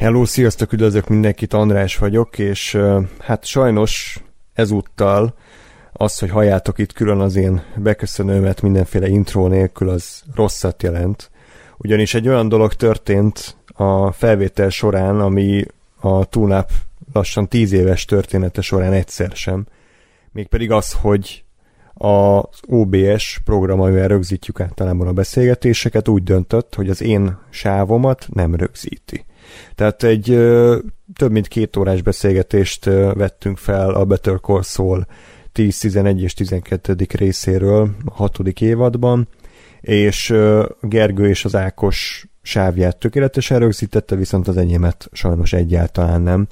Hello, sziasztok, üdvözlök mindenkit, András vagyok, és hát sajnos ezúttal az, hogy halljátok itt külön az én beköszönőmet mindenféle intro nélkül, az rosszat jelent. Ugyanis egy olyan dolog történt a felvétel során, ami a TuneUp lassan 10 éves története során egyszer sem. Mégpedig az, hogy az OBS program, amivel rögzítjük általában a beszélgetéseket, úgy döntött, hogy az én sávomat nem rögzíti. Tehát egy több mint 2 órás beszélgetést vettünk fel a Better Call Saul 10, 11 és 12. részéről a 6. évadban, és Gergő és az Ákos sávját tökéletesen rögzítette, viszont az enyémet sajnos egyáltalán nem.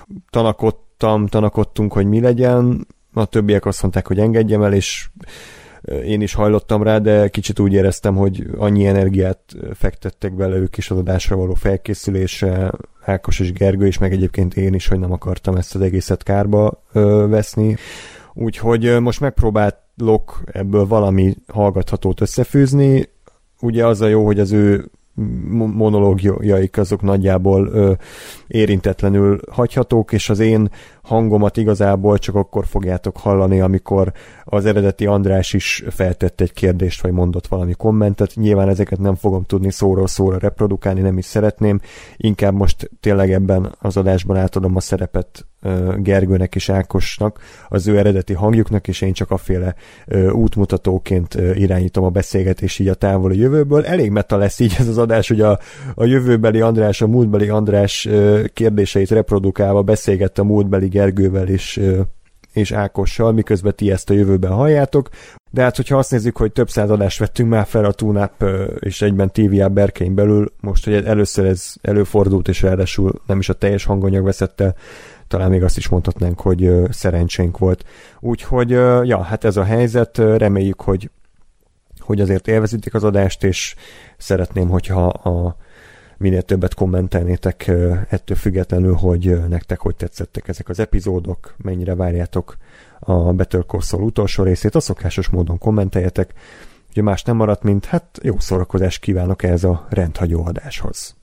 Tanakodtunk, hogy mi legyen, a többiek azt mondták, hogy engedjem el, és én is hajlottam rá, de kicsit úgy éreztem, hogy annyi energiát fektettek bele ők is az adásra való felkészülésre, Ákos és Gergő is, meg egyébként én is, hogy nem akartam ezt az egészet kárba veszni. Úgyhogy most megpróbálok ebből valami hallgathatót összefűzni. Ugye az a jó, hogy az ő monológiaik azok nagyjából érintetlenül hagyhatók, és az én hangomat igazából csak akkor fogjátok hallani, amikor az eredeti András is feltett egy kérdést, vagy mondott valami kommentet. Nyilván ezeket nem fogom tudni szóról szóra reprodukálni, nem is szeretném. Inkább most tényleg ebben az adásban átadom a szerepet Gergőnek és Ákosnak, az ő eredeti hangjuknak, és én csak afféle útmutatóként irányítom a beszélgetést így a távoli jövőből. Elég meta lesz így ez az adás, hogy a jövőbeli András, a múltbeli András kérdéseit reprodukálva beszélgett a múltbeli Gergővel és Ákossal, miközben ti ezt a jövőben halljátok. De hát, hogyha azt nézzük, hogy több száz adást vettünk már fel a TuneUp és egyben TVA berkein belül, most, hogy először ez előfordult, és ráadásul nem is a teljes hanganyag veszett el, talán még azt is mondhatnánk, hogy szerencsénk volt. Úgyhogy, ja, hát ez a helyzet, reméljük, hogy azért élvezitek az adást, és szeretném, hogyha minél többet kommentelnétek ettől függetlenül, hogy nektek hogy tetszettek ezek az epizódok, mennyire várjátok a Better Call Saul utolsó részét, a szokásos módon kommenteljetek. Ugye más nem maradt, mint hát jó szórakozást kívánok ehhez a rendhagyó adáshoz.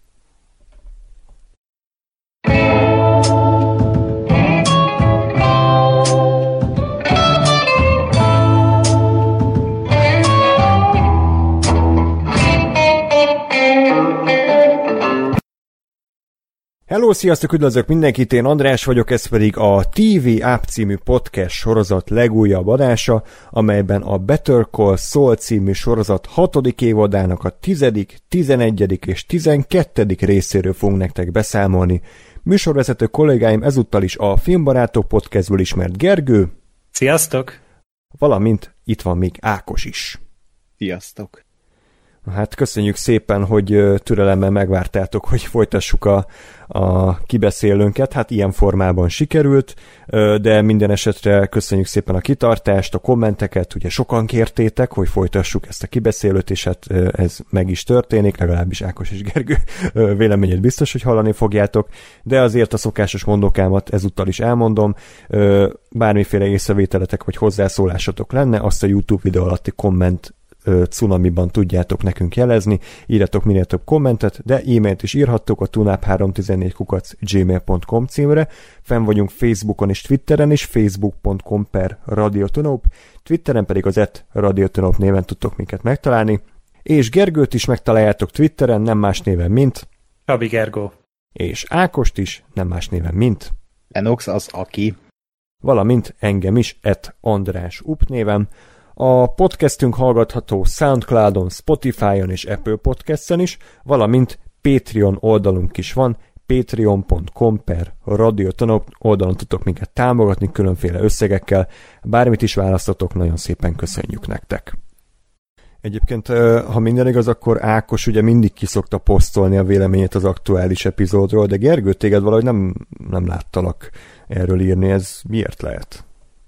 Hello, sziasztok, üdvözlök mindenkit, én András vagyok, ez pedig a TVA című podcast sorozat legújabb adása, amelyben a Better Call Saul című sorozat 6. évadának a 10., 11. és 12. részéről fogunk nektek beszámolni. Műsorvezető kollégáim ezúttal is a Filmbarátok podcastből ismert Gergő. Sziasztok! Valamint itt van még Ákos is. Sziasztok! Hát köszönjük szépen, hogy türelemmel megvártátok, hogy folytassuk a kibeszélőnket. Hát ilyen formában sikerült, de minden esetre köszönjük szépen a kitartást, a kommenteket. Ugye sokan kértétek, hogy folytassuk ezt a kibeszélőt, és hát ez meg is történik, legalábbis Ákos és Gergő véleményét biztos, hogy hallani fogjátok, de azért a szokásos mondókámat ezúttal is elmondom. Bármiféle észrevételetek vagy hozzászólásotok lenne, azt a YouTube videó alatti komment cunamiban tudjátok nekünk jelezni, írjatok minél több kommentet, de e-mailt is írhattok a tunap314@gmail.com címre. Fenn vagyunk Facebookon és Twitteren is, facebook.com/radiotonop, Twitteren pedig az @radiotonop néven tudtok minket megtalálni, és Gergőt is megtaláljátok Twitteren, nem más néven, mint Csabi Gergó. És Ákost is, nem más néven, mint Enox az aki. Valamint engem is, @AndrásUp néven. A podcastünk hallgatható Soundcloudon, Spotify-on és Apple Podcast-en is, valamint Patreon oldalunk is van, patreon.com/radiotonop oldalon tudtok minket támogatni különféle összegekkel, bármit is választatok, nagyon szépen köszönjük nektek. Egyébként, ha minden igaz, akkor Ákos ugye mindig ki szokta posztolni a véleményét az aktuális epizódról, de Gergő, téged valahogy nem láttalak erről írni, ez miért lehet?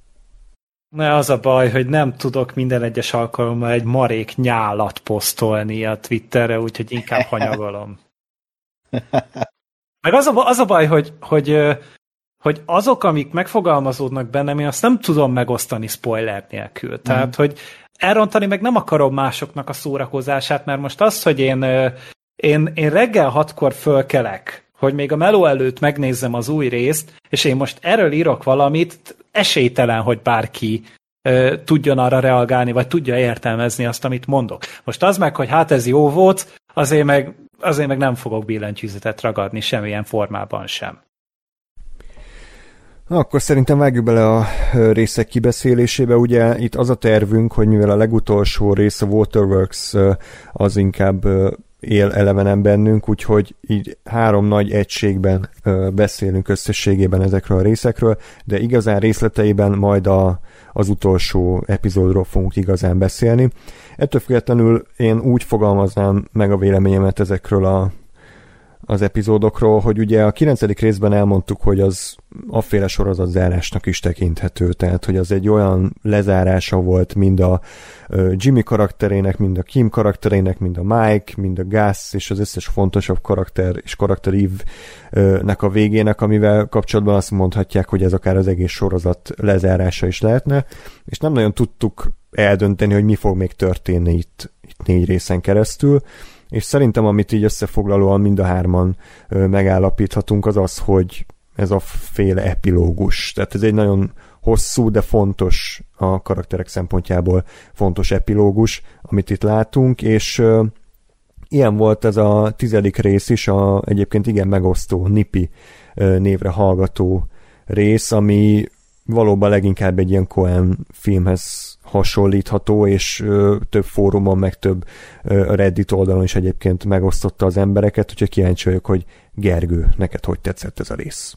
Ne, az a baj, hogy nem tudok minden egyes alkalommal egy marék nyálat posztolni a Twitterre, úgyhogy inkább hanyagolom. Meg az a baj, hogy azok, amik megfogalmazódnak bennem, én azt nem tudom megosztani spoiler nélkül. Tehát, hogy elrontani meg nem akarom másoknak a szórakozását, mert most az, hogy én reggel 6-kor fölkelek, hogy még a meló előtt megnézzem az új részt, és én most erről írok valamit, esélytelen, hogy bárki tudjon arra reagálni, vagy tudja értelmezni azt, amit mondok. Most az meg, hogy hát ez jó volt, azért meg nem fogok billentyűzetet ragadni semmilyen formában sem. Akkor szerintem vágjuk bele a részek kibeszélésébe. Ugye itt az a tervünk, hogy mivel a legutolsó rész, a Waterworks, az inkább él elevenen bennünk, úgyhogy így 3 nagy egységben beszélünk összességében ezekről a részekről, de igazán részleteiben majd az utolsó epizódról fogunk igazán beszélni. Ettől függetlenül én úgy fogalmaznám meg a véleményemet ezekről az epizódokról, hogy ugye a 9. részben elmondtuk, hogy az afféle sorozatzárásnak is tekinthető, tehát hogy az egy olyan lezárása volt mind a Jimmy karakterének, mind a Kim karakterének, mind a Mike, mind a Gus, és az összes fontosabb karakter és karakterívnek a végének, amivel kapcsolatban azt mondhatják, hogy ez akár az egész sorozat lezárása is lehetne, és nem nagyon tudtuk eldönteni, hogy mi fog még történni itt 4 részen keresztül, és szerintem, amit így összefoglalóan mind a 3-an megállapíthatunk, az az, hogy ez a féle epilógus. Tehát ez egy nagyon hosszú, de fontos a karakterek szempontjából fontos epilógus, amit itt látunk, és ilyen volt ez a 10. rész is, egyébként igen megosztó Nippy névre hallgató rész, ami valóban leginkább egy ilyen Coen filmhez hasonlítható, és több fórumon, meg több Reddit oldalon is egyébként megosztotta az embereket, úgyhogy kíváncsi vagyok, hogy Gergő, neked hogy tetszett ez a rész?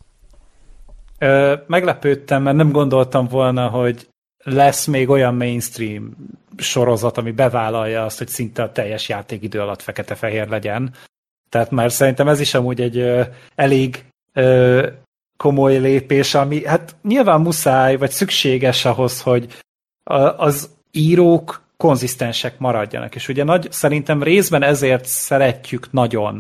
Meglepődtem, mert nem gondoltam volna, hogy lesz még olyan mainstream sorozat, ami bevállalja azt, hogy szinte a teljes játékidő alatt fekete-fehér legyen. Tehát már szerintem ez is amúgy egy elég komoly lépés, ami hát nyilván muszáj, vagy szükséges ahhoz, hogy az írók konzisztensek maradjanak. És ugye szerintem részben ezért szeretjük nagyon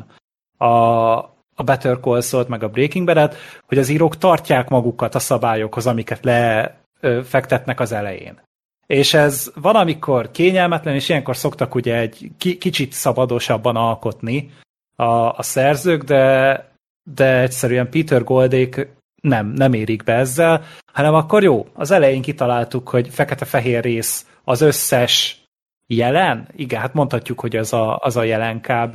a Better Call Saul-t, meg a Breaking Bad-et, hogy az írók tartják magukat a szabályokhoz, amiket lefektetnek az elején. És ez van, amikor kényelmetlen, és ilyenkor szoktak ugye egy kicsit szabadosabban alkotni a szerzők, de egyszerűen Peter Goldék nem érik be ezzel, hanem akkor jó, az elején kitaláltuk, hogy fekete-fehér rész az összes jelen, igen, hát mondhatjuk, hogy az a jelen kb.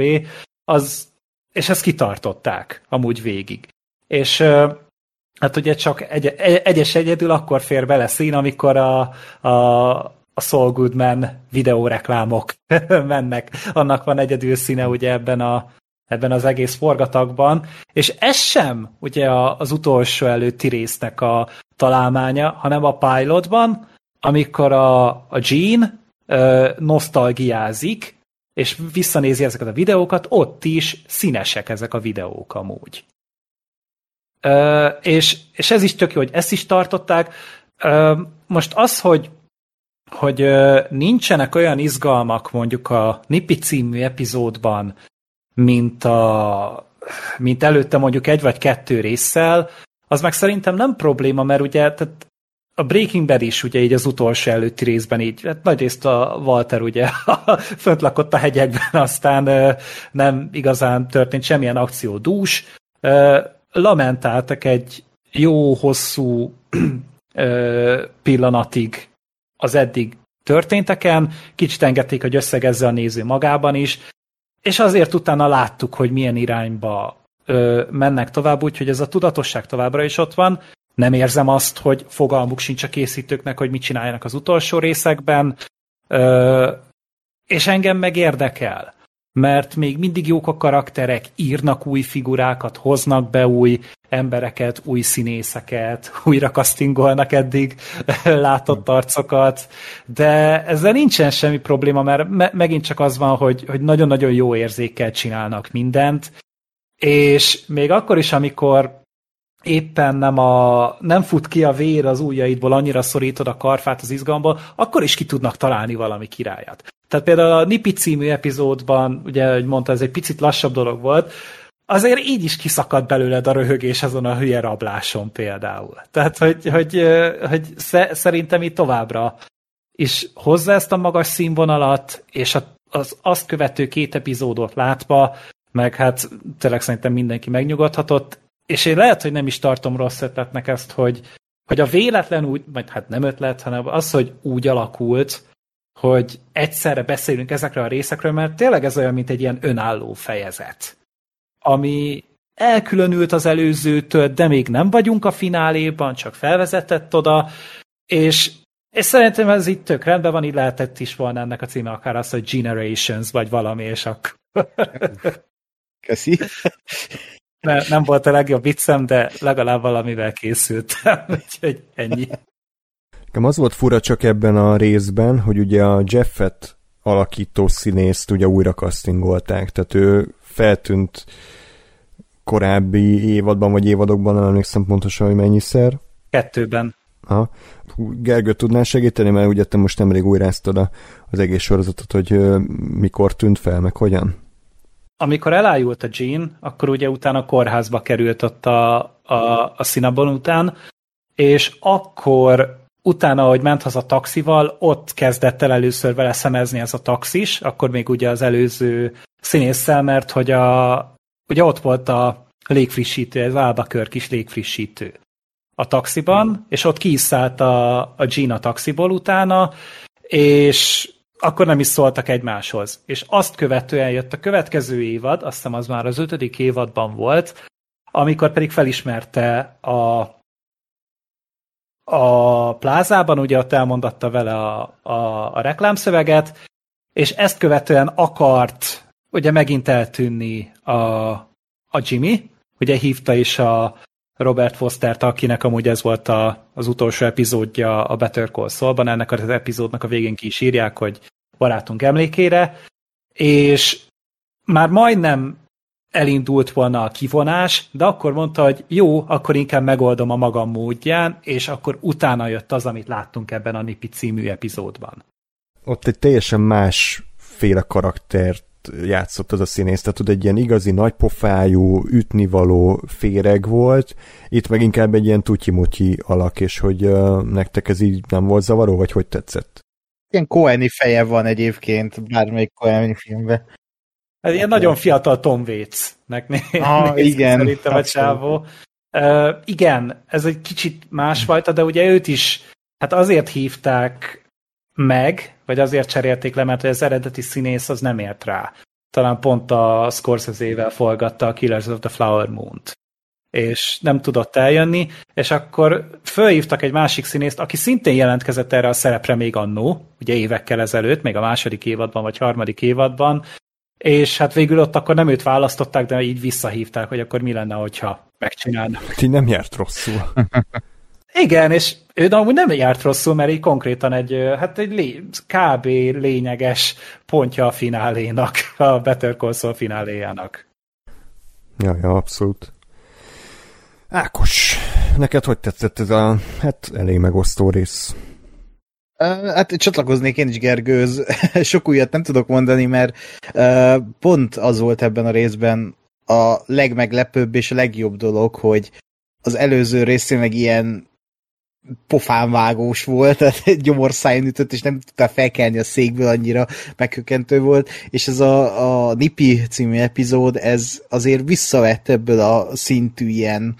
És ezt kitartották amúgy végig. És hát ugye csak egyedül akkor fér bele szín, amikor a Saul Goodman videóreklámok mennek. Annak van egyedül színe ugye ebben az egész forgatagban, és ez sem ugye az utolsó előtti résznek a találmánya, hanem a pilotban, amikor a Gene nosztalgiázik, és visszanézi ezeket a videókat, ott is színesek ezek a videók amúgy. És ez is tök jó, hogy ezt is tartották. Most az, hogy nincsenek olyan izgalmak mondjuk a Nippy című epizódban, mint előtte mondjuk 1 vagy 2 résszel, az meg szerintem nem probléma, mert ugye tehát a Breaking Bad is ugye így az utolsó előtti részben így, hát nagyrészt a Walter ugye fönt lakott a hegyekben, aztán nem igazán történt semmilyen akció dús, lamentáltak egy jó, hosszú pillanatig az eddig történteken, kicsit engedték, hogy összegezze a néző magában is, és azért utána láttuk, hogy milyen irányba mennek tovább, úgyhogy ez a tudatosság továbbra is ott van. Nem érzem azt, hogy fogalmuk sincs a készítőknek, hogy mit csináljanak az utolsó részekben, és engem meg érdekel, mert még mindig jók a karakterek, írnak új figurákat, hoznak be új embereket, új színészeket, újra castingolnak eddig látott arcokat, de ezzel nincsen semmi probléma, mert megint csak az van, hogy nagyon-nagyon jó érzékkel csinálnak mindent, és még akkor is, amikor éppen nem fut ki a vér az ujjaidból, annyira szorítod a karfát az izgalomból, akkor is ki tudnak találni valami királyat. Tehát például a Nippy című epizódban, ugye, hogy mondta, ez egy picit lassabb dolog volt, azért így is kiszakadt belőled a röhögés azon a hülye rabláson például. Tehát, hogy szerintem itt továbbra is hozza ezt a magas színvonalat, és az azt követő 2 epizódot látva meg hát tényleg szerintem mindenki megnyugodhatott, és én lehet, hogy nem is tartom rossz ötletnek ezt, hogy a véletlen úgy, vagy hát nem ötlet, hanem az, hogy úgy alakult, hogy egyszerre beszélünk ezekről a részekről, mert tényleg ez olyan, mint egy ilyen önálló fejezet, ami elkülönült az előzőtől, de még nem vagyunk a fináléban, csak felvezetett oda, és szerintem ez itt tök rendben van, így lehetett is volna ennek a címe akár az, hogy Generations, vagy valami, és akkor... Köszi. Nem volt a legjobb viccem, de legalább valamivel készültem, úgyhogy ennyi. Nekem az volt fura csak ebben a részben, hogy ugye a Jeffet alakító színészt ugye újra castingolták, tehát ő feltűnt korábbi évadban, vagy évadokban, nem emlékszem pontosan, hogy mennyiszer. 2-ben. Aha. Gergő, tudnál segíteni, mert ugye te most nemrég újráztad az egész sorozatot, hogy mikor tűnt fel, meg hogyan? Amikor elájult a Jean, akkor ugye utána kórházba került ott a Cinnabon után, és akkor utána, ahogy ment haza taxival, ott kezdett el először vele szemezni ez a taxis, akkor még ugye az előző színésszel, mert hogy ugye ott volt a légfrissítő, ez Albuquerque is légfrissítő a taxiban, és ott ki is szállt a Jean a taxiból utána, és akkor nem is szóltak egymáshoz. És azt követően jött a következő évad, azt hiszem az már az 5. évadban volt, amikor pedig felismerte a plázában, ugye ott elmondatta vele a reklámszöveget, és ezt követően akart ugye megint eltűnni a Jimmy, ugye hívta is a Robert Fostert, akinek amúgy ez volt az utolsó epizódja a Better Call Saulban, ennek az epizódnak a végén ki is írják, hogy barátunk emlékére, és már majdnem elindult volna a kivonás, de akkor mondta, hogy jó, akkor inkább megoldom a magam módján, és akkor utána jött az, amit láttunk ebben a Nipi című epizódban. Ott egy teljesen másféle karaktert játszott az a színész, tehát egy ilyen igazi nagypofájú, ütnivaló féreg volt, itt meg inkább egy ilyen tutyi-mutyi alak, és hogy nektek ez így nem volt zavaró, vagy hogy tetszett? Ilyen Coen-i feje van egyébként bármelyik Coen-i filmben. Ez ilyen nagyon fiatal Tom Waits-nek igen, szerintem a csávó. Igen, ez egy kicsit másfajta, de ugye őt is hát azért hívták meg, vagy azért cserélték le, mert az eredeti színész az nem ért rá. Talán pont a Scorsese-vel forgatta a Killers of the Flower Moon-t. És nem tudott eljönni, és akkor fölhívtak egy másik színészt, aki szintén jelentkezett erre a szerepre még annó, ugye évekkel ezelőtt, még a 2. évadban, vagy 3. évadban, és hát végül ott akkor nem őt választották, de így visszahívták, hogy akkor mi lenne, hogyha megcsinálnak. Ti nem járt rosszul. Igen, és ő amúgy nem járt rosszul, mert így konkrétan egy kb. Lényeges pontja a finálénak, a Better Call Saul fináléjának. Ja, abszolút. Ákos, neked hogy tetszett ez a elég megosztó rész? Hát csatlakoznék én is Gergőhöz. Sok újat nem tudok mondani, mert pont az volt ebben a részben a legmeglepőbb és a legjobb dolog, hogy az előző rész tényleg ilyen pofánvágós volt, tehát gyomorszájon ütött, és nem tudtál felkelni a székből, annyira meghökkentő volt, és ez a Nipi című epizód, ez azért visszavett ebből a szintű ilyen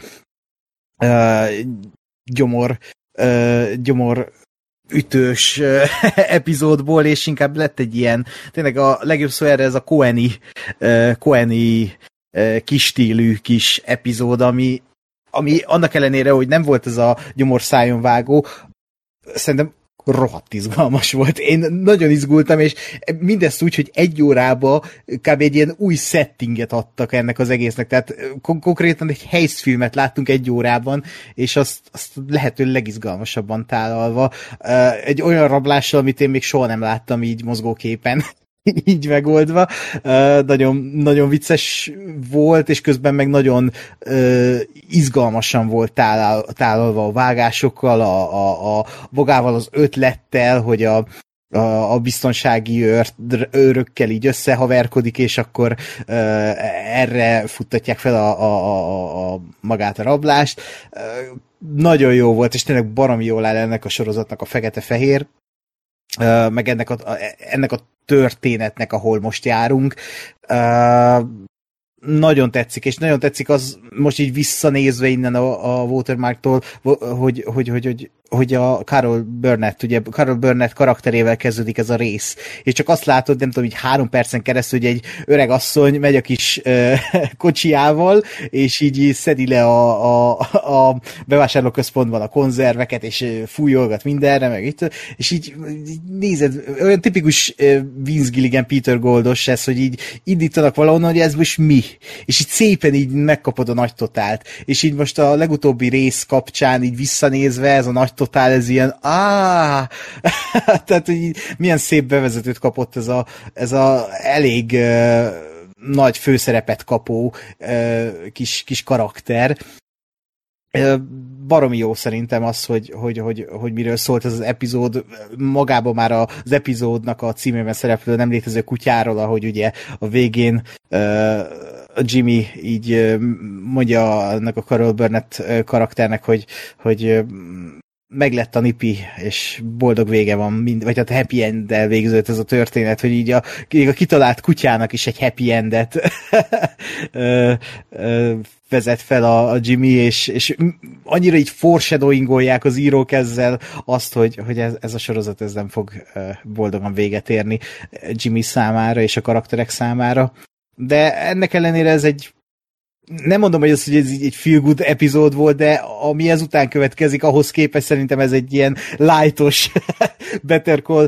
gyomor ütős epizódból, és inkább lett egy ilyen, tényleg a legjobb szó erre ez a Coen-i kis stílű kis epizód, ami annak ellenére, hogy nem volt ez a gyomorszájon vágó, szerintem rohadt izgalmas volt. Én nagyon izgultam, és mindezt úgy, hogy 1 órába kb. Egy ilyen új settinget adtak ennek az egésznek, tehát konkrétan egy helyszfilmet láttunk 1 órában, és azt lehető legizgalmasabban tálalva. Egy olyan rablással, amit én még soha nem láttam így mozgóképen, így megoldva. Nagyon, nagyon vicces volt, és közben meg nagyon izgalmasan volt tálalva a vágásokkal, a magával az ötlettel, hogy a biztonsági őrökkel így összehaverkodik, és akkor erre futtatják fel a magát a rablást. Nagyon jó volt, és tényleg baromi jól áll ennek a sorozatnak a fekete-fehér, meg ennek a történetnek, ahol most járunk. nagyon tetszik, és nagyon tetszik az most így visszanézve innen a Watermarktól, hogy a Carol Burnett, ugye Carol Burnett karakterével kezdődik ez a rész, és csak azt látod, nem tudom, így 3 percen keresztül, hogy egy öreg asszony megy a kis kocsiával, és így szedi le a bevásárlóközpontban a konzerveket, és fújolgat mindenre, meg itt, és így nézed, olyan tipikus Vince Gilligan, Peter Goldos ez, hogy így indítanak valahonnan, hogy ez most mi? És így szépen így megkapod a nagy totált. És így most a legutóbbi rész kapcsán így visszanézve ez a nagy totál, ez ilyen tehát, hogy milyen szép bevezetőt kapott ez a elég nagy főszerepet kapó kis karakter. Baromi jó szerintem az, hogy miről szólt ez az epizód. Magában már az epizódnak a címében szereplő nem létező kutyáról, ahogy ugye a végén Jimmy így mondja annak a Carol Burnett karakternek, hogy meglett a nipi, és boldog vége van, vagy hát happy end-del végződött ez a történet, hogy így a kitalált kutyának is egy happy endet vezet fel a Jimmy, és annyira így foreshadowingolják az írók ezzel azt, hogy ez a sorozat ez nem fog boldogan véget érni Jimmy számára és a karakterek számára. De ennek ellenére ez egy nem mondom, hogy ez egy feel good epizód volt, de ami ezután következik, ahhoz képest szerintem ez egy ilyen lightos Better Call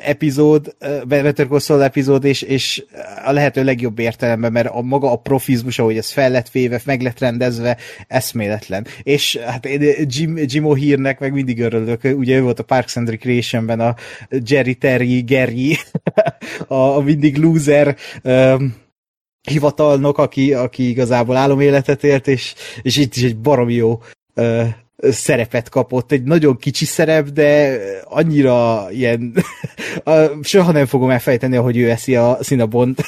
Saul epizód, és a lehető legjobb értelemben, mert maga a profizmus, ahogy ez fel lett véve, meg lett rendezve, eszméletlen. És hát én Jim O'Hearnek meg mindig örülök, ugye ő volt a Parks and Recreation-ben a Gary, a mindig loser hivatalnok, aki igazából áloméletet élt, és itt is egy baromi jó szerepet kapott. Egy nagyon kicsi szerep, de annyira ilyen soha nem fogom elfejteni, ahogy ő eszi a Cinnabont.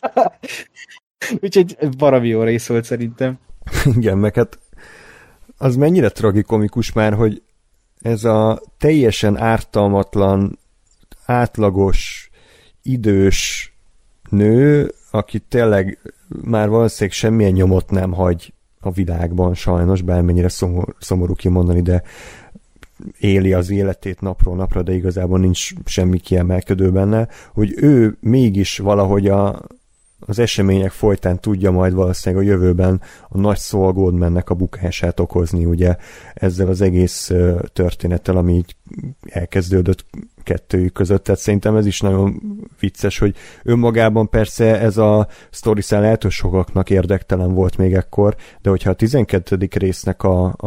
Úgyhogy baromi jó rész volt szerintem. Igen, meg hát az mennyire tragikomikus már, hogy ez a teljesen ártalmatlan, átlagos, idős nő, aki tényleg már valószínűleg semmilyen nyomot nem hagy a világban sajnos, bármennyire szomorú kimondani, de éli az életét napról napra, de igazából nincs semmi kiemelkedő benne, hogy ő mégis valahogy az események folytán tudja majd valószínűleg a jövőben a nagy Saul Goodmannek a bukását okozni, ugye ezzel az egész történettel, ami így elkezdődött kettőjük között, tehát szerintem ez is nagyon vicces, hogy önmagában persze ez a sztoriszál lehet, hogy sokaknak érdektelen volt még ekkor, de hogyha a 12. résznek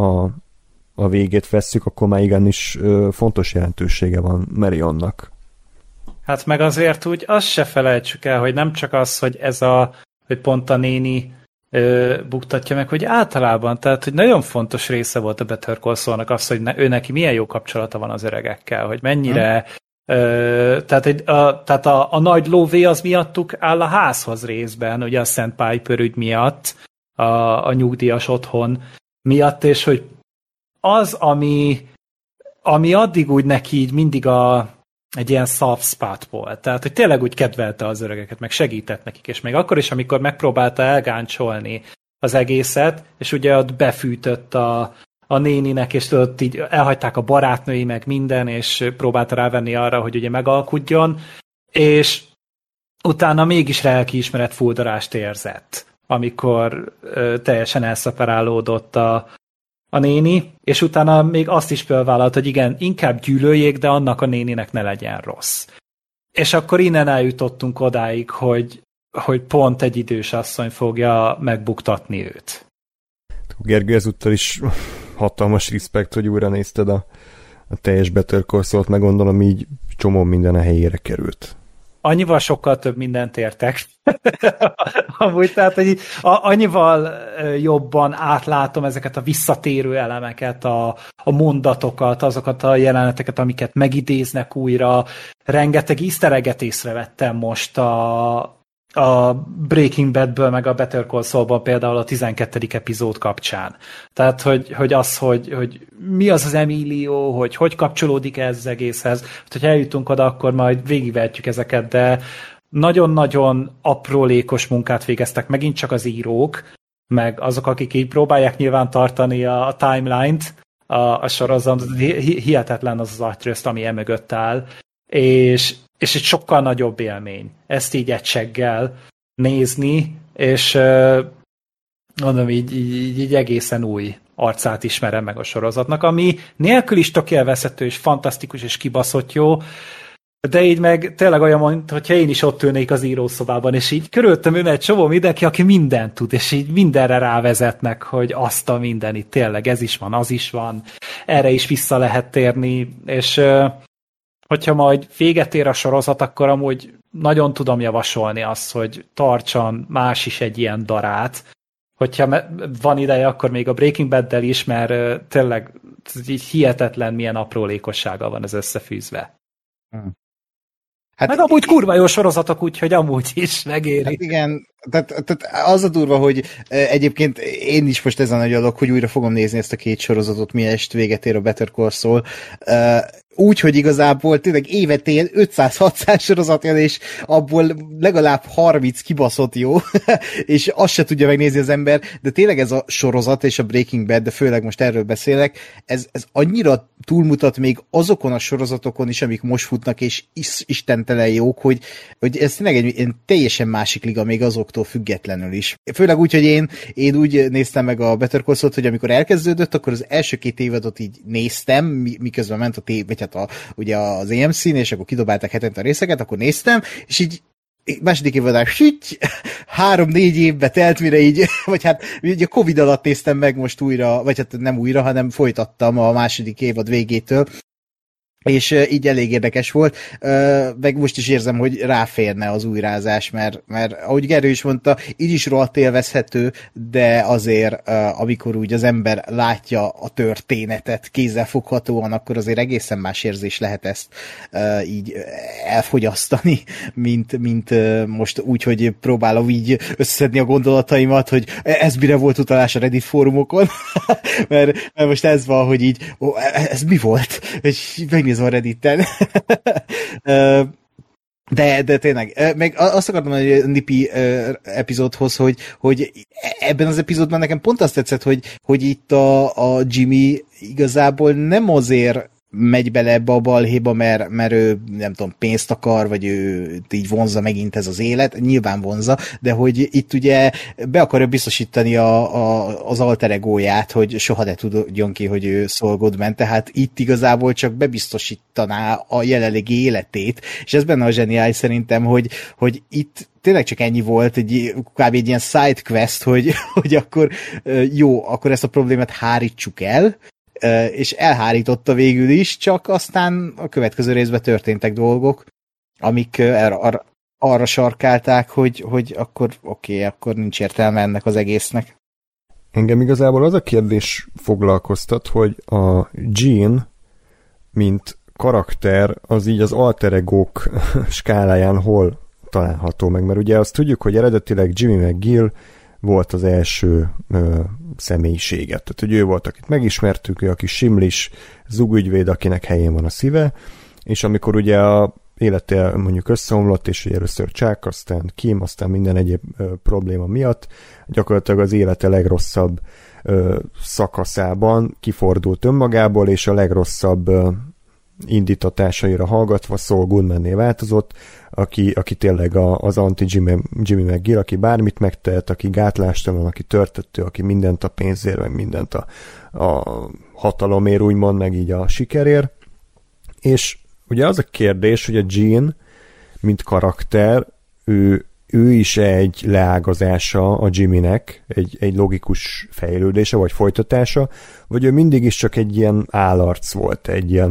a végét vesszük, akkor már igenis fontos jelentősége van Marionnak. Hát meg azért úgy azt se felejtsük el, hogy nem csak az, hogy hogy pont a néni buktatja meg, hogy általában, tehát hogy nagyon fontos része volt a Better Call Saulnak az, hogy ő neki milyen jó kapcsolata van az öregekkel, hogy mennyire tehát a nagy lóvé az miattuk áll a házhoz részben, ugye a Szent Piper ügy miatt, a nyugdíjas otthon miatt, és hogy az, ami addig úgy neki így mindig egy ilyen soft spot volt. Tehát, hogy tényleg úgy kedvelte az öregeket, meg segített nekik, és még akkor is, amikor megpróbálta elgáncsolni az egészet, és ugye ott befűtött a néninek, és ott így elhagyták a barátnői, meg minden, és próbálta rávenni arra, hogy ugye megalkudjon, és utána mégis lelkiismeret fuldorást érzett, amikor teljesen elszeparálódott a néni, és utána még azt is felvállalt, hogy igen, inkább gyűlöljék, de annak a néninek ne legyen rossz. És akkor innen eljutottunk odáig, hogy pont egy idős asszony fogja megbuktatni őt. Gergő, ezúttal is hatalmas respekt, hogy újra nézted a teljes Better Call Sault, meg gondolom így csomó minden a helyére került. Annyival sokkal több mindent értek. Amúgy, tehát, hogy annyival jobban átlátom ezeket a visszatérő elemeket, a mondatokat, azokat a jeleneteket, amiket megidéznek újra. Rengeteg easter egget észrevettem most a Breaking Badből, meg a Better Call Saulban például a 12. epizód kapcsán. Tehát, hogy mi az Emilio, hogy kapcsolódik ez az egészhez. Hogyha eljutunk oda, akkor majd végigvehetjük ezeket, de nagyon-nagyon aprólékos munkát végeztek megint csak az írók, meg azok, akik így próbálják nyilván tartani a timeline-t, a sorozat, hihetetlen az agytrözt, ami emögött áll, és egy sokkal nagyobb élmény ezt így egyseggel nézni, és mondom, így egészen új arcát ismerem meg a sorozatnak, ami nélkül is tök élvezhető, és fantasztikus, és kibaszott jó, de így meg tényleg olyan, hogyha én is ott ülnék az írószobában, és így körülöttem ülne egy csomó mindenki, aki mindent tud, és így mindenre rávezetnek, hogy azt a mindenit, tényleg ez is van, az is van, erre is vissza lehet térni, és hogyha majd véget ér a sorozat, akkor amúgy nagyon tudom javasolni azt, hogy tartson más is egy ilyen darát. Hogyha van ideje, akkor még a Breaking Bad-del is, mert tényleg így hihetetlen milyen aprólékossága van ez összefűzve. Hát meg amúgy kurva jó sorozatok, úgyhogy amúgy is megéri. Hát igen, tehát az a durva, hogy egyébként én is most ezen nagy adok, hogy újra fogom nézni ezt a két sorozatot, mielőtt véget ér a Better Call Saul. Úgy, hogy igazából tényleg évet él 500-600 sorozat jön, és abból legalább 30 kibaszott jó, és azt se tudja megnézni az ember, de tényleg ez a sorozat és a Breaking Bad, de főleg most erről beszélek, ez annyira túlmutat még azokon a sorozatokon is, amik most futnak, és istentelen jók, hogy ez tényleg egy teljesen másik liga még azoktól függetlenül is. Főleg úgy, hogy én úgy néztem meg a Better Call Saul-t, hogy amikor elkezdődött, akkor az első 2 évadot így néztem, miközben ment a ugye az AMC-n, és akkor kidobálták hetente a részeket, akkor néztem, és így második évadás 3-4 évbe telt, mire így, vagy hát ugye a Covid alatt néztem meg most újra, vagy hát nem újra, hanem folytattam a második évad végétől, és így elég érdekes volt, meg most is érzem, hogy ráférne az újrázás, mert ahogy Gerő is mondta, így is rohadt élvezhető, de azért amikor úgy az ember látja a történetet kézzelfoghatóan, akkor azért egészen más érzés lehet ezt így elfogyasztani, mint most úgy, hogy próbálom így összeszedni a gondolataimat, hogy ez mire volt utalás a Reddit fórumokon, mert most ez van, hogy így ez mi volt? És megnézem a Redditen. De tényleg, meg azt akartam mondani a Nipi epizódhoz, hogy ebben az epizódban nekem pont azt tetszett, hogy itt a Jimmy igazából nem azért megy bele ebbe a balhéba, mert ő, nem tudom, pénzt akar, vagy ő így vonza megint ez az élet, nyilván vonza, de hogy itt ugye be akarja biztosítani az alter egóját, hogy soha ne tudjon ki, hogy ő Saul Goodman, tehát itt igazából csak bebiztosítaná a jelenlegi életét, és ez benne a zseniális szerintem, hogy itt tényleg csak ennyi volt, kb. Egy ilyen side quest, hogy akkor jó, akkor ezt a problémát hárítsuk el, és elhárította végül is, csak aztán a következő részben történtek dolgok, amik arra sarkálták, hogy akkor oké, akkor nincs értelme ennek az egésznek. Engem igazából az a kérdés foglalkoztat, hogy a Gene, mint karakter, az így az alter egók skáláján hol található meg, mert ugye azt tudjuk, hogy eredetileg Jimmy McGill volt az első személyiséget. Tehát, hogy ő volt, akit megismertük, ő a kis simlis zugügyvéd, akinek helyén van a szíve, és amikor ugye a élete mondjuk összeomlott, és ugye először Chuck, aztán Kim, aztán minden egyéb probléma miatt, gyakorlatilag az élete legrosszabb szakaszában kifordult önmagából, és a legrosszabb indítatásaira hallgatva Saul Goodmanné változott, aki tényleg az anti-Jimmy McGill, aki bármit megtehet, aki gátlástalan, aki törtető, aki mindent a pénzért, meg mindent a hatalomért, úgymond, meg így a sikerért. És ugye az a kérdés, hogy a Gene, mint karakter, ő is egy leágazása a Jimmynek, egy logikus fejlődése, vagy folytatása, vagy ő mindig is csak egy ilyen állarc volt,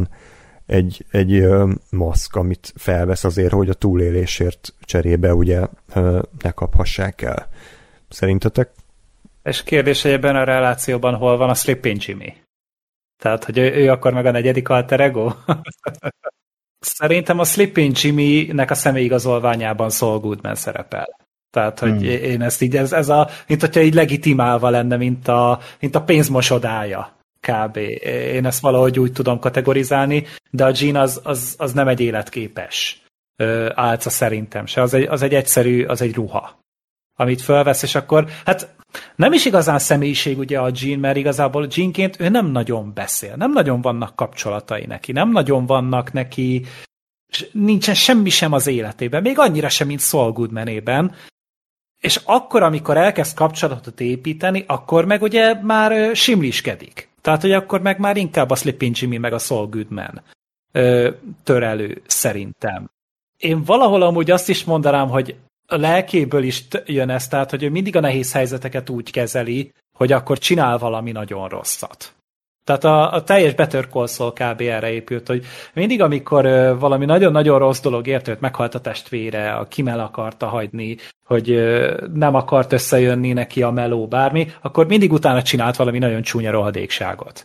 egy maszk, amit felvesz azért, hogy a túlélésért cserébe ugye ne kaphassák el. Szerintetek? És kérdés, hogy ebben a relációban hol van a Sleeping Jimmy? Tehát, hogy ő akkor meg a negyedik alter ego? Szerintem a Sleeping Jimmy-nek a személyigazolványában Saul Goodman szerepel. Tehát, hogy én ezt így, mint hogyha így legitimálva lenne, mint a pénzmosodája. Kb. Én ezt valahogy úgy tudom kategorizálni, de a Gene az nem egy életképes álca szerintem se. Az egy egyszerű, az egy ruha, amit fölvesz, és akkor, hát nem is igazán személyiség ugye a Jean, mert igazából Jeanként ő nem nagyon beszél, nem nagyon vannak kapcsolatai neki, nem nagyon vannak neki, nincsen semmi sem az életében, még annyira sem, mint Saul Goodmanében, és akkor, amikor elkezd kapcsolatot építeni, akkor meg ugye már simliskedik. Tehát, hogy akkor meg már inkább a Sleeping Jimmy meg a Saul Goodman tör elő, szerintem. Én valahol amúgy azt is mondanám, hogy a lelkéből is jön ez, tehát, hogy ő mindig a nehéz helyzeteket úgy kezeli, hogy akkor csinál valami nagyon rosszat. Tehát a teljes Better Call Saul kb. Erre épült, hogy mindig, amikor valami nagyon-nagyon rossz dolog ért, őt meghalt a testvére, a Kimmel akarta hagyni, hogy nem akart összejönni neki a meló, bármi, akkor mindig utána csinált valami nagyon csúnya rohadékságot.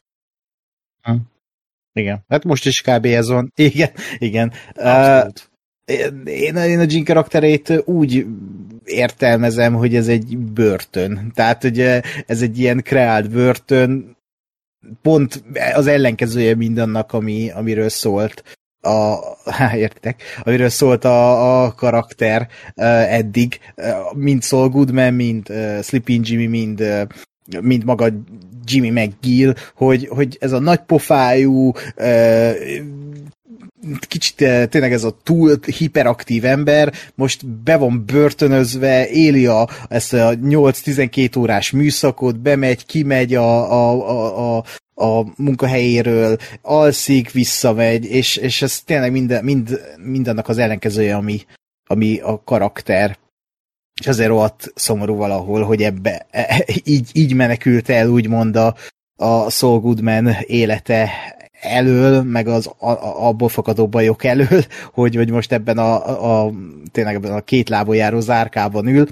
Igen, hát most is kb. Ez van. Igen. Én a Jean karakterét úgy értelmezem, hogy ez egy börtön. Tehát, hogy ez egy ilyen kreált börtön, pont az ellenkezője mindannak, amiről szólt értitek? Amiről szólt a karakter eddig, mind Saul Goodman, mind Sleeping Jimmy, mind maga Jimmy McGill, hogy ez a nagypofájú kicsit tényleg ez a túl hiperaktív ember most be van börtönözve, éli ezt a 8-12 órás műszakot, bemegy, kimegy a munkahelyéről, alszik, visszamegy, és ez tényleg mindennek az ellenkezője, ami a karakter. És azért rohadt szomorú valahol, hogy ebbe így menekült el, úgymond a Saul Goodman élete elől, meg az abból fakadó bajok elől, hogy most ebben tényleg ebben a két lábon járó zárkában ül.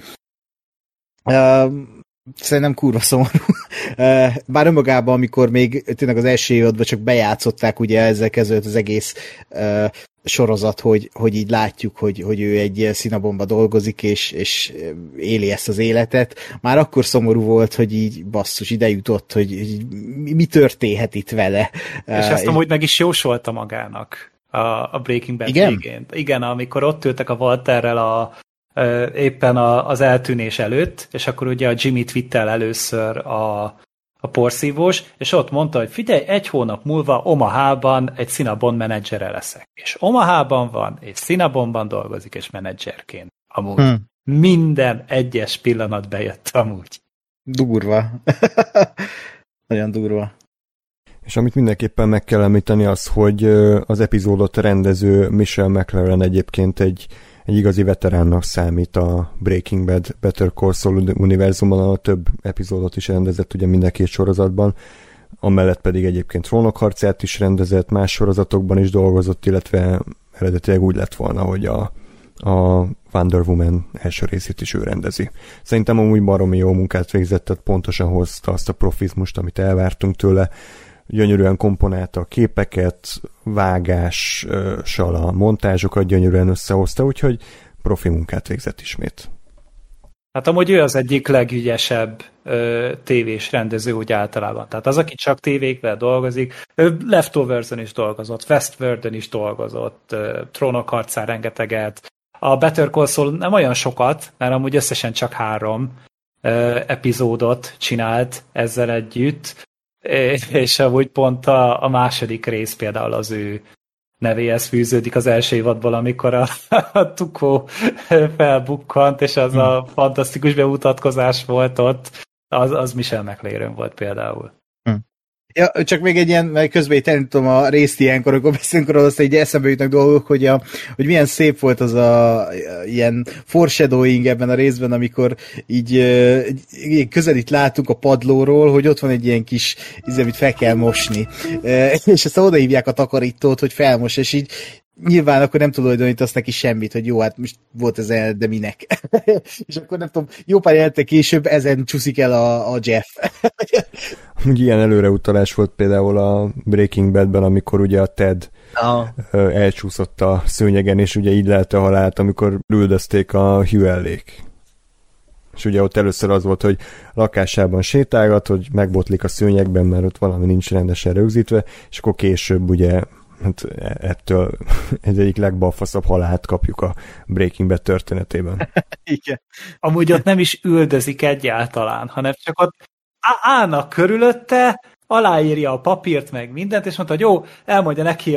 Szerintem kurva szomorú. Bár önmagában, amikor még tényleg az első évadban csak bejátszották, ugye ezzel kezdődött az egész sorozat, hogy így látjuk, hogy ő egy színabomba dolgozik, és éli ezt az életet. Már akkor szomorú volt, hogy így basszus, ide jutott, hogy mi történhet itt vele. És ezt amúgy meg is jósolta magának a Breaking Bad végén. Igen, amikor ott ültek a Walterrel éppen az eltűnés előtt, és akkor ugye a Jimmy-t vitt el először a porszívós, és ott mondta, hogy figyelj, 1 hónap múlva Omahában egy Cinnabon menedzsere leszek. És Omahában van, és Cinnabonban dolgozik, és menedzserként. Amúgy. Minden egyes pillanat bejött amúgy. Durva. Nagyon durva. És amit mindenképpen meg kell említeni az, hogy az epizódot rendező Michelle MacLaren egyébként egy igazi veteránnak számít a Breaking Bad Better Call Saul univerzumban, ahol több epizódot is rendezett ugye mind a két sorozatban, amellett pedig egyébként Trónokharcát is rendezett, más sorozatokban is dolgozott, illetve eredetileg úgy lett volna, hogy a Wonder Woman első részét is ő rendezi. Szerintem amúgy baromi jó munkát végzett, tehát pontosan hozta azt a profizmust, amit elvártunk tőle, gyönyörűen komponálta a képeket, vágással a montázsokat gyönyörűen összehozta, úgyhogy profi munkát végzett ismét. Hát amúgy ő az egyik legügyesebb tévés rendező úgy általában. Tehát az, aki csak tévékvel dolgozik, ő Leftovers-on is dolgozott, Westworld-on is dolgozott, Trónok harcán rengeteget. A Better Call Saul nem olyan sokat, mert amúgy összesen csak 3 epizódot csinált ezzel együtt, és amúgy pont a második rész például az ő nevéhez fűződik az első évadból, amikor a Tuco felbukkant, és az a fantasztikus bemutatkozás volt ott, az Michelle MacLaren volt például. Ja, csak még egy ilyen, mert közben itt elindítom a részt ilyenkor, akkor beszélünk arról, azt így eszembe jutnak dolgok, hogy hogy milyen szép volt az ilyen foreshadowing ebben a részben, amikor így közelít látunk a padlóról, hogy ott van egy ilyen kis amit fel kell mosni. És ezt odahívják a takarítót, hogy felmos, és így nyilván akkor nem tulajdonítasz neki semmit, hogy jó, hát most volt ez el, de minek. És akkor nem tudom, jó pár jelentek később ezen csúszik el a Jeff. Úgy ilyen előreutalás volt például a Breaking Badben, amikor ugye a Ted elcsúszott a szőnyegen, és ugye így lelte a halált, amikor üldözték a Hugh-ellék. És ugye ott először az volt, hogy lakásában sétálgat, hogy megbotlik a szőnyegben, mert ott valami nincs rendesen rögzítve, és akkor később ugye hát ettől ez egyik legbalfaszabb halált kapjuk a Breaking Bad történetében. Igen. Amúgy ott nem is üldözik egyáltalán, hanem csak ott állnak körülötte, aláírja a papírt, meg mindent, és mondta, hogy jó, elmondja neki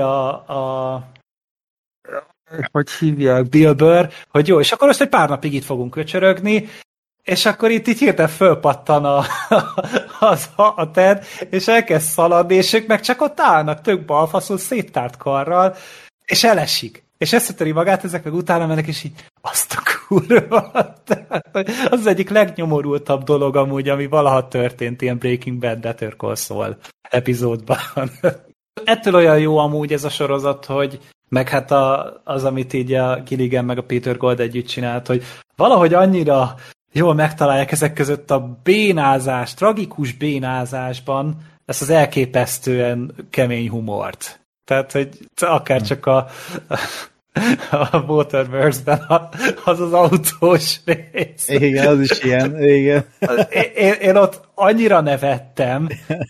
hogy hívják, Bill Burr, hogy jó, és akkor most egy pár napig itt fogunk köcsörögni, és akkor itt hirtelen fölpattan a Ted, és elkezd szaladni, és ők meg csak ott állnak, tök balfaszul, széttárt karral, és elesik. És összetöri magát, ezek meg utána mennek, és így azt a kurva. Az egyik legnyomorultabb dolog amúgy, ami valaha történt ilyen Breaking Bad Better Call Saul epizódban. Ettől olyan jó amúgy ez a sorozat, hogy meg hát az, amit így a Gilligan meg a Peter Gold együtt csinált, hogy valahogy annyira jól megtalálják ezek között a bénázás, tragikus bénázásban ezt az elképesztően kemény humort. Tehát, hogy akár csak a Waterworks-ben az autós rész. Igen, az is ilyen, igen. Én ott annyira nevettem,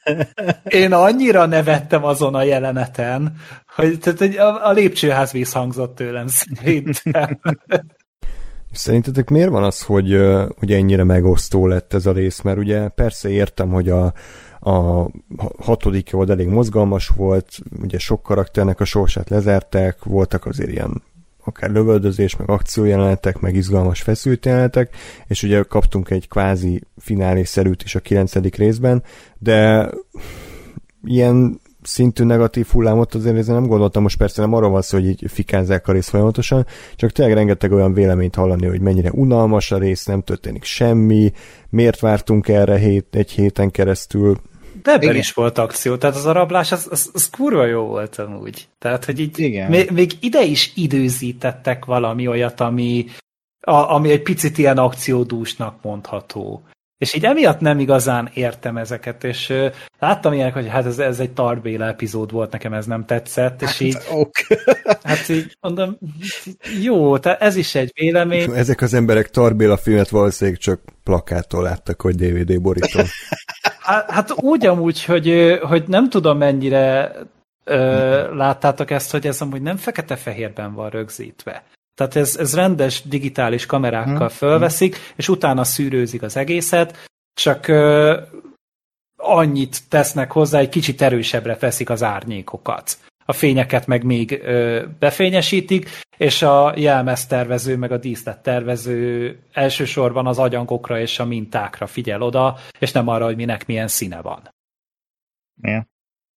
azon a jeleneten, hogy a lépcsőház visszhangzott tőlem szerintem. Szerintetek miért van az, hogy ennyire megosztó lett ez a rész? Mert ugye persze értem, hogy a 6. évad elég mozgalmas volt, ugye sok karakternek a sorsát lezárták, voltak azért ilyen akár lövöldözés, meg akciójelenetek, meg izgalmas feszült jelenetek, és ugye kaptunk egy kvázi finálé-szerűt is a 9. részben, de ilyen szintű negatív hullámot azért ezzel nem gondoltam, most persze nem arról van szó, hogy így fikázzák a részt folyamatosan, csak tényleg rengeteg olyan véleményt hallani, hogy mennyire unalmas a rész, nem történik semmi, miért vártunk erre egy héten keresztül. De ebben is volt akció, tehát az a rablás, az kurva jó volt amúgy. Tehát, hogy így még ide is időzítettek valami olyat, ami egy picit ilyen akciódúsnak mondható. És így emiatt nem igazán értem ezeket, és láttam ilyenek, hogy hát ez egy Tart Béla epizód volt, nekem ez nem tetszett, és így hát így mondom, jó, tehát ez is egy vélemény. Ezek az emberek Tart Béla filmet valószínűleg csak plakáttól láttak, hogy DVD borítón. Hát úgy amúgy, hogy nem tudom mennyire láttátok ezt, hogy ez amúgy nem fekete-fehérben van rögzítve. Tehát ez rendes digitális kamerákkal fölveszik, és utána szűrőzik az egészet, csak annyit tesznek hozzá, egy kicsit erősebbre teszik az árnyékokat. A fényeket meg még befényesítik, és a jelmeztervező, meg a díszlettervező elsősorban az agyagokra és a mintákra figyel oda, és nem arra, hogy minek milyen színe van. Ja.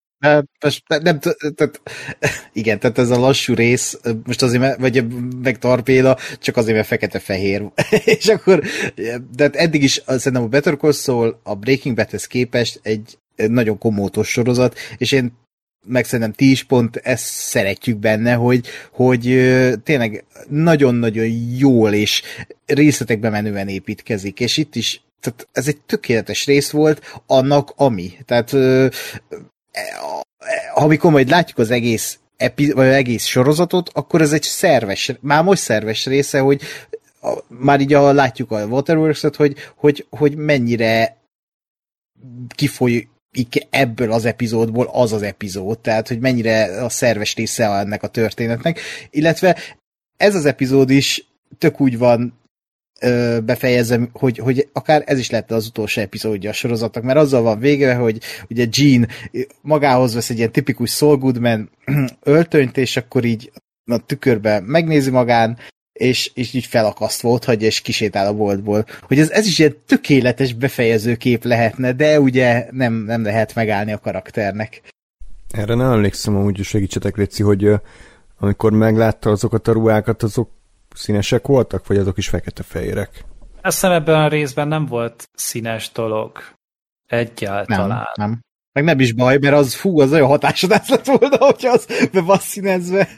Nem, tehát, igen, tehát ez a lassú rész, most azért, vagy meg Tart Béla, csak azért, mert fekete-fehér. És akkor, de eddig is szerintem a Better Call Saul a Breaking Badhez képest egy nagyon komótos sorozat, és én meg szerintem ti is pont ezt szeretjük benne, hogy tényleg nagyon-nagyon jól és részletekbe menően építkezik, és itt is, tehát ez egy tökéletes rész volt annak, ami. Tehát amikor majd látjuk az egész sorozatot, akkor ez egy szerves, már most szerves része, hogy már így látjuk a Waterworks-et, hogy mennyire kifolyik ebből az epizódból az epizód, tehát hogy mennyire a szerves része ennek a történetnek, illetve ez az epizód is tök úgy van befejezem, hogy akár ez is lett az utolsó epizódja a sorozatnak, mert azzal van vége, hogy ugye Gene magához vesz egy ilyen tipikus Saul Goodman öltönyt, és akkor így a tükörbe megnézi magán, és így felakasztva ott hagyja, és kisétál a boltból. Hogy ez is ilyen tökéletes befejező kép lehetne, de ugye nem lehet megállni a karakternek. Erre nem emlékszem, amúgy segítsetek, Léci, hogy amikor meglátta azokat a ruhákat, azok színesek voltak, vagy azok is fekete-fehérek? Azt hiszem ebben a részben nem volt színes dolog. Egyáltalán. Nem. Meg nem is baj, mert az olyan hatásodás lett volna, hogyha az be van színezve.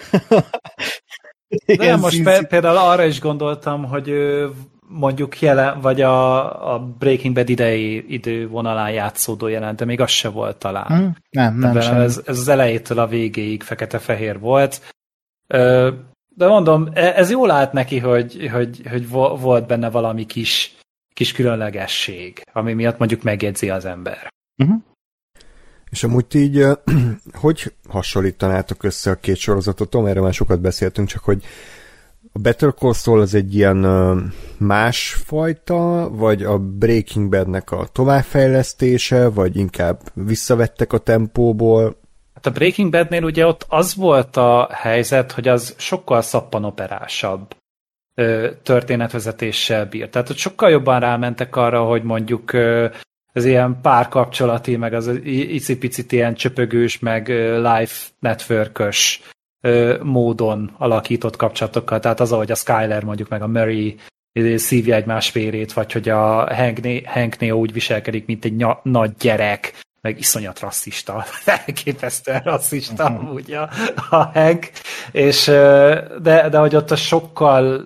De most például arra is gondoltam, hogy mondjuk vagy a Breaking Bad idei idővonalán játszódó jelent, de még az se volt talán. Nem ez az elejétől a végéig fekete-fehér volt. De mondom, ez jól állt neki, hogy volt benne valami kis különlegesség, ami miatt mondjuk megjegyzi az ember. És amúgy így, hogy hasonlítanátok össze a két sorozatot? Tom, erről már sokat beszéltünk, csak hogy a Better Call Saul az egy ilyen másfajta, vagy a Breaking Badnek a továbbfejlesztése, vagy inkább visszavettek a tempóból? Hát a Breaking Badnél ugye ott az volt a helyzet, hogy az sokkal szappanoperásabb történetvezetéssel bír. Tehát ott sokkal jobban rámentek arra, hogy mondjuk az ilyen párkapcsolati, meg az icipicit ilyen csöpögős, meg life networkös módon alakított kapcsolatokkal. Tehát az, ahogy a Skyler mondjuk, meg a Murray szívja egymás vérét, vagy hogy a Hank Neo úgy viselkedik, mint egy nagy gyerek, meg iszonyat rasszista, elképesztően rasszista amúgy a Hank, és, de hogy ott a sokkal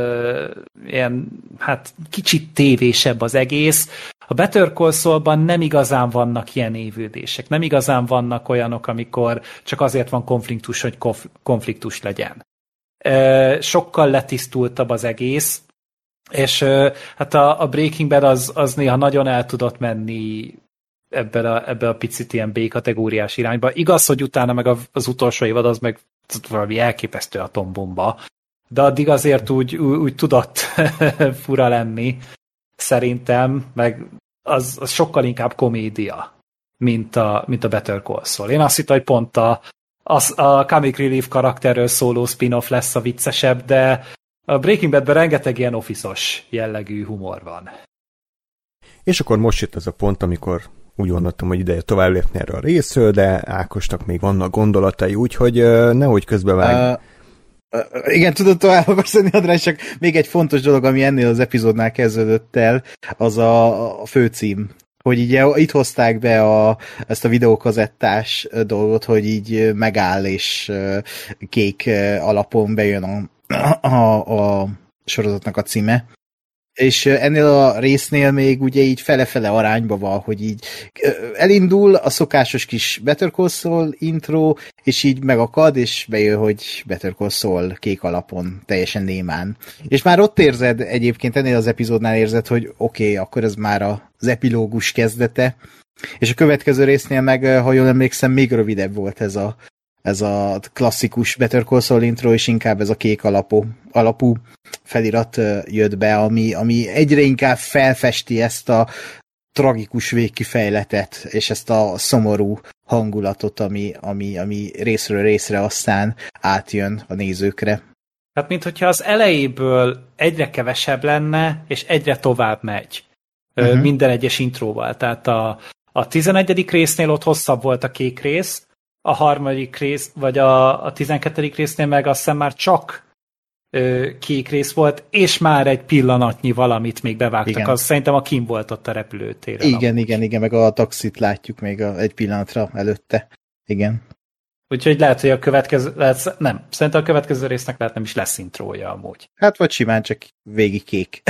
ilyen, hát kicsit tévésebb az egész. A Better Call Saulban nem igazán vannak ilyen évődések, nem igazán vannak olyanok, amikor csak azért van konfliktus, hogy konfliktus legyen. Sokkal letisztultabb az egész, és hát a Breaking Bad az néha nagyon el tudott menni ebbe a picit ilyen B-kategóriás irányba. Igaz, hogy utána meg az utolsó évad az meg valami elképesztő atombomba, de addig azért úgy tudott fura lenni, szerintem, meg az sokkal inkább komédia, mint a Better Call Saul. Én azt hittem, hogy pont a Comic Relief karakterről szóló spin-off lesz a viccesebb, de a Breaking Badben rengeteg ilyen office-os jellegű humor van. És akkor most jött ez a pont, amikor úgy gondoltam, hogy ideje tovább lépni erről a részről, de Ákosnak még vannak gondolatai, úgyhogy nehogy közbevág. Igen, tudod tovább beszélni, András, csak még egy fontos dolog, ami ennél az epizódnál kezdődött el, az a főcím. Hogy így itt hozták be ezt a videókazettás dolgot, hogy így megáll, és kék alapon bejön a sorozatnak a címe. És ennél a résznél még ugye így fele-fele arányba van, hogy így elindul a szokásos kis Better Call Saul intro, és így megakad, és bejön, hogy Better Call Saul kék alapon, teljesen némán. És már ott érzed, egyébként ennél az epizódnál érzed, hogy oké, akkor ez már az epilógus kezdete, és a következő résznél meg, ha jól emlékszem, még rövidebb volt ez a klasszikus Better Call Saul intro, és inkább ez a kék alapú felirat jött be, ami egyre inkább felfesti ezt a tragikus végkifejletet, és ezt a szomorú hangulatot, ami részről részre aztán átjön a nézőkre. Hát, minthogyha az elejéből egyre kevesebb lenne, és egyre tovább megy. Minden egyes intróval. Tehát a 11. résznél ott hosszabb volt a kék rész, a harmadik rész, vagy a 12. résznél meg azt hiszem már csak kék rész volt, és már egy pillanatnyi valamit még bevágtak. Igen. Az szerintem a Kim volt ott a repülőtéren. Igen, meg a taxit látjuk még egy pillanatra előtte. Igen. Úgyhogy lehet, hogy a következő, szerintem a következő résznek lehet nem is lesz intrója amúgy. Hát vagy simán csak végig kék.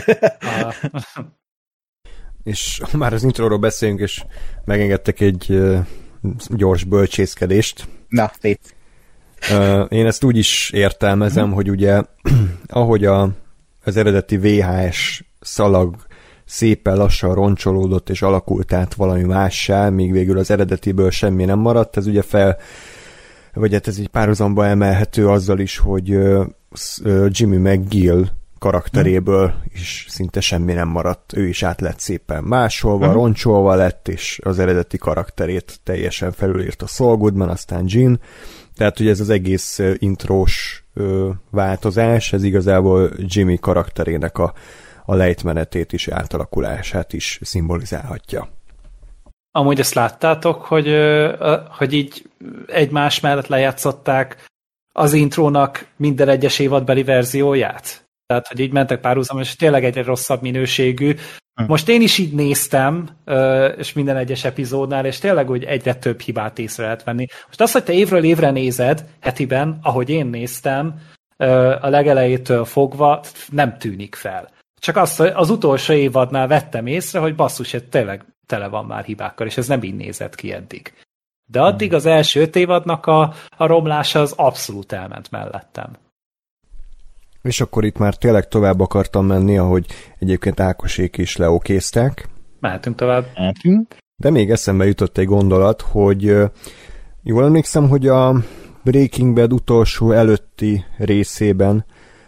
És már az intróról beszélünk, és megengedtek egy gyors bölcsészkedést. Na, légy. Én ezt úgy is értelmezem, hogy ugye ahogy az eredeti VHS szalag szépen lassan roncsolódott és alakult át valami mássá, míg végül az eredetiből semmi nem maradt, ez ugye vagy hát ez egy párhuzamba emelhető azzal is, hogy Jimmy McGill karakteréből is szinte semmi nem maradt, ő is át lett szépen másolva, roncsolva lett, és az eredeti karakterét teljesen felülírt a Saul Goodman, aztán Gene, tehát hogy ez az egész intrós változás, ez igazából Jimmy karakterének a lejtmenetét is, átalakulását is szimbolizálhatja. Amúgy ezt láttátok, hogy így egymás mellett lejátszották az intrónak minden egyes évadbeli verzióját? Tehát, hogy így mentek párhuzamosan, és tényleg egyre rosszabb minőségű. Most én is így néztem, és minden egyes epizódnál, és tényleg úgy egyre több hibát észre lehet venni. Most azt, hogy te évről évre nézed, hetiben, ahogy én néztem, a legelejétől fogva nem tűnik fel. Csak azt, az utolsó évadnál vettem észre, hogy basszus, ez tényleg tele van már hibákkal, és ez nem így nézett ki eddig. De addig az első 5 évadnak a romlása az abszolút elment mellettem. És akkor itt már tényleg tovább akartam menni, ahogy egyébként Ákosék is leokézták. Mehetünk tovább. De még eszembe jutott egy gondolat, hogy jól emlékszem, hogy a Breaking Bad utolsó előtti részében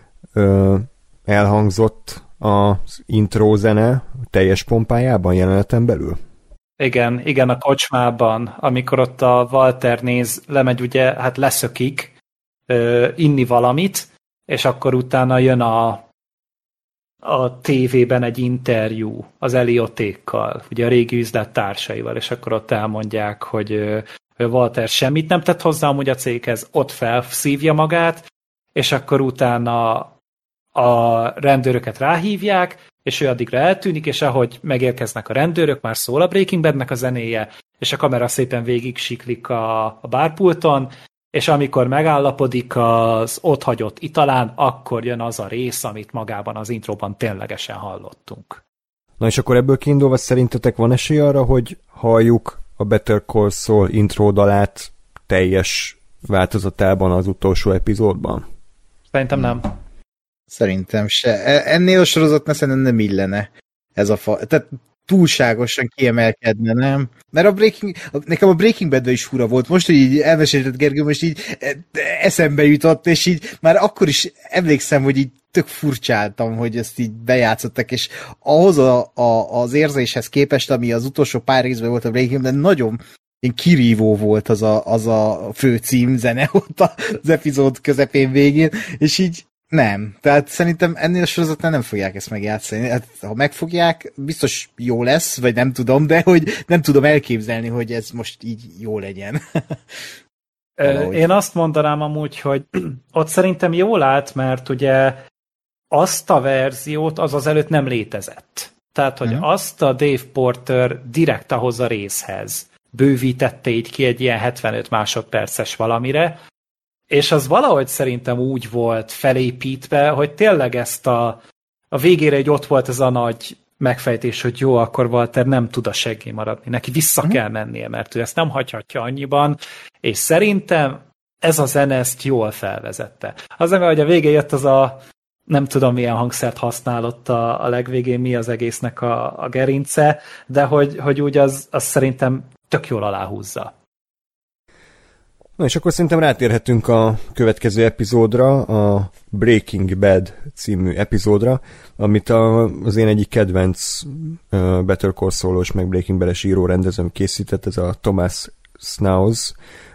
elhangzott az intro zene teljes pompájában jeleneten belül? Igen, a kocsmában, amikor ott a Walter lemegy ugye, hát leszökik inni valamit, és akkor utána jön a tévében egy interjú az Eliotékkal, ugye a régi üzlettársaival, és akkor ott elmondják, hogy Walter semmit nem tett hozzá amúgy a céghez, ott felszívja magát, és akkor utána a rendőröket ráhívják, és ő addigra eltűnik, és ahogy megérkeznek a rendőrök, már szól a Breaking Badnek a zenéje, és a kamera szépen végig siklik a bárpulton, és amikor megállapodik az ott hagyott italán, akkor jön az a rész, amit magában az introban ténylegesen hallottunk. Na és akkor ebből kiindulva szerintetek van esély arra, hogy halljuk a Better Call Saul intro dalát teljes változatában az utolsó epizódban? Szerintem nem. Szerintem se. Ennél a sorozatnál szerintem nem illene ez a tehát túlságosan kiemelkedne, nem? Mert nekem a Breaking Badben is fura volt. Most, hogy így elmesélted, Gergő, most így eszembe jutott, és így már akkor is emlékszem, hogy így tök furcsáltam, hogy ezt így bejátszottak, és ahhoz az érzéshez képest, ami az utolsó pár részben volt a Breaking Bad, nagyon kirívó volt az a fő címzene ott az epizód közepén végén, és így nem. Tehát szerintem ennél a sorozatnál nem fogják ezt megjátszani. Hát, ha megfogják, biztos jó lesz, vagy nem tudom, de hogy nem tudom elképzelni, hogy ez most így jó legyen. Én azt mondanám amúgy, hogy ott szerintem jól állt, mert ugye azt a verziót az előtt nem létezett. Tehát, hogy azt a Dave Porter direkt ahhoz a részhez bővítette így ki egy ilyen 75 másodperces valamire, és az valahogy szerintem úgy volt felépítve, hogy tényleg ezt a végére egy ott volt ez a nagy megfejtés, hogy jó, akkor Walter nem tud a seggén maradni, neki vissza kell mennie, mert ő ezt nem hagyhatja annyiban, és szerintem ez a zene ezt jól felvezette. Az nem, hogy a végén jött az a nem tudom milyen hangszert használott a legvégén, mi az egésznek a gerince, de hogy úgy az szerintem tök jól aláhúzza. Na és akkor szerintem rátérhetünk a következő epizódra, a Breaking Bad című epizódra, amit az én egyik kedvenc Better Call Saul-os meg Breaking Bad-es író rendezőm készített, ez a Thomas Snows,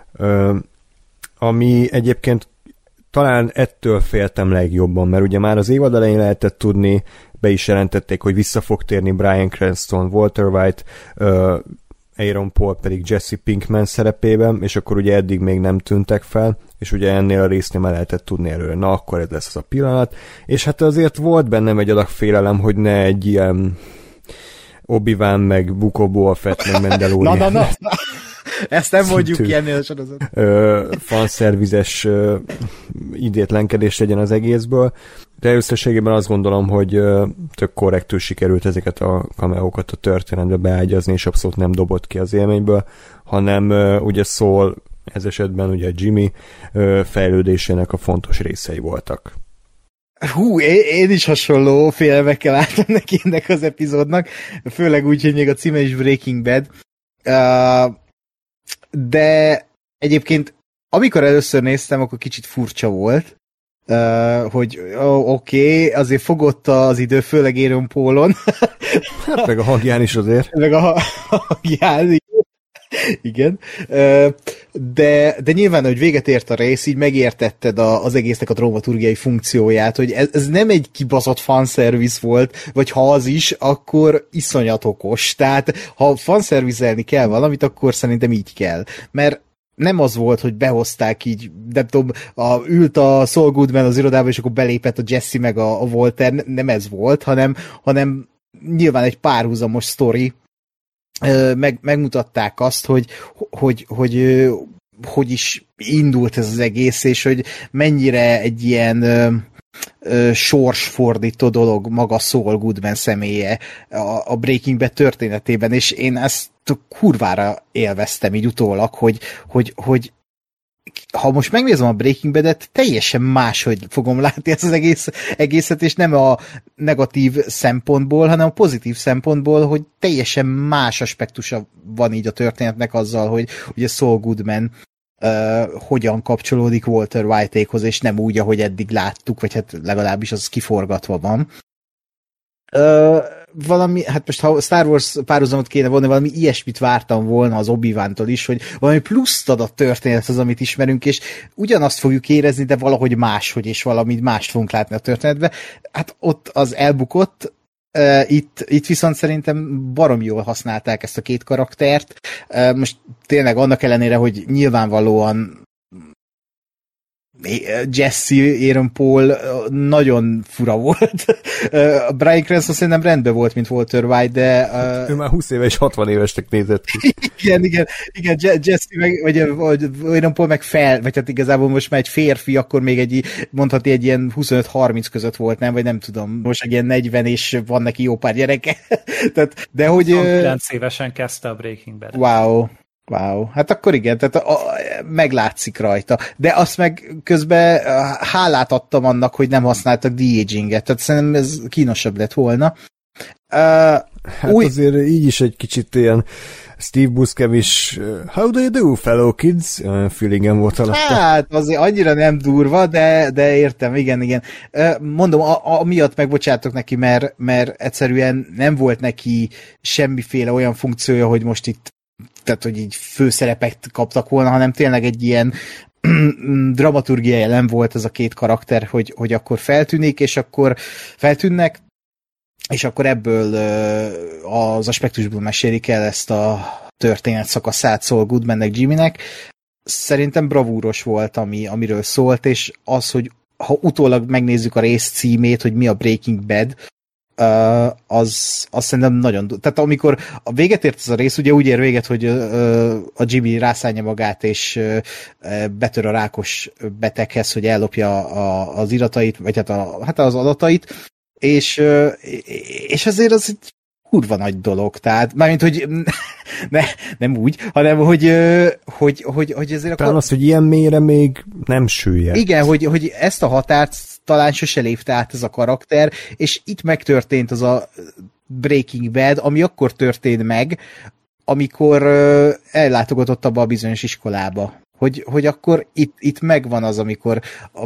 ami egyébként talán ettől féltem legjobban, mert ugye már az évad elején lehetett tudni, be is jelentették, hogy vissza fog térni Bryan Cranston, Walter White, Aaron Paul pedig Jesse Pinkman szerepében, és akkor ugye eddig még nem tűntek fel, és ugye ennél a résznél már lehetett tudni előre, na akkor ez lesz az a pillanat, és hát azért volt bennem egy adag félelem, hogy ne egy ilyen Obi-Wan meg Book Boba Fett meg Mandalorian. Na. Ezt nem mondjuk ki ennél a sorozat. Fanszervizes idétlenkedés legyen az egészből, de összességében azt gondolom, hogy tök korrektül sikerült ezeket a cameókat a történetbe beágyazni, és abszolút nem dobott ki az élményből, hanem ugye Saul, ez esetben ugye Jimmy fejlődésének a fontos részei voltak. Hú, én is hasonló félelmekkel álltam neki ennek az epizódnak, főleg úgy, hogy még a címe is Breaking Bad. De egyébként amikor először néztem, akkor kicsit furcsa volt, hogy oké, azért fogott az idő, főleg Aaron Paulon. Hát meg a hangján is azért. Meg a hangján, igen. De nyilván, hogy véget ért a rész, így megértetted az egésznek a dramaturgiai funkcióját, hogy ez nem egy kibaszott fanszervisz volt, vagy ha az is, akkor iszonyat okos. Tehát, ha fanszervizelni kell valamit, akkor szerintem így kell. Mert nem az volt, hogy behozták így, nem tudom, ült a Saul Goodman az irodába, és akkor belépett a Jesse meg a Walter, nem ez volt, hanem nyilván egy párhuzamos sztori, megmutatták azt, hogy is indult ez az egész, és hogy mennyire egy ilyen sorsfordító dolog maga Saul Goodman személye a Breaking Bad történetében, és én ezt kurvára élveztem így utólag, hogy ha most megnézem a Breaking Bad-et, teljesen máshogy fogom látni ezt az egészet, és nem a negatív szempontból, hanem a pozitív szempontból, hogy teljesen más aspektusa van így a történetnek azzal, hogy ugye Saul Goodman hogyan kapcsolódik Walter White-ékhoz, és nem úgy, ahogy eddig láttuk, vagy hát legalábbis az kiforgatva van. Valami, hát most ha Star Wars párhuzamot kéne vonni, valami ilyesmit vártam volna az Obi-Wantól is, hogy valami pluszt ad a történet az, amit ismerünk, és ugyanazt fogjuk érezni, de valahogy máshogy, és valami mást fogunk látni a történetbe. Hát ott az elbukott, itt viszont szerintem baromi jól használták ezt a két karaktert. Most tényleg annak ellenére, hogy nyilvánvalóan Jesse, Aaron Paul nagyon fura volt. Bryan Cranston szerintem rendben volt, mint Walter White, de... Ő már 20 éve és 60 évesnek nézett ki. igen, Jesse vagy Aaron Paul meg vagy hát igazából most már egy férfi, akkor még mondhatni egy ilyen 25-30 között volt, nem? Vagy nem tudom, most egy ilyen 40, és van neki jó pár gyereke. Tehát, de hogy... 9 évesen kezdte a Breaking Bad. Wow, hát akkor igen, tehát meglátszik rajta. De azt meg közben hálát adtam annak, hogy nem használtak de-aginget, tehát szerintem ez kínosabb lett volna. Hát azért így is egy kicsit ilyen Steve Buscemi-s how do you do, fellow kids? Feelingem volt alatta. Hát azért annyira nem durva, de értem, igen. Mondom, amiatt megbocsátok neki, mert egyszerűen nem volt neki semmiféle olyan funkciója, hogy most itt tehát, hogy így főszerepet kaptak volna, hanem tényleg egy ilyen dramaturgiai elem volt ez a két karakter, hogy akkor feltűnik, és akkor feltűnnek, és akkor ebből az aspektusból mesélik el ezt a történet szakaszát Saul Goodmannek, Jimmynek. Szerintem bravúros volt, amiről szólt, és az, hogy ha utólag megnézzük a rész címét, hogy mi a Breaking Bad, az szerintem nagyon... Tehát amikor a véget ért ez a rész, ugye úgy ér véget, hogy a Jimmy rászánja magát, és betör a rákos beteghez, hogy ellopja az iratait, vagy hát az adatait, és azért az egy kurva nagy dolog, tehát mármint, hogy nem úgy, hanem hogy azért... Talán az, hogy ilyen mélyre még nem süllyed. Igen, hogy ezt a határt talán sose lépte át ez a karakter, és itt megtörtént az a Breaking Bad, ami akkor történt meg, amikor ellátogatott abba a bizonyos iskolába. Hogy akkor itt megvan az, amikor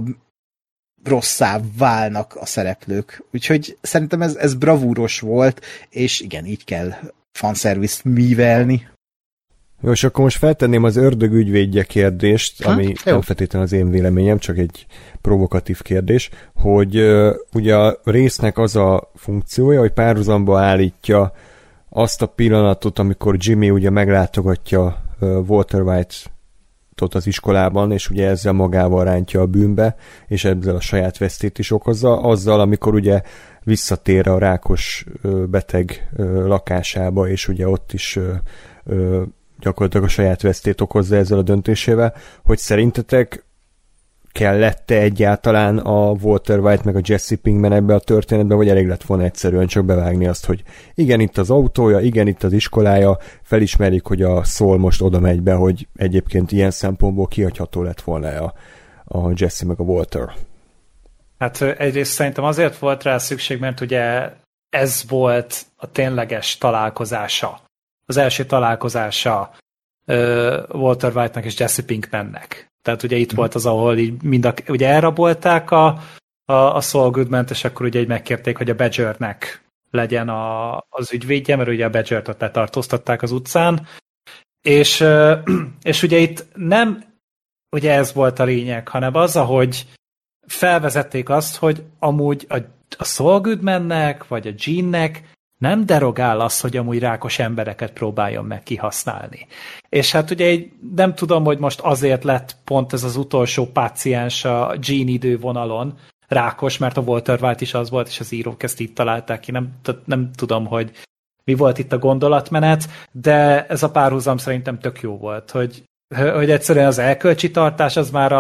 rosszá válnak a szereplők. Úgyhogy szerintem ez bravúros volt, és igen, így kell fanszervizt művelni. Jó, és akkor most feltenném az ördög ügyvédje kérdést, ami nem feltétlenül az én véleményem, csak egy provokatív kérdés, hogy ugye a résznek az a funkciója, hogy párhuzamba állítja azt a pillanatot, amikor Jimmy ugye meglátogatja Walter White-tot az iskolában, és ugye ezzel magával rántja a bűnbe, és ezzel a saját vesztét is okozza, azzal, amikor ugye visszatér a rákos beteg lakásába, és ugye ott is gyakorlatilag a saját vesztét okozza ezzel a döntésével, hogy szerintetek kellett-e egyáltalán a Walter White meg a Jesse Pinkman ebbe a történetbe, vagy elég lett volna egyszerűen csak bevágni azt, hogy igen, itt az autója, igen, itt az iskolája, felismerik, hogy a Saul most oda megy be, hogy egyébként ilyen szempontból kihagyható lett volna a Jesse meg a Walter. Hát egyrészt szerintem azért volt rá szükség, mert ugye ez volt a tényleges találkozása. Az első találkozása Walter White-nak és Jesse Pinkmannek. Tehát ugye itt volt az, ahol így ugye elrabolták a Saul Goodman-t, és akkor ugye így megkérték, hogy a Badgernek legyen az ügyvédje, mert ugye a Badgert ott letartóztatták az utcán. És ugye itt nem ugye ez volt a lényeg, hanem az, ahogy felvezették azt, hogy amúgy a Saul Goodmannek, vagy a Gene-nek nem derogál az, hogy amúgy rákos embereket próbáljon meg kihasználni. És hát ugye nem tudom, hogy most azért lett pont ez az utolsó páciens a Gene idővonalon rákos, mert a Walter White is az volt, és az írók ezt így találták ki. Nem tudom, hogy mi volt itt a gondolatmenet, de ez a párhuzam szerintem tök jó volt, hogy egyszerűen az elkölcsi tartás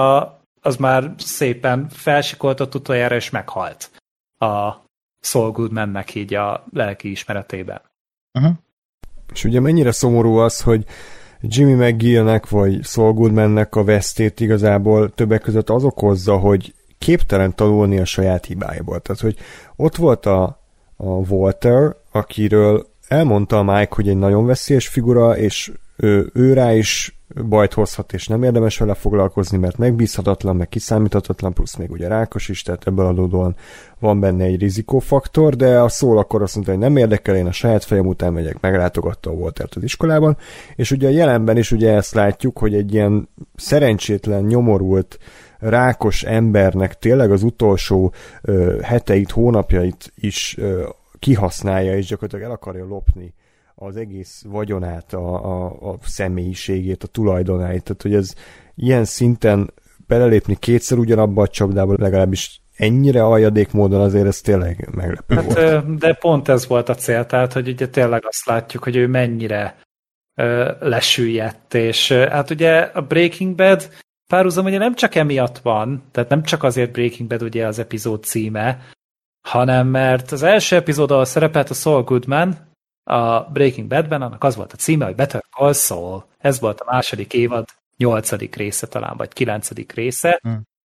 az már szépen felsikoltott utoljára, és meghalt a Saul Goodmannek így a lelki ismeretében. És ugye mennyire szomorú az, hogy Jimmy McGillnek vagy Saul Goodmannek a vesztét igazából többek között az okozza, hogy képtelen tanulni a saját hibáiból. Tehát, hogy ott volt a Walter, akiről elmondta a Mike, hogy egy nagyon veszélyes figura, és ő rá is bajt hozhat, és nem érdemes vele foglalkozni, mert megbízhatatlan, meg kiszámíthatatlan, plusz még ugye rákos is, tehát ebből adódóan van benne egy rizikófaktor, de a Saul akkor azt mondta, hogy nem érdekel, én a saját fejem után megyek, meglátogatta a Waltert az iskolában, és ugye a jelenben is ugye ezt látjuk, hogy egy ilyen szerencsétlen, nyomorult, rákos embernek tényleg az utolsó heteit, hónapjait is kihasználja, és gyakorlatilag el akarja lopni az egész vagyonát, a személyiségét, a tulajdonáit. Tehát, hogy ez ilyen szinten belelépni kétszer ugyanabba a csapdába, legalábbis ennyire aljadék módon azért ez tényleg meglepő volt. De pont ez volt a cél, tehát, hogy ugye tényleg azt látjuk, hogy ő mennyire lesüllyedt, és hát ugye a Breaking Bad párhuzam ugye nem csak emiatt van, tehát nem csak azért Breaking Bad ugye az epizód címe, hanem mert az első epizód, ahol szerepelt a Saul Goodman, a Breaking Badben, annak az volt a címe, hogy Better Call Saul. Ez volt a második évad 8. része talán, vagy 9. része.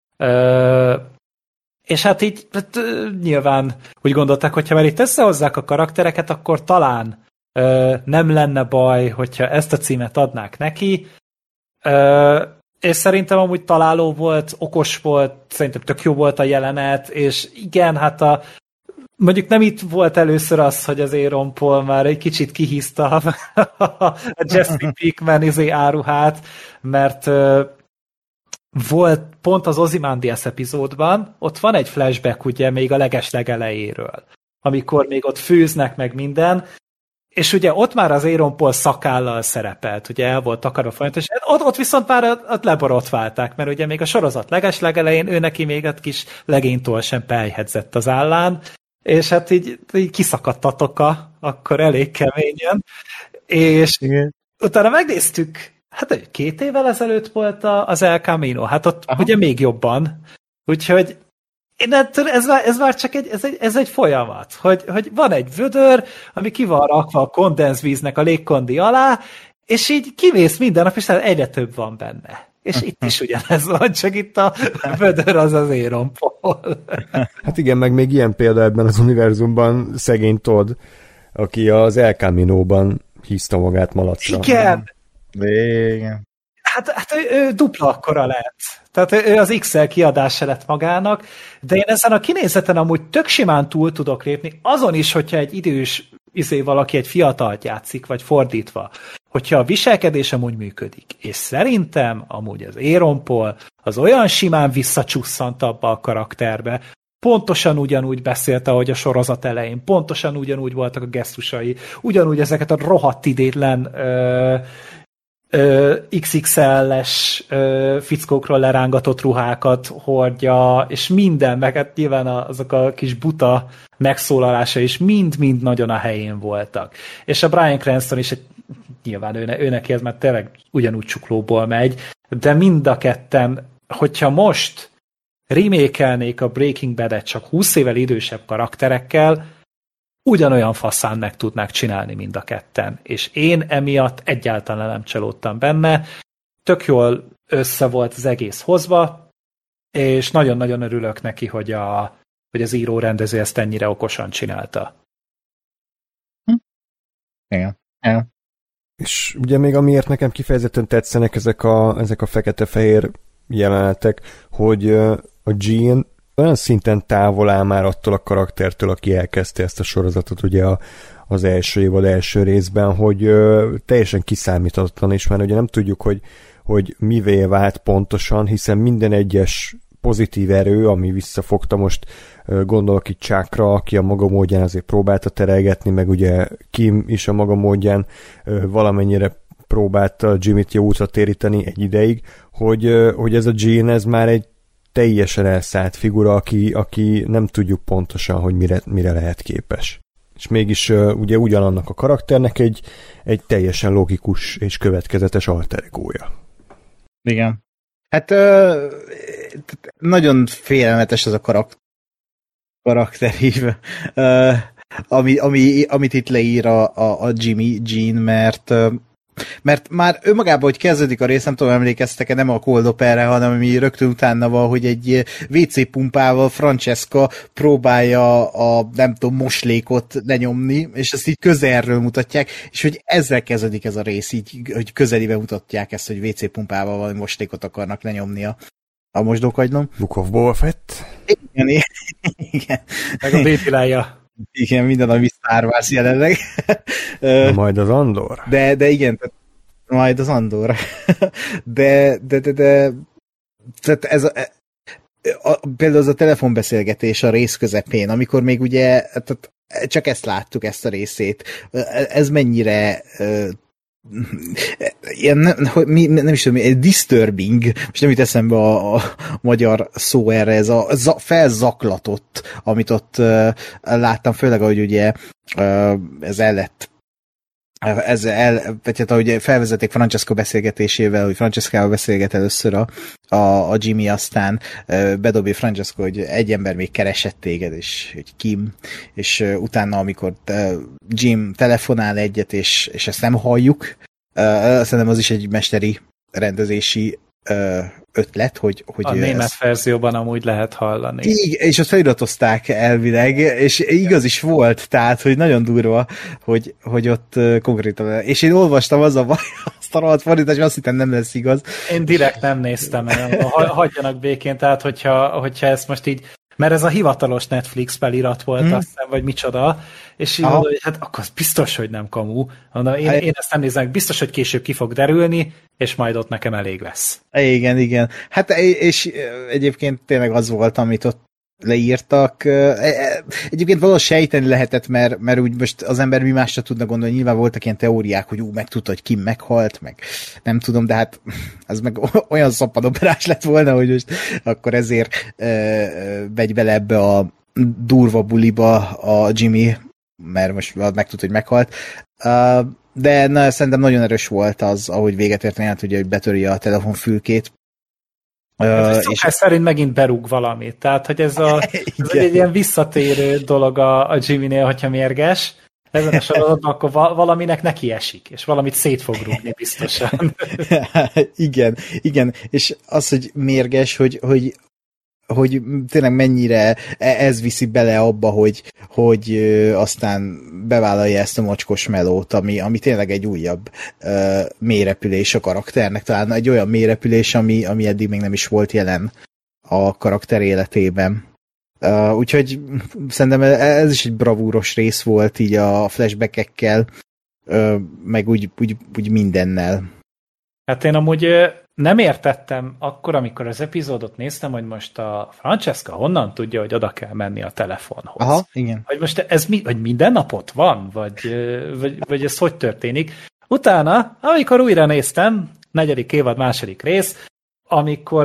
És hát így nyilván úgy gondolták, hogyha már itt összehozzák a karaktereket, akkor talán nem lenne baj, hogyha ezt a címet adnák neki. És szerintem amúgy találó volt, okos volt, szerintem tök jó volt a jelenet, és igen, hát mondjuk nem itt volt először az, hogy az Aaron Paul már egy kicsit kihízta a Jesse Pinkman áruhát, mert volt pont az Ozymandias epizódban, ott van egy flashback ugye még a legelejéről, amikor még ott főznek meg minden, és ugye ott már az Aaron Paul szakállal szerepelt, ugye el volt takarva folyamatosan, ott viszont már ott leborotválták, mert ugye még a sorozat legelején ő neki még egy kis legénytól sem pelyhedzett az állán, és hát így kiszakadtatok akkor elég keményen, és igen. Utána megnéztük, hát 2 évvel ezelőtt volt az El Camino, hát ott ugye még jobban, úgyhogy ez már csak egy folyamat, hogy van egy vödör, ami ki van rakva a kondenzvíznek a légkondi alá, és így kivész minden nap, és egyre több van benne. És itt is ugyanez van, csak itt a vödör az Aaron Paul. Hát igen, meg még ilyen példa ebben az univerzumban szegény Todd, aki az El Camino-ban hízta magát malacra. Igen. Hát ő dupla akkora lett. Tehát ő az XL kiadása lett magának, de én ezen a kinézeten amúgy tök simán túl tudok lépni, azon is, hogyha egy idős valaki egy fiatalt játszik, vagy fordítva, hogyha a viselkedés amúgy működik. És szerintem amúgy az Aaron Paul az olyan simán visszacsusszant abba a karakterbe, pontosan ugyanúgy beszélt, ahogy a sorozat elején, pontosan ugyanúgy voltak a gesztusai, ugyanúgy ezeket a rohadt idétlen XXL-es fickókról lerángatott ruhákat hordja, és minden, meg hát nyilván azok a kis buta megszólalása is mind-mind nagyon a helyén voltak. És a Bryan Cranston is nyilván őneki ez már tényleg ugyanúgy csuklóból megy, de mind a ketten, hogyha most remake-elnék a Breaking Bad-et csak 20 évvel idősebb karakterekkel, ugyanolyan faszán meg tudnák csinálni mind a ketten. És én emiatt egyáltalán nem csalódtam benne. Tök jól össze volt az egész hozva, és nagyon-nagyon örülök neki, hogy az író-rendező ezt ennyire okosan csinálta. Igen. És ugye még amiért nekem kifejezetten tetszenek ezek a fekete-fehér jelenetek, hogy a Gene olyan szinten távol áll már attól a karaktertől, aki elkezdte ezt a sorozatot ugye az első évad első részben, hogy teljesen kiszámíthatatlan is, mert ugye nem tudjuk, hogy mivé vált pontosan, hiszen minden egyes pozitív erő, ami visszafogta most, gondolok itt Chuckra, aki a maga módján azért próbálta terelgetni, meg ugye Kim is a maga módján valamennyire próbálta Jimmyt jó útra téríteni egy ideig, hogy ez a Gene, ez már egy teljesen elszállt figura, aki nem tudjuk pontosan, hogy mire lehet képes. És mégis ugye ugyanannak a karakternek egy teljesen logikus és következetes alter egója. Igen. Hát nagyon félelmetes ez a karakterív, amit itt leír a Jimmy Gene, mert Mert már önmagában, hogy kezdődik a rész, nem tudom, emlékeztek-e, nem a Cold Open-re, hanem ami rögtön utána van, hogy egy WC pumpával Francesca próbálja a, nem tudom, moslékot lenyomni, és ezt így közelről mutatják, és hogy ezzel kezdődik ez a rész, így, hogy közelibe mutatják ezt, hogy WC pumpával valami moslékot akarnak lenyomni a mosdókagynom. Book of Boba Fett. Igen, igen. Meg a Baby-lája. Igen, minden, ami Star Wars jelenleg. Majd az Andor. De igen, majd az Andor. de tehát például az a telefonbeszélgetés a rész közepén, amikor még ugye tehát csak ezt láttuk, ezt a részét. Ez mennyire ilyen, nem is tudom, disturbing, most nem jut eszembe a magyar szó erre, ez a felzaklatott, amit ott láttam, főleg, ahogy ugye ez el lett vagy hát ahogy felvezették Francesca beszélgetésével, hogy Francescával beszélget először a Jimmy, aztán bedobja Francesca, hogy egy ember még keresett téged, és hogy Kim, és utána, amikor Jim telefonál egyet, és ezt nem halljuk, szerintem az is egy mesteri rendezési ötlet, hogy a német verzióban amúgy lehet hallani. És azt feliratozták elvileg, és igaz is volt, tehát, hogy nagyon durva, hogy ott konkrétan, és én olvastam azt a rohadt fordítást, azt hittem nem lesz igaz. Én direkt nem néztem el, hagyjanak békén, tehát hogyha ezt most így, mert ez a hivatalos Netflix felirat volt, azt hiszem, vagy micsoda, és így mondom, hogy hát akkor biztos, hogy nem kamu. Mondom, én ezt nem nézem, biztos, hogy később ki fog derülni, és majd ott nekem elég lesz. Igen. Hát és egyébként tényleg az volt, amit ott leírtak. Egyébként valahogy sejteni lehetett, mert úgy most az ember mi másra tudna gondolni, nyilván voltak ilyen teóriák, hogy megtudta, hogy Kim meghalt, meg nem tudom, de hát ez meg olyan szappanoperás lett volna, hogy most akkor ezért megy bele ebbe a durva buliba a Jimmy, mert most megtudta, hogy meghalt. De szerintem nagyon erős volt az, ahogy véget ért, hát ugye, hogy betöri a telefonfülkét. És szerint megint berúg valamit. Tehát, hogy ez egy ilyen visszatérő dolog a Jimmy-nél, hogyha mérges. Ezen a sorozatban akkor valaminek neki esik, és valamit szét fog rúgni biztosan. Igen. És az, hogy mérges, hogy tényleg mennyire ez viszi bele abba, hogy aztán bevállalja ezt a mocskos melót, ami tényleg egy újabb mélyrepülés a karakternek, talán egy olyan mélyrepülés, ami eddig még nem is volt jelen a karakter életében. Úgyhogy szerintem ez is egy bravúros rész volt így a flashbackekkel, meg úgy mindennel. Hát én amúgy nem értettem akkor, amikor az epizódot néztem, hogy most a Francesca honnan tudja, hogy oda kell menni a telefonhoz. Aha, igen. Hogy most ez vagy minden nap ott van? Vagy ez hogy történik? Utána, amikor újra néztem, 4. évad, 2. rész, amikor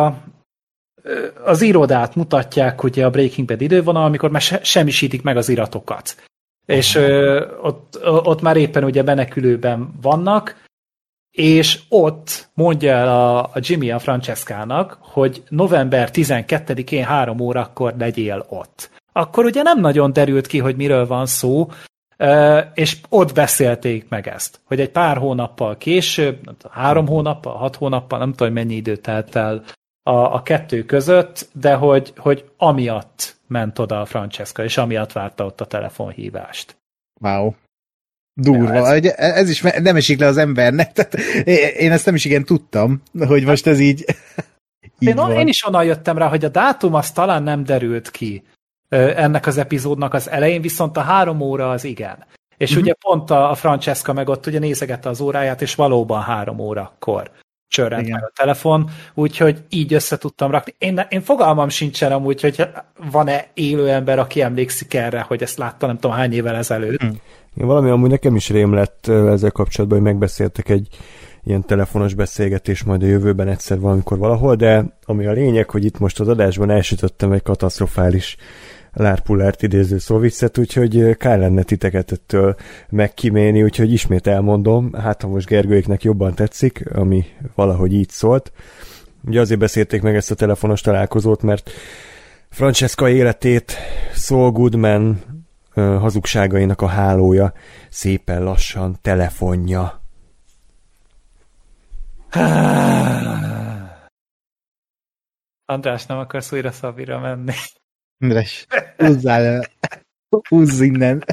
az irodát mutatják ugye a Breaking Bad idővonal, amikor már semmisítik meg az iratokat. És ott már éppen ugye menekülőben vannak, és ott mondja el a Jimmy a Francescának, hogy november 12-én 3 órakor legyél ott. Akkor ugye nem nagyon derült ki, hogy miről van szó, és ott beszélték meg ezt, hogy egy pár hónappal később, 3 hónappal, 6 hónappal, nem tudom, mennyi idő telt el a kettő között, de hogy amiatt ment oda a Francesca, és amiatt várta ott a telefonhívást. Wow. Durva. Ez is nem esik le az embernek. Tehát én ezt nem is igen tudtam, hogy most ez így én is onnan jöttem rá, hogy a dátum az talán nem derült ki ennek az epizódnak az elején, viszont a 3 óra az igen. És ugye pont a Francesca meg ott ugye nézegette az óráját, és valóban 3 órakor csörrent meg a telefon, úgyhogy így össze tudtam rakni. Én fogalmam sincsen amúgy, hogy van-e élő ember, aki emlékszik erre, hogy ezt látta nem tudom hány évvel ezelőtt. Valami amúgy nekem is rém lett ezzel kapcsolatban, hogy megbeszéltek egy ilyen telefonos beszélgetés majd a jövőben egyszer valamikor valahol, de ami a lényeg, hogy itt most az adásban elsütöttem egy katasztrofális lárpullárt idéző szóviccet, úgyhogy kár lenne titeket ettől megkímélni, úgyhogy ismét elmondom, hát ha most Gergőiknek jobban tetszik, ami valahogy így szólt. Ugye azért beszélték meg ezt a telefonos találkozót, mert Francesca életét Saul Goodman hazugságainak a hálója szépen lassan telefonja András, nem akarsz újra Szabira menni? András, húzzál el. Húzz innen.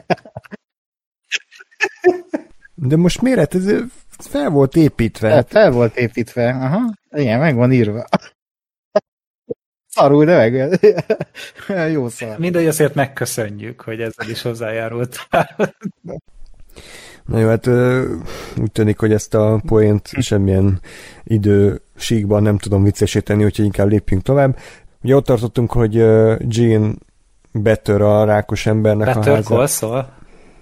De most miért? Ez fel volt építve. Fel volt építve. Aha. Igen, meg van írva. Szarul, de meg. Jó szar. Mindegy, azért megköszönjük, hogy ezzel is hozzájárultál. Na jó, hát úgy tűnik, hogy ezt a poént semmilyen idősíkban nem tudom viccesíteni, úgyhogy inkább lépjünk tovább. Ugye ott tartottunk, hogy Jean betör a rákos embernek a házát. Betörkolszol?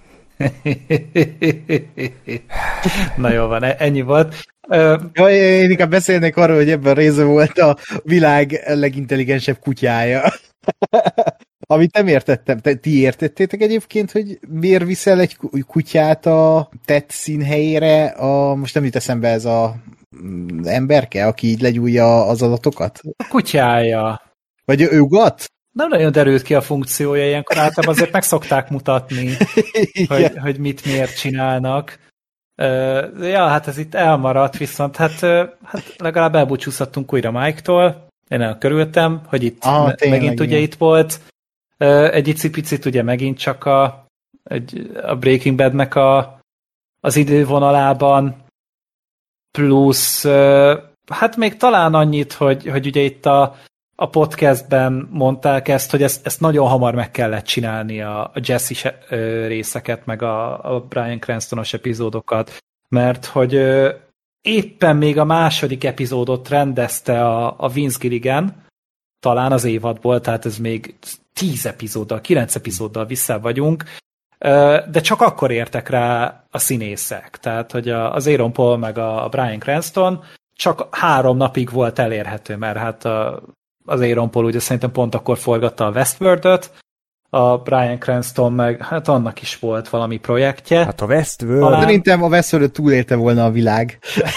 Na jó van, ennyi volt. Én inkább beszélnék arról, hogy ebben a részben volt a világ legintelligensebb kutyája. Amit nem értettem. Ti értettétek egyébként, hogy miért viszel egy kutyát a tett színhelyére? Most nem jut eszembe ez a emberke, aki így legyújja az adatokat? A kutyája. Vagy ő ugat? Nem nagyon derült ki a funkciója, ilyenkor általában azért meg szokták mutatni, hogy mit miért csinálnak. Ja, hát ez itt elmaradt, viszont hát legalább elbúcsúzhattunk újra Mike-tól. Én nagyon körültem, hogy itt megint ugye itt volt. Egy icipicit ugye megint csak a Breaking Badnek az idővonalában, plusz hát még talán annyit, hogy ugye itt a podcastben mondták ezt, hogy ezt nagyon hamar meg kellett csinálni a Jesse részeket, meg a Bryan Cranston-os epizódokat, mert hogy éppen még a második epizódot rendezte a Vince Gilligan, talán az évadból, tehát ez még 10 epizóddal, 9 epizóddal vissza vagyunk, de csak akkor értek rá a színészek. Tehát, hogy az Aaron Paul meg a Bryan Cranston csak 3 napig volt elérhető, mert hát az Aaron Paul ugye szerintem pont akkor forgatta a Westworld-öt, a Bryan Cranston meg, hát annak is volt valami projektje. Hát a Westworld... Szerintem a Westworld túlélte volna a világ.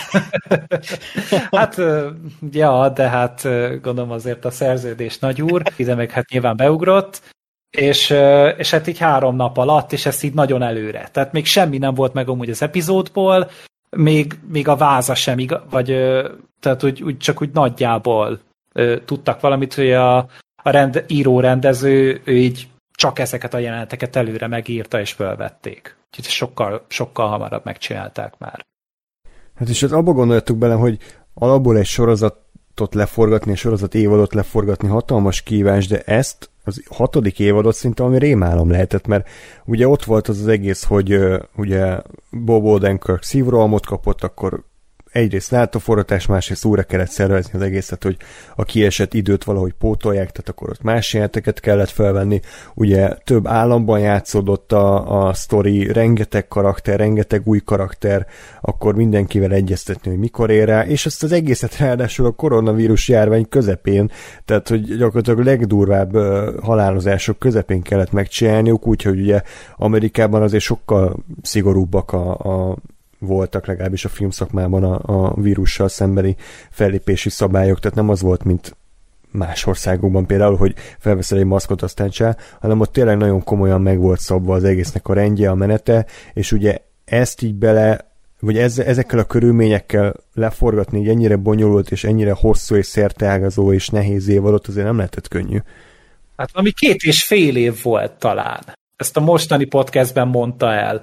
Hát, ja, de hát gondolom azért a szerződés nagyúr, ide meg hát nyilván beugrott, és hát így 3 nap alatt, és ezt így nagyon előre. Tehát még semmi nem volt meg amúgy az epizódból, még a váza sem, tehát úgy csak úgy nagyjából tudtak valamit, hogy a író-rendező ő így csak ezeket a jeleneteket előre megírta és fölvették. Úgyhogy sokkal hamarabb megcsinálták már. Hát és abba gondoljatok bele, hogy alapból egy sorozatot leforgatni, egy sorozat évadot leforgatni hatalmas kívás, de ezt az 6. évadot szinte ami rémálom lehetett, mert ugye ott volt az egész, hogy ugye Bob Odenkirk szívrohamot kapott, akkor egyrészt látóforgatás, másrészt újra kellett szervezni az egészet, hogy a kiesett időt valahogy pótolják, tehát akkor ott más jeleneteket kellett felvenni. Ugye több államban játszódott a sztori, rengeteg karakter, rengeteg új karakter, akkor mindenkivel egyeztetni, hogy mikor ér rá, és ezt az egészet ráadásul a koronavírus járvány közepén, tehát hogy gyakorlatilag a legdurvább halálozások közepén kellett megcsinálniuk, úgyhogy ugye Amerikában azért sokkal szigorúbbak voltak legalábbis a filmszakmában a vírussal szembeni fellépési szabályok, tehát nem az volt, mint más országokban például, hogy felveszel egy maszkot, aztán csá, hanem ott tényleg nagyon komolyan meg volt szabva az egésznek a rendje, a menete, és ugye ezt így vagy ezekkel a körülményekkel leforgatni egy ennyire bonyolult, és ennyire hosszú, és szerteágazó, és nehéz évadot azért nem lehetett könnyű. Hát ami 2,5 év volt talán. Ezt a mostani podcastben mondta el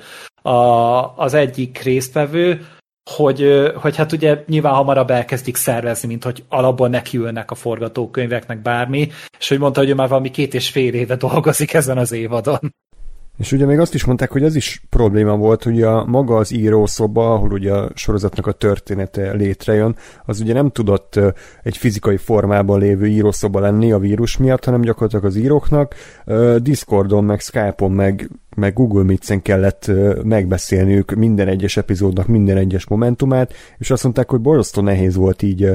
az egyik résztvevő, hogy hát ugye nyilván hamarabb elkezdik szervezni, mint hogy alapból nekiülnek a forgatókönyveknek bármi, és hogy mondta, hogy ő már valami 2,5 éve dolgozik ezen az évadon. És ugye még azt is mondták, hogy az is probléma volt, hogy maga az írószoba, ahol ugye a sorozatnak a története létrejön, az ugye nem tudott egy fizikai formában lévő írószoba lenni a vírus miatt, hanem gyakorlatilag az íróknak Discordon, meg Skype-on, meg Google Meets-en kellett megbeszélniük minden egyes epizódnak minden egyes momentumát, és azt mondták, hogy borzasztó nehéz volt így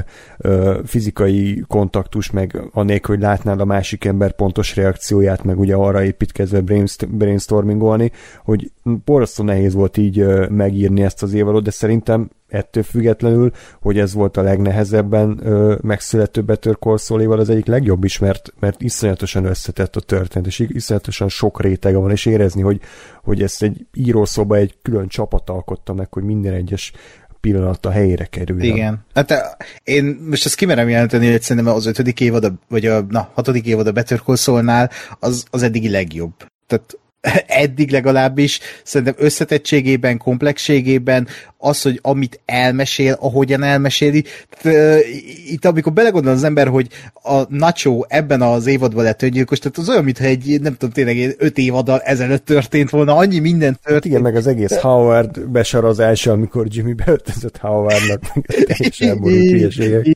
fizikai kontaktus, meg anélkül, hogy látnád a másik ember pontos reakcióját, meg ugye arra építkezve brainstormingolni, hogy borzasztó nehéz volt így megírni ezt az évadot, de szerintem ettől függetlenül, hogy ez volt a legnehezebben megszülető Better Call Saul évad, az egyik legjobb is, mert iszonyatosan összetett a történet, és iszonyatosan sok rétege van, és érezni, hogy ezt egy írószoba egy külön csapat alkotta meg, hogy minden egyes pillanat a helyére kerüljön. Igen. Hát én most ezt kimerem jelenteni, hogy szerintem az 5. évad, vagy a 6. évad a Better Call Saul-nál az eddigi legjobb. Tehát eddig legalábbis szerintem összetettségében, komplexségében, az, hogy amit elmesél, ahogyan elmeséli. Itt amikor belegondol az ember, hogy a Nacho ebben az évadban lett öngyilkos, tehát az olyan, mintha egy, nem tudom, tényleg 5 évaddal ezelőtt történt volna, annyi minden történt. Hát igen, meg az egész Howard besorozása, amikor Jimmy beöltözött Howardnak, teljesen elborult hülyeségek.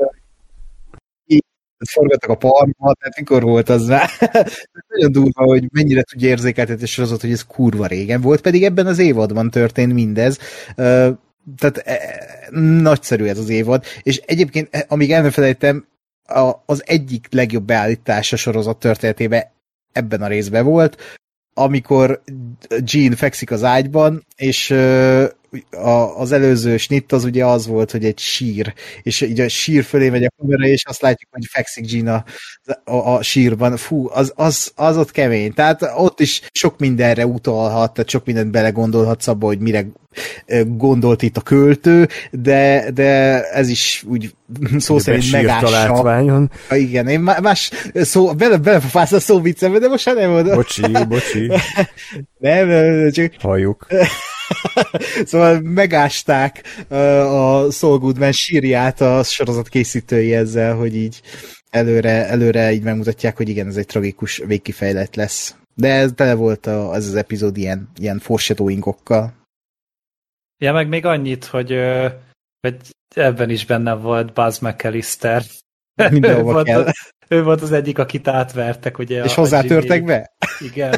Forgattak a parkba, tehát mikor volt az már? Nagyon durva, hogy mennyire tudja érzékeltetni a sorozat, hogy ez kurva régen volt, pedig ebben az évadban történt mindez. Tehát nagyszerű ez az évad, és egyébként, amíg el nem felejtem, az egyik legjobb beállítás a sorozat történetében ebben a részben volt, amikor Gene fekszik az ágyban, és az előző snitt az ugye az volt, hogy egy sír, és így a sír fölé megy a kamera, és azt látjuk, hogy fekszik Gene a sírban. Fú, az ott kemény. Tehát ott is sok mindenre utalhat, tehát sok mindent belegondolhatsz abba, hogy mire gondolt itt a költő, de ez is úgy szó szerint megássa. Igen, én más belefász a szóviccembe, de most nem oda. Bocsi. Nem, csak... Halljuk. Szóval megásták a Saul Goodman sírját a sorozat készítői ezzel, hogy így előre így megmutatják, hogy igen, ez egy tragikus végkifejlet lesz. De ez tele volt ez az epizód ilyen foreshadowingokkal. Ja, meg még annyit, hogy ebben is benne volt Buzz McAllister. Mindenhova kell. Ő volt az egyik, akit átvertek, ugye. És hozzátörtek be? Igen.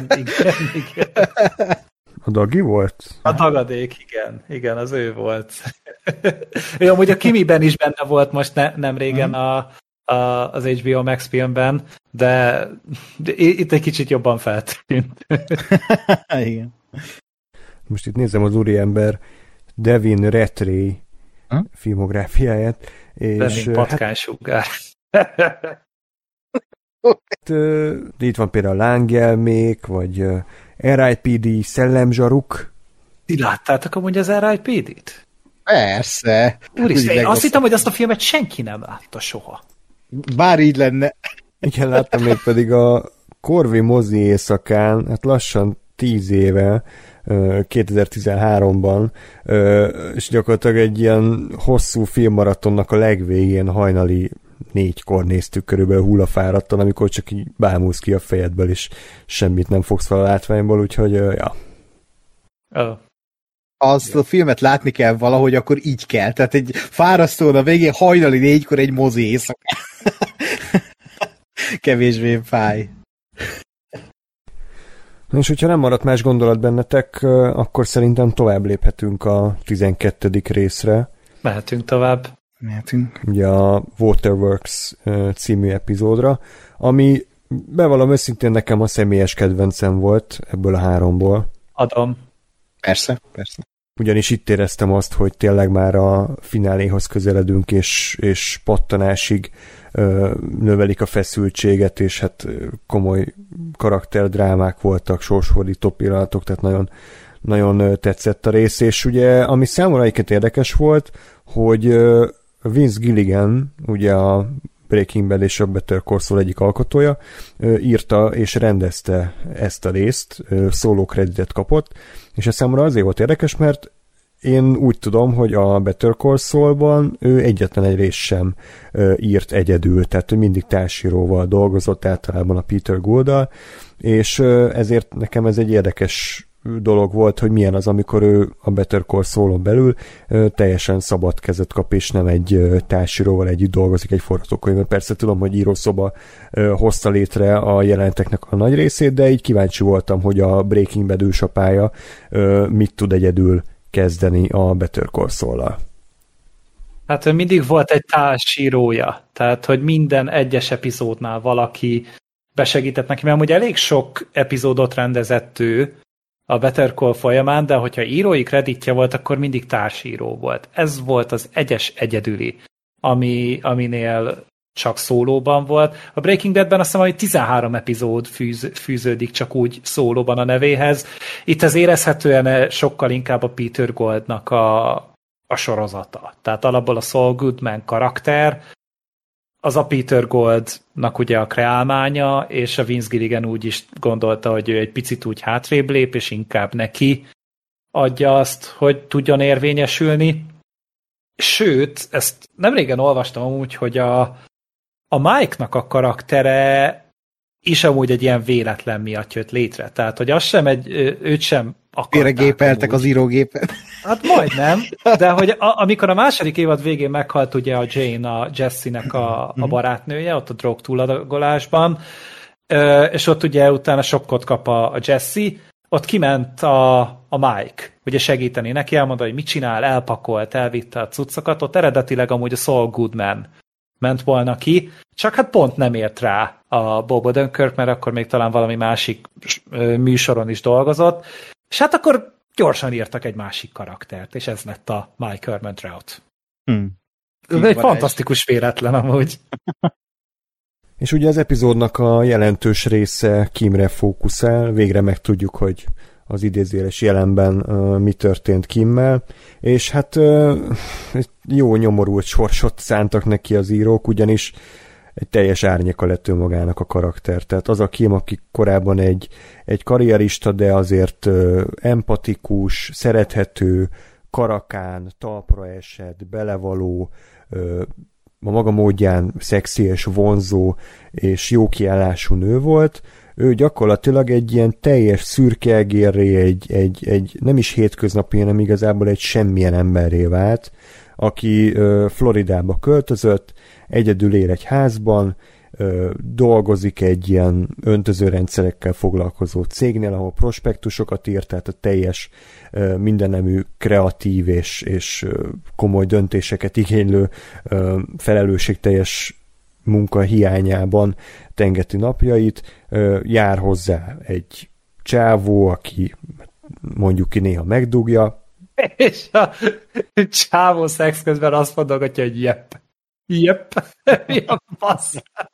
A Dagi volt? A tagadék, igen, az ő volt. Ő amúgy a Kimiben is benne volt most nem régen az HBO Max filmben, de itt egy kicsit jobban feltűnt. Igen. Most itt nézem az úriember Devin Ratray filmográfiáját. Devin patkánysugár. Itt van például Lángelmék, vagy R.I.P.D. Szellemzsaruk. Ti láttátok amúgy az R.I.P.D.-t? Persze. Úristen, én azt hittem, hogy azt a filmet senki nem látta soha. Bár így lenne. Igen, láttam még pedig a Corvi mozi éjszakán, hát lassan 10 éve, 2013-ban, és gyakorlatilag egy ilyen hosszú filmmaratonnak a legvégén hajnali 4-kor néztük körülbelül hullafáradtan, amikor csak így bámulsz ki a fejedből, és semmit nem fogsz fel a látványból, úgyhogy ja. Azt a filmet látni kell valahogy, akkor így kell. Tehát egy fárasztóan a végén hajnali 4-kor egy mozi éjszakán. Kevésbé fáj. Na és hogyha nem maradt más gondolat bennetek, akkor szerintem tovább léphetünk a 12. részre. Mehetünk tovább. Ugye a Waterworks című epizódra, ami bevallom őszintén nekem a személyes kedvencem volt ebből a 3-ból. Adom. Persze. Ugyanis itt éreztem azt, hogy tényleg már a fináléhoz közeledünk, és pattanásig növelik a feszültséget, és hát komoly karakterdrámák voltak, sorsfordító pillanatok, tehát nagyon, nagyon tetszett a rész, és ugye, ami számomra egyébként érdekes volt, hogy Vince Gilligan, ugye a Breaking Bad és a Better Call Saul egyik alkotója, írta és rendezte ezt a részt, szóló kreditet kapott, és ez számomra azért volt érdekes, mert én úgy tudom, hogy a Better Call Saulban ő egyetlen egy rész sem írt egyedül, tehát ő mindig társíróval dolgozott, általában a Peter Gouldal, és ezért nekem ez egy érdekes dolog volt, hogy milyen az, amikor ő a Better Call Saulon belül teljesen szabad kezet kap, és nem egy társíróval együtt dolgozik egy forgatókönyvben. Persze tudom, hogy írószoba hozta létre a jelenteknek a nagy részét, de így kíváncsi voltam, hogy a Breaking Bad ősapája mit tud egyedül kezdeni a Better Call Saul-lal. Hát mindig volt egy társírója, tehát hogy minden egyes epizódnál valaki besegített neki, mert ugye elég sok epizódot rendezett ő a Better Call folyamán, de hogyha írói kreditje volt, akkor mindig társíró volt. Ez volt az egyedüli, aminél csak szólóban volt. A Breaking Badben azt hiszem, hogy 13 epizód fűződik csak úgy szólóban a nevéhez. Itt ez érezhetően sokkal inkább a Peter Gouldnak a sorozata. Tehát alapból a Saul Goodman karakter, az a Peter Goldnak ugye a kreálmánya, és a Vince Gilligan úgy is gondolta, hogy ő egy picit úgy hátrébb lép, és inkább neki adja azt, hogy tudjon érvényesülni. Sőt, ezt nemrégen olvastam úgy, hogy a Mike-nak a karaktere is amúgy egy ilyen véletlen miatt jött létre. Tehát, hogy az sem őt sem akarták. Félregépeltek az írógépet. Hát majdnem, de hogy amikor a második évad végén meghalt ugye a Jane, a Jesse-nek a barátnője, ott a drog túladagolásban, és ott ugye utána sokkot kap a Jesse, ott kiment a Mike, ugye segíteni neki, elmondta, hogy mit csinál, elpakolt, elvitte a cuccokat, ott eredetileg amúgy a Saul Goodman ment volna ki, csak hát pont nem ért rá a Bob Odenkirk, mert akkor még talán valami másik műsoron is dolgozott, és hát akkor gyorsan írtak egy másik karaktert, és ez lett a Mike Ehrmantraut. Ez egy fantasztikus véletlen amúgy. És ugye az epizódnak a jelentős része Kimre fókuszál, végre megtudjuk, hogy az idézőjeles jelenben mi történt Kimmel, és hát jó nyomorult sorsot szántak neki az írók, ugyanis egy teljes árnyéka lett önmagának a karakter. Tehát az a Kim, aki korábban egy karrierista, de azért empatikus, szerethető, karakán, talpra esett, belevaló, a maga módján szexi és vonzó és jó kiállású nő volt, ő gyakorlatilag egy ilyen teljes szürkeegérré, egy nem is hétköznapi, hanem igazából egy semmilyen emberré vált, aki Floridába költözött, egyedül él egy házban, dolgozik egy ilyen öntözőrendszerekkel foglalkozó cégnél, ahol prospektusokat írt, tehát a teljes mindennemű kreatív és komoly döntéseket igénylő felelősségteljes munka hiányában tengeti napjait. Jár hozzá egy csávó, aki mondjuk ki néha megdugja. És a csávó szex közben azt mondogatja, hogy jepp. Ja, bassz.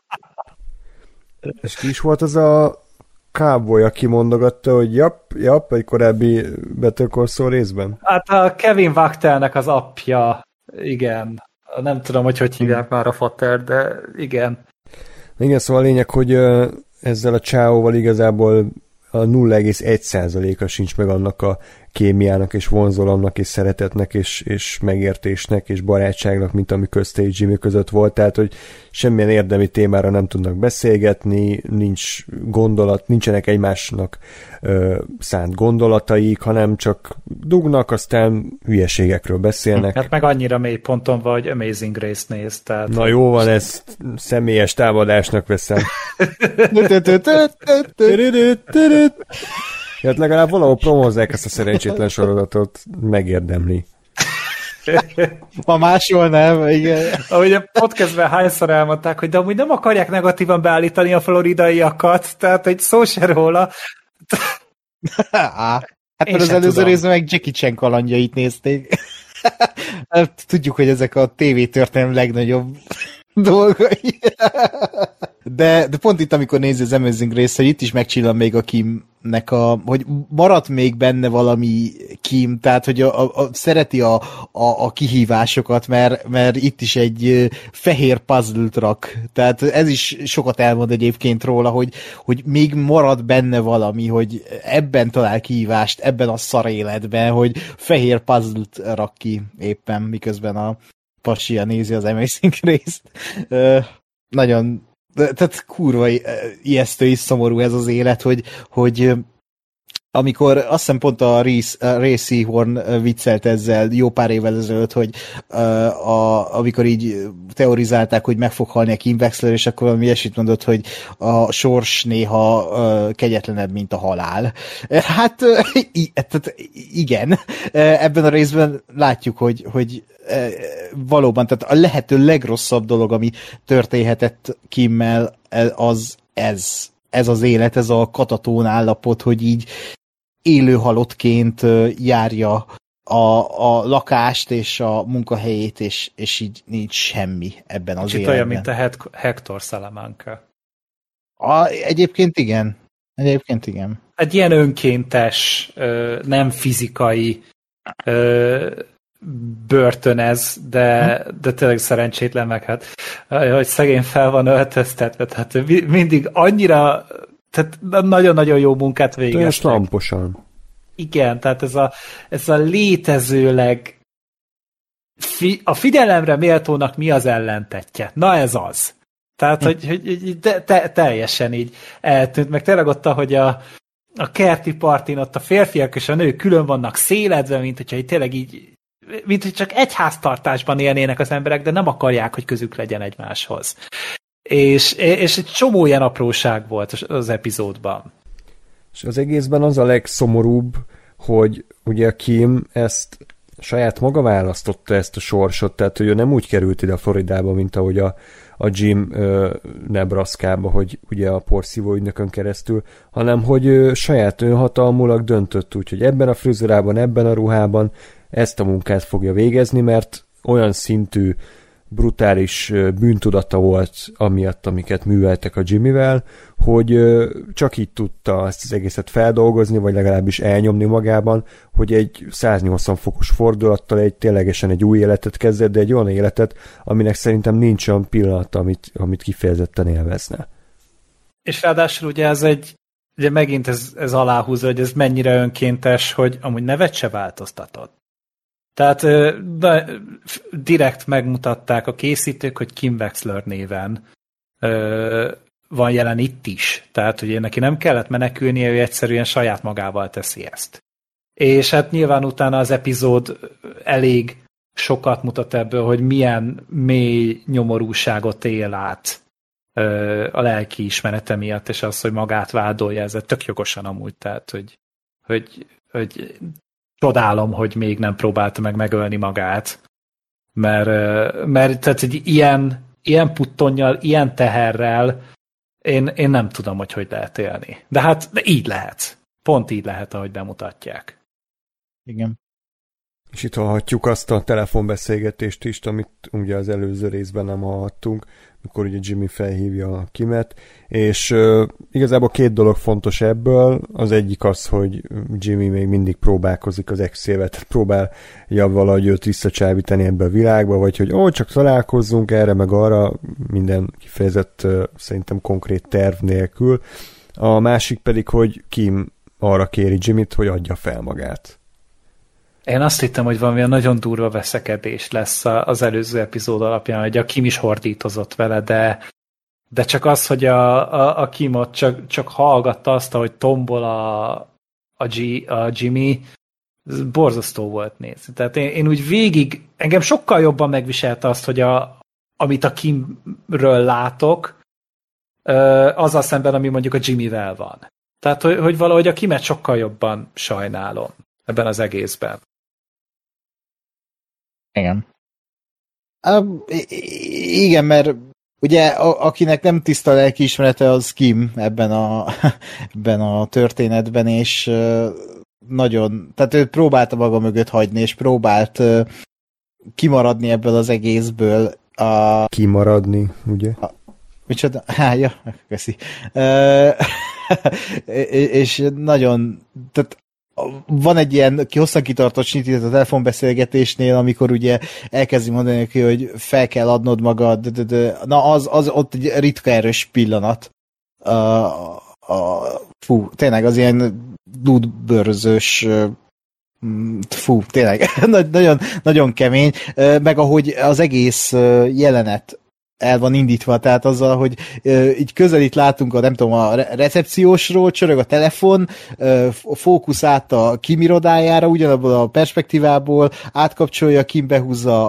És ki is volt az a cowboy, aki mondogatta, hogy japp, egy korábbi Better Call Saul részben? Hát a Kevin Wachtelnek az apja, igen. Nem tudom, hogy hívják már a fater, de igen. Igen, szóval a lényeg, hogy ezzel a csávóval igazából a 0,1%-a sincs meg annak a kémiának és vonzalomnak és szeretetnek és megértésnek és barátságnak, mint ami közte és Jimmy között volt, tehát hogy semmilyen érdemi témára nem tudnak beszélgetni, nincs gondolat, nincsenek egymásnak szánt gondolataik, hanem csak dugnak, aztán hülyeségekről beszélnek. Hát meg annyira mély ponton vagy Amazing Grace néz, tehát... Na jó van, ezt személyes támadásnak veszem. Hát legalább valahol promózzák ezt a szerencsétlen sorozatot, megérdemli. Ma máshol nem, igen. Ahogy a podcastben hányszor elmondták, hogy de amúgy nem akarják negatívan beállítani a floridaiakat, tehát egy szó se róla. Hát mert az előző részben meg Jackie Chan kalandjait nézték. Tudjuk, hogy ezek a tévétörténelem legnagyobb dolgai. De pont itt, amikor nézi az Amazing Grace, hogy itt is megcsillan még a Kimnek hogy maradt még benne valami Kim, tehát hogy szereti a kihívásokat, mert itt is egy fehér puzzle-t rak. Tehát ez is sokat elmond egyébként róla, hogy még marad benne valami, hogy ebben talál kihívást, ebben a szar életben, hogy fehér puzzle-t rak ki éppen, miközben a pasia nézi az Amazing Grace-t. Nagyon tehát kurva ijesztő és szomorú ez az élet, hogy amikor azt hiszem pont a Ray Seahorn viccelt ezzel jó pár évvel ezelőtt, hogy amikor így teorizálták, hogy meg fog halni a Kim Wexler, és akkor valami ilyesmit mondott, hogy a sors néha kegyetlenebb, mint a halál. Hát igen, ebben a részben látjuk, hogy valóban, tehát a lehető legrosszabb dolog, ami történhetett Kimmel, az ez az élet, ez a katatón állapot, hogy így élő halottként járja a lakást és a munkahelyét, és így nincs semmi ebben az életben. Olyan, mint a Hector Salamanca. Egyébként igen. Egy ilyen önkéntes, nem fizikai börtönez, de tényleg szerencsétlen meg, hát, hogy szegény fel van öltöztetve, tehát mindig annyira, tehát nagyon-nagyon jó munkát végeztek. Lamposan. Igen, tehát ez a létezőleg a figyelemre méltónak mi az ellentetje? Na ez az. Tehát, hogy teljesen így eltűnt, meg tényleg ott, hogy a kerti partin ott a férfiak és a nők külön vannak széledve, mint hogyha így tényleg így, mint hogy csak egy háztartásban élnének az emberek, de nem akarják, hogy közük legyen egymáshoz. És egy csomó ilyen apróság volt az epizódban. És az egészben az a legszomorúbb, hogy ugye a Kim ezt saját maga választotta ezt a sorsot, tehát hogy ő nem úgy került ide a Floridába, mint ahogy a Jim Nebraska-ba, hogy ugye a porszívó ügynökön keresztül, hanem hogy ő saját önhatalmulag döntött úgy, hogy ebben a frizurában, ebben a ruhában ezt a munkát fogja végezni, mert olyan szintű brutális bűntudata volt amiatt, amiket műveltek a Jimmyvel, hogy csak így tudta ezt az egészet feldolgozni, vagy legalábbis elnyomni magában, hogy egy 180 fokos fordulattal ténylegesen egy új életet kezdett, de egy olyan életet, aminek szerintem nincs olyan pillanata, amit kifejezetten élvezne. És ráadásul ugye ugye megint ez aláhúzza, hogy ez mennyire önkéntes, hogy amúgy nevet se változtatott. Tehát direkt megmutatták a készítők, hogy Kim Wexler néven van jelen itt is. Tehát, hogy neki nem kellett menekülnie, ő egyszerűen saját magával teszi ezt. És hát nyilván utána az epizód elég sokat mutat ebből, hogy milyen mély nyomorúságot él át a lelki ismerete miatt, és az, hogy magát vádolja, ez tök jogosan amúgy, tehát, hogy csodálom, hogy még nem próbálta meg megölni magát, mert tehát egy ilyen puttonnyal, ilyen teherrel én nem tudom, hogy lehet élni. De így lehet. Pont így lehet, ahogy bemutatják. Igen. És itt hallhatjuk azt a telefonbeszélgetést is, amit ugye az előző részben nem hallhattunk, mikor ugye Jimmy felhívja a Kimet, és igazából két dolog fontos ebből. Az egyik az, hogy Jimmy még mindig próbálkozik az exével, tehát próbálja valahogy őt visszacsábítani ebbe a világba, vagy hogy csak találkozzunk erre meg arra, minden kifejezett szerintem konkrét terv nélkül. A másik pedig, hogy Kim arra kéri Jimmyt, hogy adja fel magát. Én azt hittem, hogy valamilyen nagyon durva veszekedés lesz az előző epizód alapján, hogy a Kim is hordítozott vele, de csak az, hogy a Kim ott csak hallgatta azt, hogy tombol a Jimmy, borzasztó volt nézni. Tehát én úgy engem sokkal jobban megviselte azt, hogy amit a Kimről látok, azzal szemben, ami mondjuk a Jimmyvel van. Tehát, hogy valahogy a Kimet sokkal jobban sajnálom ebben az egészben. Igen. Igen, mert ugye akinek nem tiszta lelkiismerete, az Kim ebben a történetben, és nagyon, tehát ő próbálta maga mögött hagyni, és próbált kimaradni ebből az egészből. Kimaradni, ugye? Micsoda? Ja, köszi. És nagyon, tehát van egy ilyen hosszan kitartott snitít a telefonbeszélgetésnél, amikor ugye elkezdi mondani neki, hogy fel kell adnod magad, na az ott egy ritka erős pillanat. Fú, tényleg az ilyen dúdbőrzős, fú, tényleg nagyon, nagyon kemény, meg ahogy az egész jelenet el van indítva, tehát azzal, hogy így közelít látunk nem tudom, a recepciósról, csörög a telefon, fókusz át a Kim irodájára, ugyanabból a perspektívából, átkapcsolja, Kim behúzza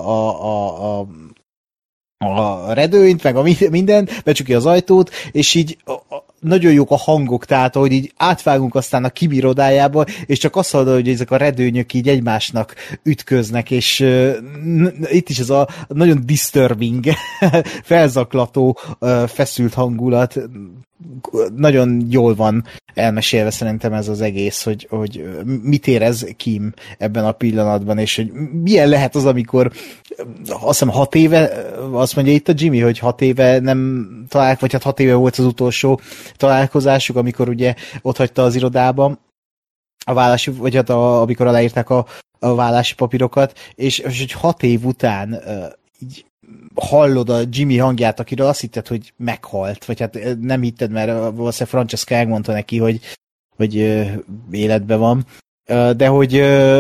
a redőnyt, meg a mindent, becsukja az ajtót, és így nagyon jók a hangok, tehát ahogy így átvágunk aztán a Kim irodájába, és csak azt hallod, hogy ezek a redőnyök így egymásnak ütköznek, és itt is ez a nagyon disturbing, felzaklató, feszült hangulat, nagyon jól van elmesélve szerintem ez az egész, hogy mit érez Kim ebben a pillanatban, és hogy milyen lehet az, amikor azt hiszem 6 éve, azt mondja itt a Jimmy, hogy 6 éve nem talált, vagy 6 éve volt az utolsó találkozásuk, amikor ugye ott hagyta az irodában, a vállási, vagy hát amikor aláírták a vállási papírokat, és hogy 6 év után így hallod a Jimmy hangját, akiről azt hitted, hogy meghalt, vagy hát nem hitted, mert valószínűleg Francesca elmondta neki, hogy életben van, de hogy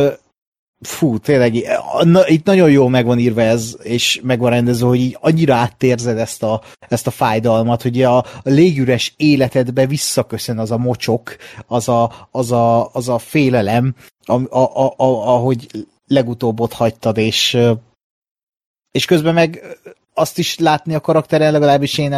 fú, tényleg, itt nagyon jól meg van írva ez, és meg van rendezve, hogy így annyira átérzed ezt a fájdalmat, hogy a légüres életedbe visszaköszön az a mocsok, az a félelem, ahogy legutóbb ott hagytad, és közben meg azt is látni a karakteren, legalábbis én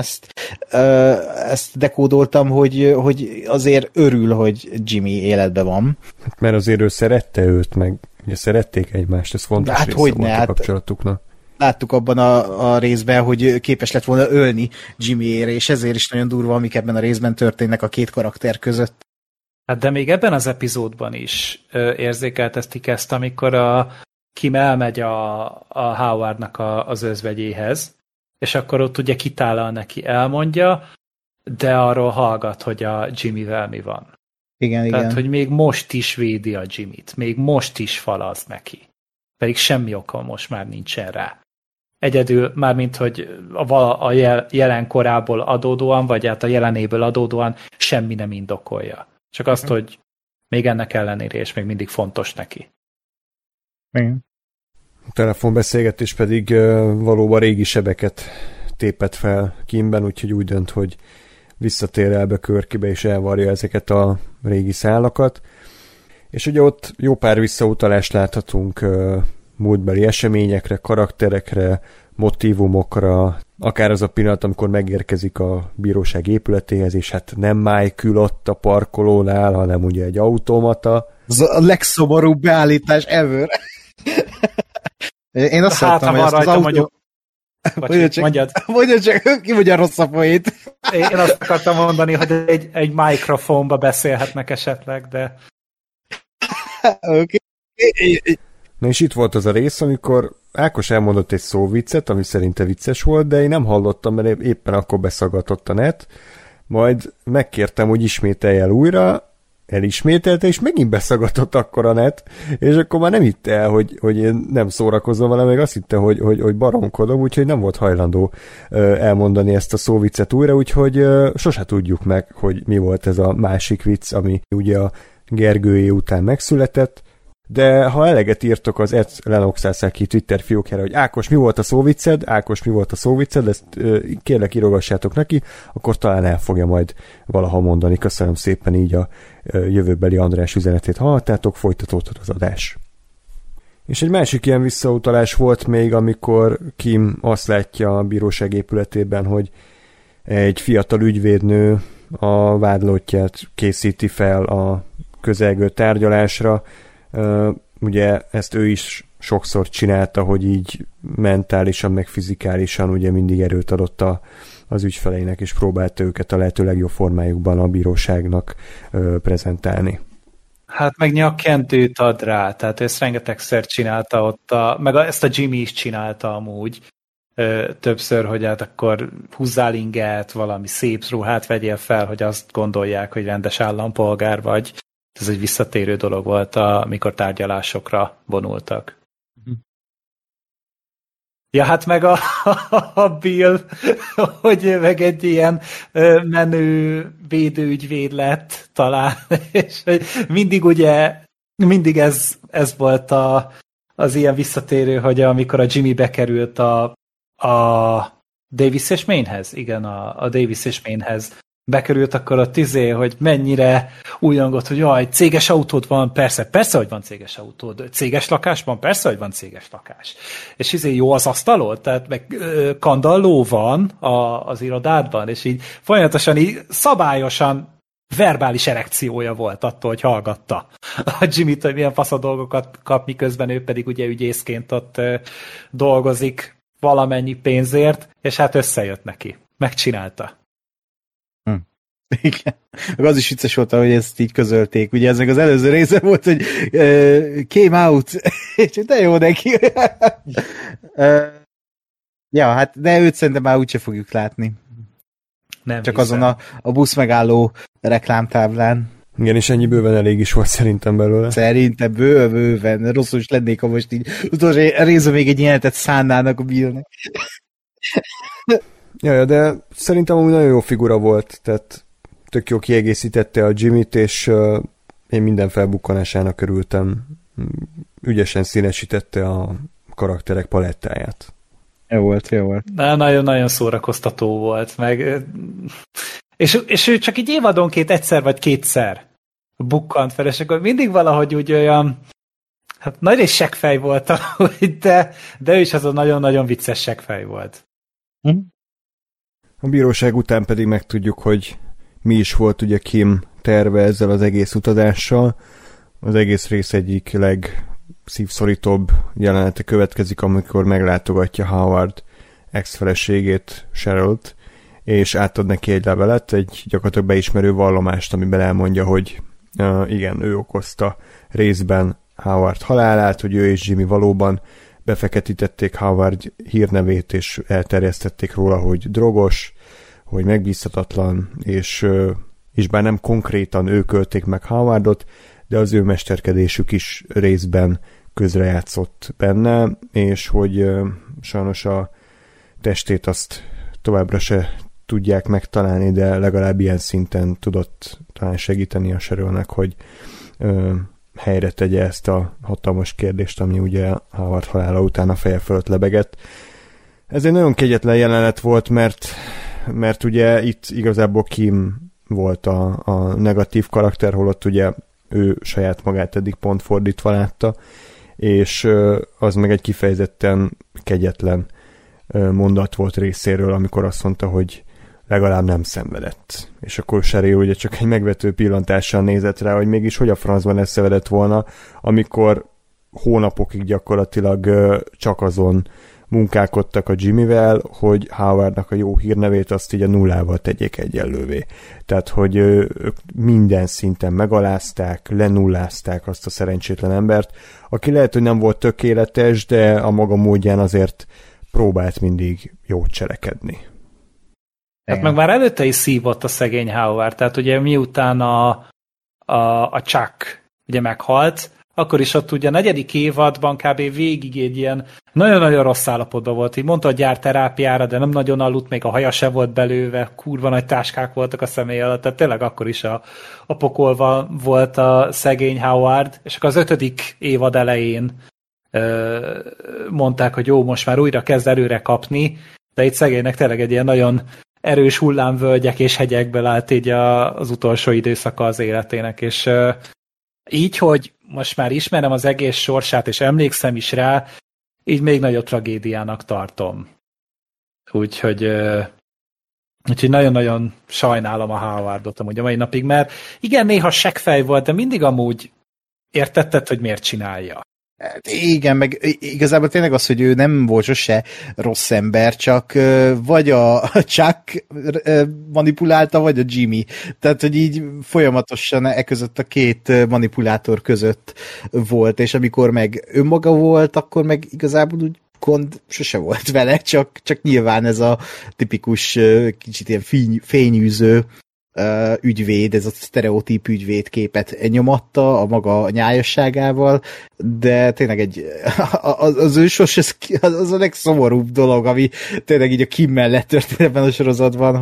ezt dekódoltam, hogy azért örül, hogy Jimmy életben van. Mert azért ő szerette őt, meg ugye szerették egymást, ez fontos hát része hogyne, volt a kapcsolatuknak. Láttuk abban a részben, hogy képes lett volna ölni Jimmyére, és ezért is nagyon durva, amik ebben a részben történnek a két karakter között. Hát de még ebben az epizódban is érzékelteztik ezt, amikor Kim elmegy a Howardnak az özvegyéhez, és akkor ott ugye kitállal neki, elmondja, de arról hallgat, hogy a Jimmyvel mi van. Igen, Tehát, igen. hogy még most is védi a Jimmyt, még most is falaz neki. Pedig semmi oka most már nincsen rá. Egyedül, mármint, hogy a jelen korából adódóan, vagy hát a jelenéből adódóan semmi nem indokolja. Csak azt, hogy még ennek ellenére, és még mindig fontos neki. Igen. A telefonbeszélgetés pedig valóban régi sebeket tépett fel Kimben, úgyhogy úgy dönt, hogy visszatér Albuquerque-be és elvarja ezeket a régi szálakat. És ugye ott jó pár visszautalást láthatunk múltbeli eseményekre, karakterekre, motívumokra, akár az a pillanat, amikor megérkezik a bíróság épületéhez, és hát nem Michael ott a parkolónál, hanem ugye egy automata. Ez a legszomorúbb beállítás ever. Én azt szerettem, hogy ezt az autó... Mondjad csak, ki mondja rossz a poét. Én azt akartam mondani, hogy egy mikrofonba beszélhetnek esetleg, de... Okay. Na és itt volt az a rész, amikor Ákos elmondott egy szóviccet, ami szerinte vicces volt, de én nem hallottam, mert éppen akkor beszaggatott a net, majd megkértem, hogy ismételj el újra, elismételte, és megint beszagatott akkor a net, és akkor már nem hitte el, hogy én nem szórakozom vele, meg azt hitte, hogy baromkodom, úgyhogy nem volt hajlandó elmondani ezt a szóviccet újra, úgyhogy sose tudjuk meg, hogy mi volt ez a másik vicc, ami ugye a Gergőjé után megszületett, de ha eleget írtok az @lenoxasaki Twitter fiókjára, hogy Ákos, mi volt a szóvicced? Ákos, mi volt a szóvicced? Ezt kérlek írogassátok neki, akkor talán el fogja majd valaha mondani. Köszönöm szépen, így a jövőbeli András üzenetét hallhattátok, folytatódhat az adás. És egy másik ilyen visszautalás volt még, amikor Kim azt látja a bíróság épületében, hogy egy fiatal ügyvédnő a vádlottját készíti fel a közelgő tárgyalásra. Ugye ezt ő is sokszor csinálta, hogy így mentálisan, meg fizikálisan ugye mindig erőt adott az ügyfeleinek, és próbálta őket a lehető legjobb formájukban a bíróságnak prezentálni. Hát meg nyakkendőt ad rá, tehát ezt rengetegszer csinálta ott, meg ezt a Jimmy is csinálta amúgy többször, hogy hát akkor húzzál inget, valami szép ruhát vegyél fel, hogy azt gondolják, hogy rendes állampolgár vagy. Ez egy visszatérő dolog volt, amikor tárgyalásokra vonultak. Ja, hát meg a Bill, hogy meg egy ilyen menő védőügyvéd lett talán, és mindig ez volt az ilyen visszatérő, hogy amikor a Jimmy bekerült a Davis és Mainhez, igen, a Davis és Mainhez bekerült, akkor ott hogy mennyire újongott, hogy jaj, céges autód van, persze, hogy van céges autód, céges lakás van, persze, hogy van céges lakás. És jó az asztalod, tehát meg kandalló van az irodádban, és így folyamatosan így szabályosan verbális erekciója volt attól, hogy hallgatta a Jimmy-t, hogy milyen fasz a dolgokat kap, miközben ő pedig ugye ügyészként ott dolgozik valamennyi pénzért, és hát összejött neki. Megcsinálta. Igen. Az is vicces volt, hogy ezt így közölték. Ugye ez meg az előző része volt, hogy came out, és de jó neki. Ja, hát de őt szerintem már úgyse fogjuk látni. Nem csak hiszem. azon a busz megálló reklámtáblán. Igen, és ennyi bőven elég is volt szerintem belőle. Szerintem bőven. Rosszul is lennék, ha most így utolsó részben még egy jelentet szánnának a Billnek. Ja, de szerintem amúgy nagyon jó figura volt, tehát tök jó kiegészítette a Jimmyt, és én minden felbukkanásának örültem. Ügyesen színesítette a karakterek palettáját. Jó volt. Nagyon-nagyon szórakoztató volt, meg és ő csak így évadonként egyszer vagy kétszer bukkant fel, és akkor mindig valahogy úgy olyan, hát nagy és seggfej volt, de ő is az a nagyon-nagyon vicces seggfej volt. A bíróság után pedig megtudjuk, hogy mi is volt ugye Kim terve ezzel az egész utazással. Az egész rész egyik legszívszorítóbb jelenete következik, amikor meglátogatja Howard ex-feleségét, Cheryl-t, és átad neki egy levelet, egy gyakorlatilag beismerő vallomást, amiben elmondja, hogy igen, ő okozta részben Howard halálát, hogy ő és Jimmy valóban befeketítették Howard hírnevét, és elterjesztették róla, hogy drogos, hogy megbízhatatlan, és bár nem konkrétan ők ölték meg Howardot, de az ő mesterkedésük is részben közrejátszott benne, és hogy sajnos a testét azt továbbra se tudják megtalálni, de legalább ilyen szinten tudott talán segíteni a Cherylnek, hogy helyre tegye ezt a hatalmas kérdést, ami ugye Howard halála után a feje fölött lebegett. Ez egy nagyon kegyetlen jelenet volt, mert ugye itt igazából Kim volt a negatív karakter, holott ugye ő saját magát eddig pont fordítva látta, és az meg egy kifejezetten kegyetlen mondat volt részéről, amikor azt mondta, hogy legalább nem szenvedett. És akkor Cheryl ugye csak egy megvető pillantással nézett rá, hogy mégis hogy a francban ez szenvedett volna, amikor hónapokig gyakorlatilag csak azon munkálkodtak a Jimmyvel, hogy Howardnak a jó hírnevét azt így a nullával tegyék egyenlővé. Tehát, hogy ők minden szinten megalázták, lenullázták azt a szerencsétlen embert, aki lehet, hogy nem volt tökéletes, de a maga módján azért próbált mindig jót cselekedni. Hát meg már előtte is szívott a szegény Howard, tehát ugye miután a Chuck ugye meghalt, akkor is ott ugye a 4. évadban kb. Végig egy ilyen nagyon-nagyon rossz állapotban volt. Így mondta, hogy jár terápiára, de nem nagyon aludt, még a haja se volt belőve, kurva nagy táskák voltak a személy alatt, tehát tényleg akkor is a pokolban volt a szegény Howard, és akkor az 5. évad elején mondták, hogy jó, most már újra kezd előre kapni, de itt szegénynek tényleg egy ilyen nagyon erős hullámvölgyek és hegyekből állt így az utolsó időszaka az életének, és így, hogy most már ismerem az egész sorsát, és emlékszem is rá, így még nagyobb tragédiának tartom. Úgyhogy nagyon-nagyon sajnálom a Howardot amúgy a mai napig, mert igen, néha seggfej volt, de mindig amúgy értetted, hogy miért csinálja. Igen, meg igazából tényleg az, hogy ő nem volt sose rossz ember, csak vagy a Chuck manipulálta, vagy a Jimmy. Tehát, hogy így folyamatosan között a két manipulátor között volt, és amikor meg önmaga volt, akkor meg igazából úgy gond sose volt vele, csak nyilván ez a tipikus kicsit ilyen fényűző ügyvéd, ez a sztereotíp ügyvéd képet nyomatta a maga nyájasságával, de tényleg az ősos, az a legszomorúbb dolog, ami tényleg így a Kim mellett történt ebben a sorozatban,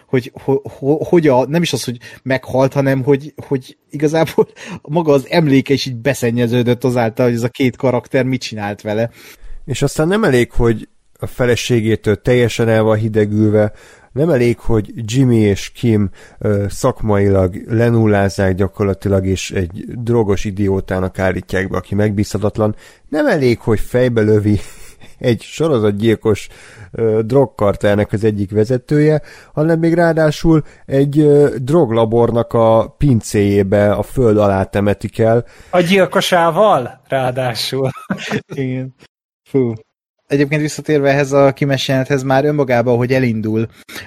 hogy nem is az, hogy meghalt, hanem hogy igazából maga az emléke is így beszennyeződött azáltal, hogy ez a két karakter mit csinált vele. És aztán nem elég, hogy a feleségétől teljesen el van hidegülve, nem elég, hogy Jimmy és Kim szakmailag lenullázzák gyakorlatilag, és egy drogos idiótának állítják be, aki megbízhatatlan. Nem elég, hogy fejbe lövi egy sorozatgyilkos drogkartelnek az egyik vezetője, hanem még ráadásul egy droglabornak a pincéjébe a föld alá temetik el. A gyilkosával? Ráadásul. Igen. Fú. Egyébként visszatérve ehhez a Kimes jelenethez, már önmagában, hogy elindul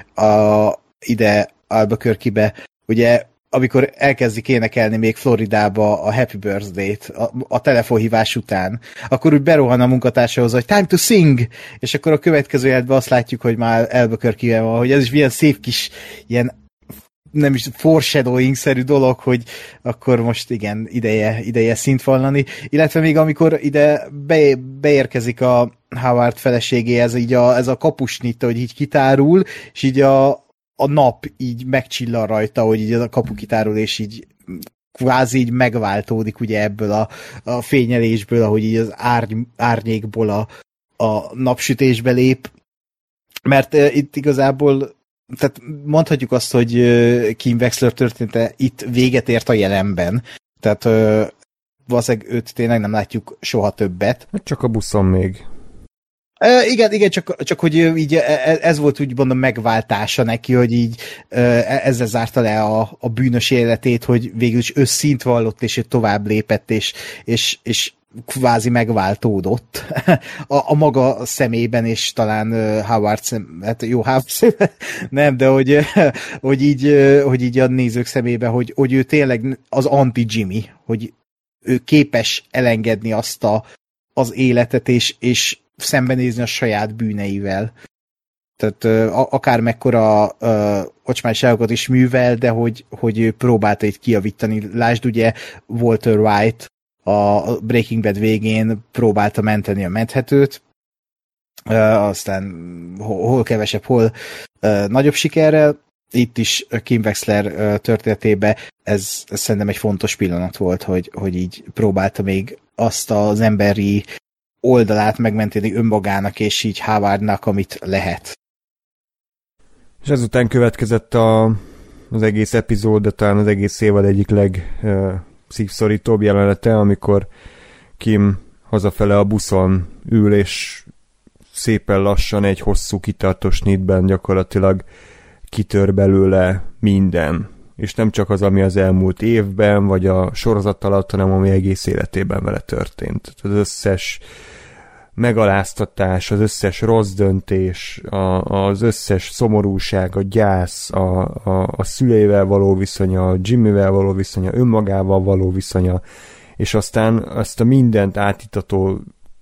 ide Albuquerque-be, ugye amikor elkezdik énekelni még Floridába a Happy Birthday-t a telefonhívás után, akkor úgy berohan a munkatársahoz, hogy time to sing, és akkor a következő jelenetben azt látjuk, hogy már Albuquerque-ben van, hogy ez is milyen szép kis ilyen nem is foreshadowing-szerű dolog, hogy akkor most igen, ideje szint vallani. Illetve még amikor ide beérkezik a Howard feleségéhez, így ez a kapusnyita, hogy így kitárul, és így a nap így megcsillan rajta, hogy így a kapu kitárul, és így kvázi így megváltódik ugye ebből a fényelésből, ahogy így az árnyékból a napsütésbe lép. Mert itt igazából, tehát mondhatjuk azt, hogy Kim Wexler története itt véget ért a jelenben. Tehát valószínűleg őt tényleg nem látjuk soha többet. Csak a buszon még. Igen, csak hogy így ez volt úgymond a megváltása neki, hogy így ezzel zárta le a bűnös életét, hogy végül is ő szint vallott, és ő tovább lépett, és kvázi megváltódott a maga szemében, és talán Howard Howard szemében, nem, de hogy így a nézők szemében, hogy ő tényleg az anti-Jimmy, hogy ő képes elengedni azt az életet, és szembenézni a saját bűneivel. Tehát akár mekkora ocsmányságokat is művel, de hogy ő próbálta itt kijavítani. Lásd ugye Walter White a Breaking Bad végén próbálta menteni a menthetőt, aztán hol kevesebb, hol nagyobb sikerrel. Itt is Kim Wexler történetében ez szerintem egy fontos pillanat volt, hogy így próbálta még azt az emberi oldalát megmenteni önmagának, és így Howardnak, amit lehet. És ezután következett az egész epizód, de talán az egész évad egyik legszívszorítóbb jelenete, amikor Kim hazafele a buszon ül, és szépen lassan egy hosszú kitartós snitben gyakorlatilag kitör belőle minden. És nem csak az, ami az elmúlt évben, vagy a sorozat alatt, hanem ami egész életében vele történt. Az összes megaláztatás, az összes rossz döntés, az összes szomorúság, a gyász, a szüleivel való viszonya, a Jimmyvel való viszonya, önmagával való viszonya, és aztán ezt a mindent átítató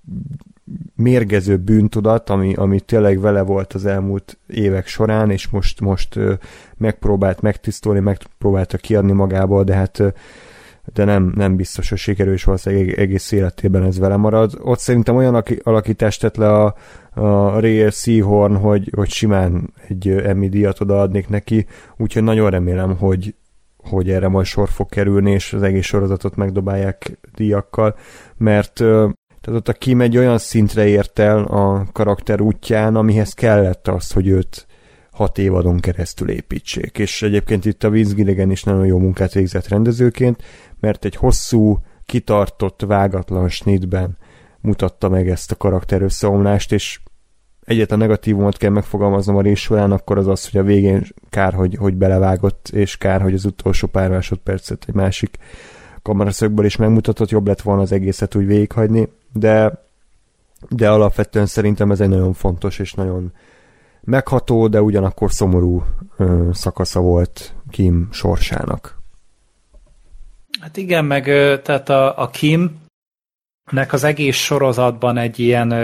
mérgező bűntudat, ami tényleg vele volt az elmúlt évek során, és most megpróbált megtisztulni, megpróbálta kiadni magából, de nem biztos, hogy sikerül, és valószínűleg egész életében ez vele marad. Ott szerintem olyan alakítást tett le a Ray Seahorn, hogy simán egy Emmy díjat odaadnék neki, úgyhogy nagyon remélem, hogy erre majd sor fog kerülni, és az egész sorozatot megdobálják díjakkal, mert tehát ott a Kim egy olyan szintre ért el a karakter útján, amihez kellett az, hogy őt 6 évadon keresztül építsék. És egyébként itt a Vince Gilligan is nagyon jó munkát végzett rendezőként, mert egy hosszú, kitartott, vágatlan snitben mutatta meg ezt a karakter összeomlást, és egyetlen negatívumot kell megfogalmaznom a rész során, akkor az, hogy a végén kár, hogy belevágott, és kár, hogy az utolsó pár másodpercet egy másik kameraszögből is megmutatott, jobb lett volna az egészet úgy végighagyni, de alapvetően szerintem ez egy nagyon fontos és nagyon megható, de ugyanakkor szomorú szakasza volt Kim sorsának. Hát igen, meg tehát a Kimnek az egész sorozatban egy ilyen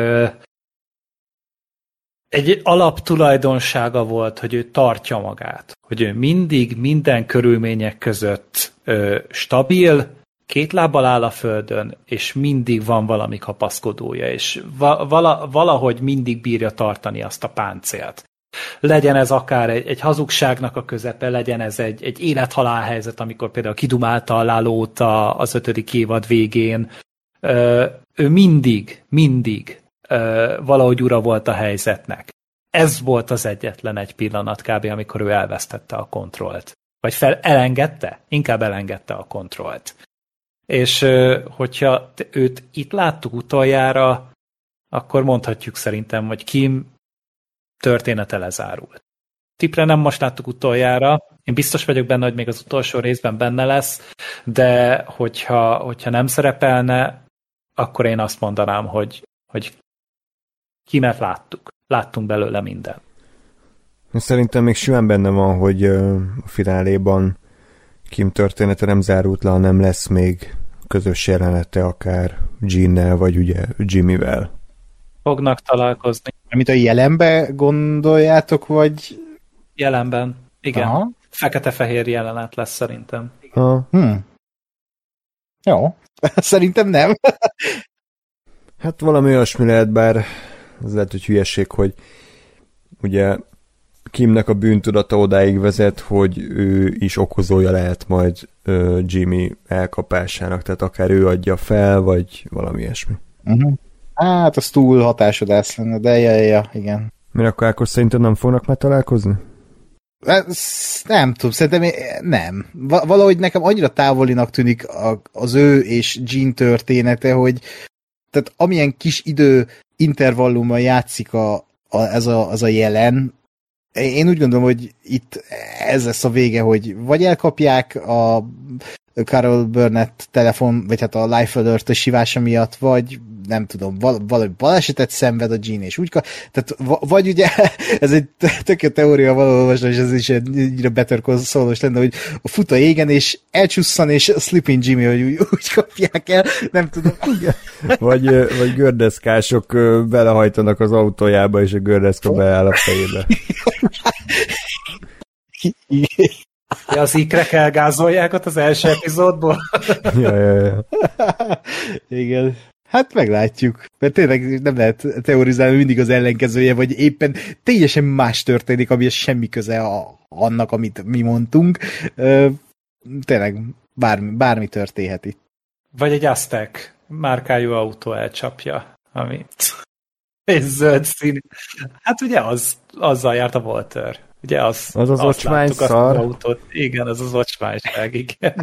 egy alaptulajdonsága volt, hogy ő tartja magát, hogy ő mindig, minden körülmények között stabil, 2 lábbal áll a földön, és mindig van valami kapaszkodója, és valahogy mindig bírja tartani azt a páncélt. Legyen ez akár egy hazugságnak a közepe, legyen ez egy élethalál helyzet, amikor például kidumálta a Lálót az 5. évad végén. Ő mindig valahogy ura volt a helyzetnek. Ez volt az egyetlen egy pillanat kb., amikor ő elvesztette a kontrollt. Vagy elengedte? Inkább elengedte a kontrollt. És hogyha őt itt láttuk utoljára, akkor mondhatjuk szerintem, hogy Kim története lezárult. Tipre nem most láttuk utoljára, én biztos vagyok benne, hogy még az utolsó részben benne lesz, de hogyha nem szerepelne, akkor én azt mondanám, hogy Kimet láttuk. Láttunk belőle mindent. Szerintem még simán benne van, hogy a fináléban Kim története nem zárult le, nem lesz még közös jelenete akár Jeannel, vagy ugye Jimmyvel. Fognak találkozni. Amit a jelenben gondoljátok, vagy... Jelenben, igen. Aha. fekete-fehér jelenet lesz szerintem. Jó, szerintem nem. Hát valami olyasmi lehet, bár az lehet, hogy hülyeség, hogy ugye Kimnek a bűntudata odáig vezet, hogy ő is okozója lehet majd Jimmy elkapásának, tehát akár ő adja fel, vagy valami ilyesmi. Hát, az túl hatásodász lenne, de ja, igen. Mert akkor szerinted nem fognak már találkozni? Nem tudom, szerintem nem. Valahogy nekem annyira távolinak tűnik az ő és Jean története, hogy tehát amilyen kis idő intervallummal játszik az a jelen, én úgy gondolom, hogy itt ez lesz a vége, hogy vagy elkapják a Carol Burnett telefon, vagy hát a Life Alert sívása miatt, vagy nem tudom, valami balesetet szenved a Jean, és úgy tehát vagy ugye, ez egy tök jó teória valahol, és ez is egy Better Call Saul-os lenne, hogy fut a égen, és elcsusszan, és Sleeping Jimmy, hogy úgy kapják el, nem tudom. Vagy gördeszkások belehajtanak az autójába, és a gördeszka beáll a fejébe. Ja, az ikrek elgázolják ott az első epizódból? Ja. Igen. Hát meglátjuk. Mert tényleg nem lehet teorizálni, mindig az ellenkezője, vagy éppen teljesen más történik, ami semmi köze annak, amit mi mondtunk. Tényleg bármi történhet itt. Vagy egy Aztek márkájú autó elcsapja, ami egy zöld szín. Hát ugye azzal járt a Walter. Ugye az ocsmány szar. Autót. Igen, az az ocsmányság, igen.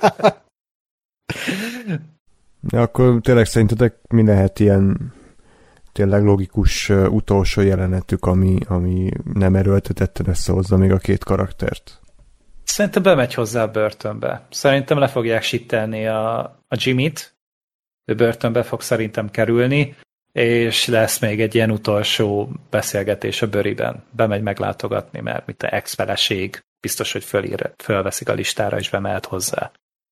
De akkor tényleg szerintetek mi lehet ilyen tényleg logikus utolsó jelenetük, ami nem erőltetetten összehozza még a két karaktert? Szerintem bemegy hozzá a börtönbe. Szerintem le fogják sittelni a Jimmyt. Ő börtönbe fog szerintem kerülni, és lesz még egy ilyen utolsó beszélgetés a Böriben. Bemegy meglátogatni, mert mint a ex-feleség biztos, hogy fölveszik a listára, és bemehet hozzá.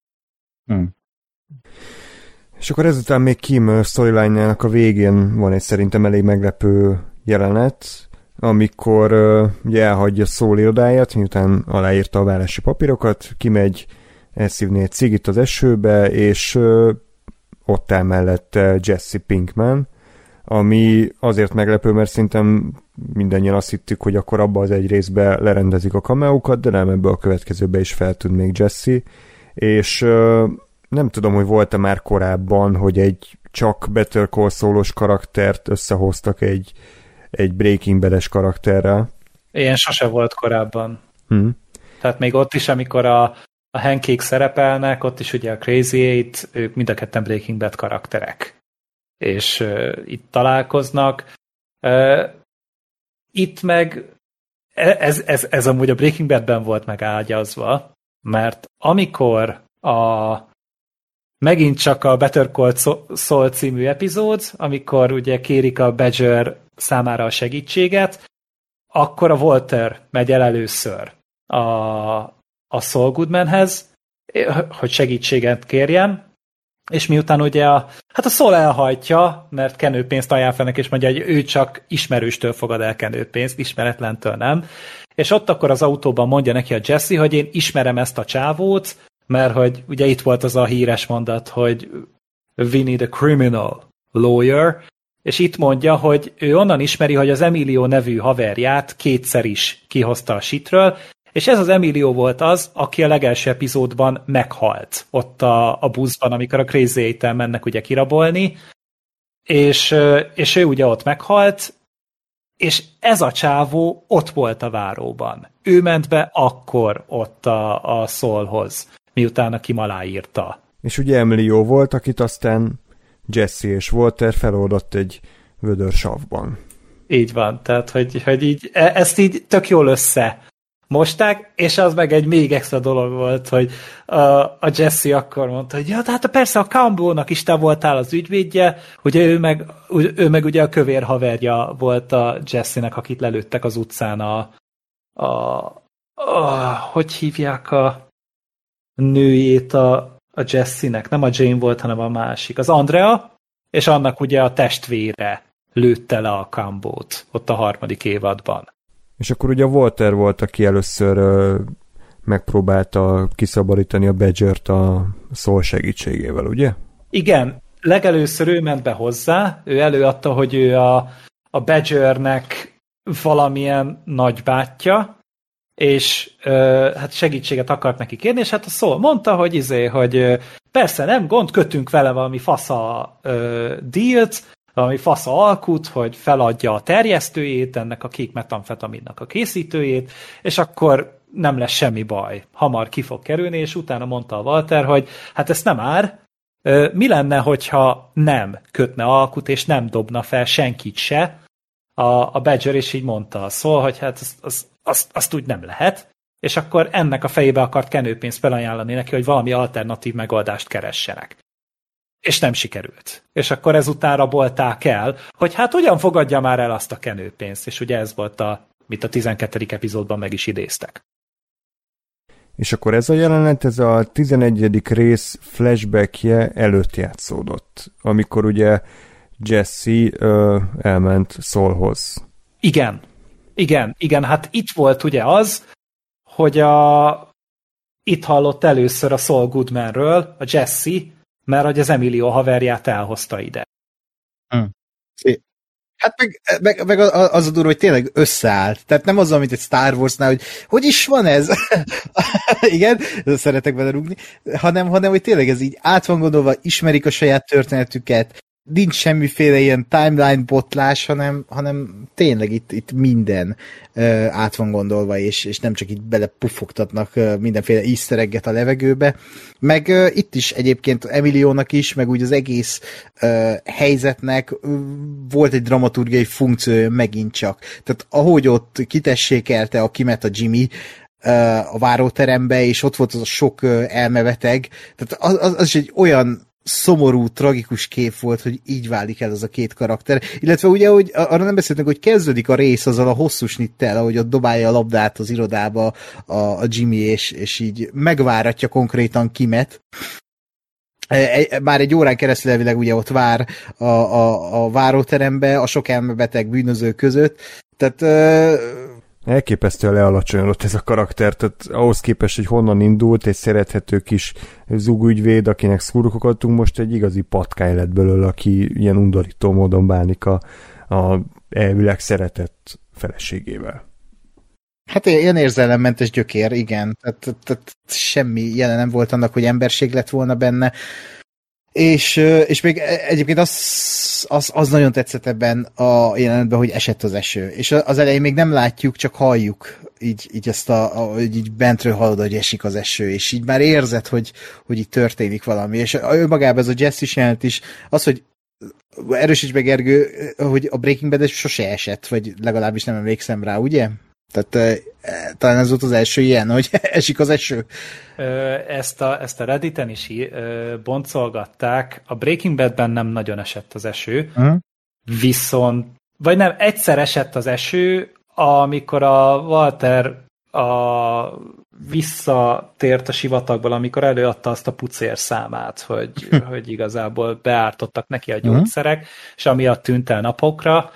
És akkor ezután még Kim storyline-jának a végén van egy szerintem elég meglepő jelenet, amikor ugye elhagyja Saul irodáját, miután aláírta a válási papírokat, kimegy elszívni egy cigit az esőbe, és ott áll mellette Jesse Pinkman, ami azért meglepő, mert szerintem mindannyian azt hittük, hogy akkor abba az egy részbe lerendezik a kameókat, de nem, ebből a következőbe is feltűnt még Jesse, és nem tudom, hogy volt-e már korábban, hogy egy csak Better Call Saul-os karaktert összehoztak egy Breaking Bad-es karakterrel. Ilyen sose volt korábban. Tehát még ott is, amikor a Hankék szerepelnek, ott is ugye a Crazy Eight, ők mind a ketten Breaking Bad karakterek. És itt találkoznak. Itt meg ez amúgy a Breaking Badben volt megágyazva, mert amikor megint csak a Better Call Saul című epizód, amikor ugye kérik a Badger számára a segítséget, akkor a Walter megy el először a Saul Goodmanhez, hogy segítséget kérjen, és miután ugye a Saul elhajtja, mert kenőpénzt ajánl fel neki, és mondja, hogy ő csak ismerőstől fogad el kenőpénzt, ismeretlentől nem. És ott akkor az autóban mondja neki a Jesse, hogy én ismerem ezt a csávót, mert hogy ugye itt volt az a híres mondat, hogy we need a criminal lawyer, és itt mondja, hogy ő onnan ismeri, hogy az Emilio nevű haverját kétszer is kihozta a shitről, és ez az Emilio volt az, aki a legelső epizódban meghalt ott a buszban, amikor a Crazy Eight-tel mennek ugye kirabolni, és ő ugye ott meghalt, és ez a csávó ott volt a váróban. Ő ment be akkor ott a Saulhoz, miután a Kim aláírta. És ugye Emilio volt, akit aztán Jesse és Walter feloldott egy vödör savban. Így van, tehát hogy így, ezt így tök jól összemosták, és az meg egy még extra dolog volt, hogy a Jesse akkor mondta, hogy ja, tehát persze a Campbellnak is te voltál az ügyvédje, ugye ő meg ugye a kövér haverja volt a Jesse-nek, akit lelőttek az utcán hogy hívják a nőjét a Jesse-nek, nem a Jane volt, hanem a másik, az Andrea, és annak ugye a testvére lőtte le a Campbellt ott a 3. évadban. És akkor ugye Walter volt, aki először megpróbálta kiszabadítani a Badgert a Saul segítségével, ugye? Igen, legelőször ő ment be hozzá, ő előadta, hogy ő a Badgernek valamilyen nagybátyja, és hát segítséget akart neki kérni, és hát a Saul mondta, hogy persze nem gond, kötünk vele valami fasza dealt, valami fasza alkut, hogy feladja a terjesztőjét, ennek a kék metamfetaminnak a készítőjét, és akkor nem lesz semmi baj. Hamar ki fog kerülni, és utána mondta a Walter, hogy hát ezt nem ár, mi lenne, hogyha nem kötne alkut, és nem dobna fel senkit se, a Badger is így mondta, szól, hogy hát azt úgy nem lehet, és akkor ennek a fejébe akart kenőpénzt felajánlani neki, hogy valami alternatív megoldást keressenek. És nem sikerült. És akkor ezután rabolták el, hogy hát hogyan fogadja már el azt a kenőpénzt, és ugye ez volt mit a 12. epizódban meg is idéztek. És akkor ez a jelenet, ez a 11. rész flashbackje előtt játszódott, amikor ugye Jesse elment Saulhoz. Igen, hát itt volt ugye az, hogy itt hallott először a Saul Goodmanről, a Jesse, mert hogy az Emilio haverját elhozta ide. Hát meg az a durva, hogy tényleg összeállt. Tehát nem az, mint egy Star Warsnál, hogy is van ez? Igen, szeretek bele rúgni. Hanem, hogy tényleg ez így át van gondolva, ismerik a saját történetüket, nincs semmiféle ilyen timeline botlás, hanem tényleg itt minden át van gondolva, és nem csak itt belepufogtatnak mindenféle easter egget a levegőbe. Meg itt is egyébként Emiliónak is, meg úgy az egész helyzetnek volt egy dramaturgiai funkció megint csak. Tehát ahogy ott kitessékelte a Kimet a Jimmy a váróterembe, és ott volt az a sok elmebeteg, tehát az is egy olyan szomorú, tragikus kép volt, hogy így válik el az a két karakter. Illetve ugye, hogy arra nem beszéltünk, hogy kezdődik a rész azzal a hosszú snittel, ahogy ott dobálja a labdát az irodába a Jimmy, és így megváratja konkrétan Kimet. Már egy órán keresztül elvileg ugye ott vár a váróterembe, a sok elmebeteg bűnöző között. Tehát elképesztően lealacsonyodott ez a karakter, tehát ahhoz képest, hogy honnan indult, egy szerethető kis zugügyvéd, akinek szurkokat adtunk, most egy igazi patkány lett belőle, aki ilyen undorító módon bánik a elvileg szeretett feleségével. Hát ilyen érzelemmentes gyökér, igen. Tehát semmi jelen nem volt annak, hogy emberség lett volna benne. És még egyébként az nagyon tetszett ebben a jelenetben, hogy esett az eső. És az elején még nem látjuk, csak halljuk így ezt így bentről hallod, hogy esik az eső, és így már érzed, hogy így történik valami. És önmagában ez a Jesse jelent is, az, hogy erősíts meg, Gergő, hogy a Breaking Bad sose esett, vagy legalábbis nem emlékszem rá, ugye? Tehát talán ez volt az első ilyen, hogy esik az eső. Ezt a Redditen is boncolgatták. A Breaking Badben nem nagyon esett az eső, viszont, vagy nem, egyszer esett az eső, amikor a Walter visszatért a sivatagból, amikor előadta azt a pucérszámát, hogy igazából beártottak neki a gyógyszerek, és amiatt tűnt el napokra.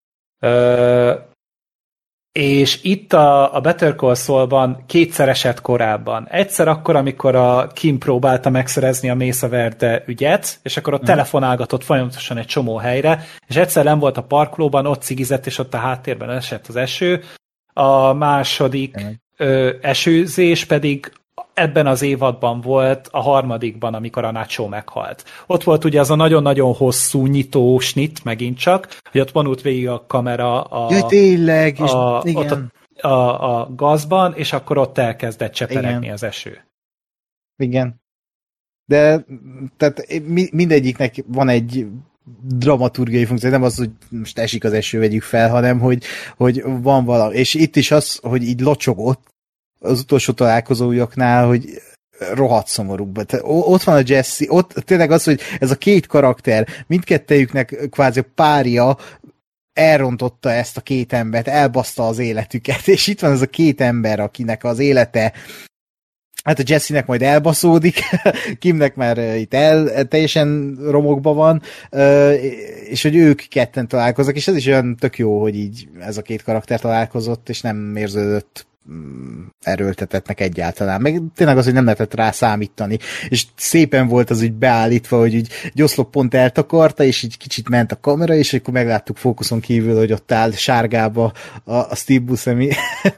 És itt a Better Call Saul-ban kétszer esett korábban. Egyszer akkor, amikor a Kim próbálta megszerezni a Mesa Verde ügyet, és akkor ott telefonálgatott folyamatosan egy csomó helyre, és egyszer nem volt a parkolóban, ott cigizett, és ott a háttérben esett az eső. A második esőzés pedig ebben az évadban volt, a harmadikban, amikor a Nacho meghalt. Ott volt ugye az a nagyon-nagyon hosszú nyitó snit, megint csak, hogy ott vonult végig a kamera tényleg, ott a gazban, és akkor ott elkezdett cseperegni az eső. Igen. De tehát mindegyiknek van egy dramaturgiai funkció, nem az, hogy most esik az eső, vegyük fel, hanem hogy van valami. És itt is az, hogy így locsogott az utolsó találkozójaknál, hogy rohadt szomorú. Ott van a Jesse, ott tényleg az, hogy ez a két karakter, mindkettejüknek kvázi párja elrontotta ezt a két embert, elbaszta az életüket, és itt van ez a két ember, akinek az élete, hát a Jesse-nek majd elbaszódik, Kimnek már itt teljesen romokba van, és hogy ők ketten találkoznak, és ez is olyan tök jó, hogy így ez a két karakter találkozott, és nem érződött erőltetettnek egyáltalán. Meg tényleg az, hogy nem lehetett rá számítani. És szépen volt az úgy beállítva, hogy így egy oszlop pont eltakarta, és így kicsit ment a kamera, és akkor megláttuk fókuszon kívül, hogy ott áll sárgába a Steve Buscemi.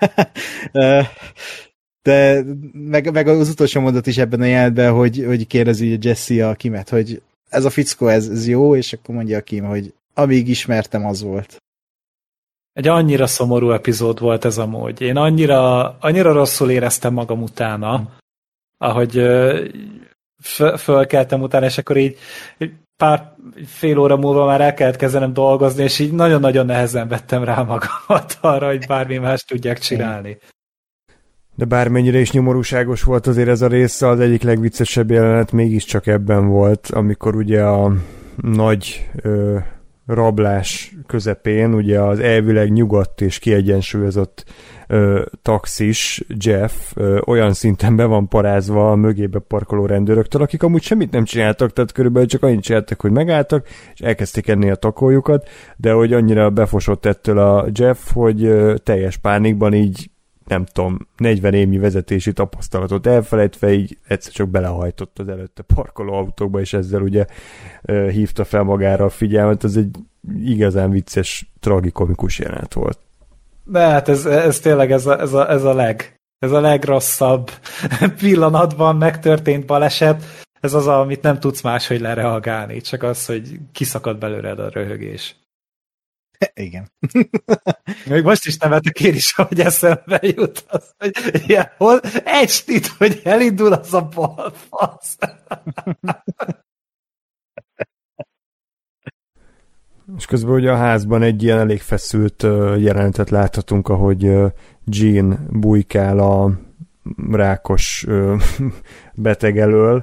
De meg az utolsó mondat is ebben a jelenetben, hogy kérdezi a Jesse a Kimet, hogy ez a fickó, ez jó, és akkor mondja a Kim, hogy amíg ismertem, az volt. Egy annyira szomorú epizód volt ez amúgy. Én annyira rosszul éreztem magam utána, ahogy fölkeltem utána, és akkor így fél óra múlva már el kellett kezdenem dolgozni, és így nagyon-nagyon nehezen vettem rá magamat arra, hogy bármi más tudják csinálni. De bármennyire is nyomorúságos volt azért ez a része, az egyik legviccesebb jelenet mégiscsak ebben volt, amikor ugye a nagy rablás közepén ugye az elvileg nyugodt és kiegyensúlyozott taxis Jeff olyan szinten be van parázva a mögébe parkoló rendőröktől, akik amúgy semmit nem csináltak, tehát körülbelül csak annyit csináltak, hogy megálltak, és elkezdték enni a takójukat, de hogy annyira befosott ettől a Jeff, hogy teljes pánikban így nem tudom, 40 évnyi vezetési tapasztalatot elfelejtve, így egyszer csak belehajtott az előtte parkoló autókba, és ezzel ugye hívta fel magára a figyelmet. Ez egy igazán vicces, tragikomikus jelenet volt. De hát ez tényleg ez a legrosszabb pillanatban megtörtént baleset. Ez az, amit nem tudsz máshogy lereagálni, csak az, hogy kiszakad belőled a röhögés. Igen. Még most is nevetek én is, hogy eszembe jut az, hogy ilyen, egy stit, hogy elindul az a balfasz. És közben ugye a házban egy ilyen elég feszült jelenetet láthatunk, ahogy Jean bujkál a rákos beteg elől,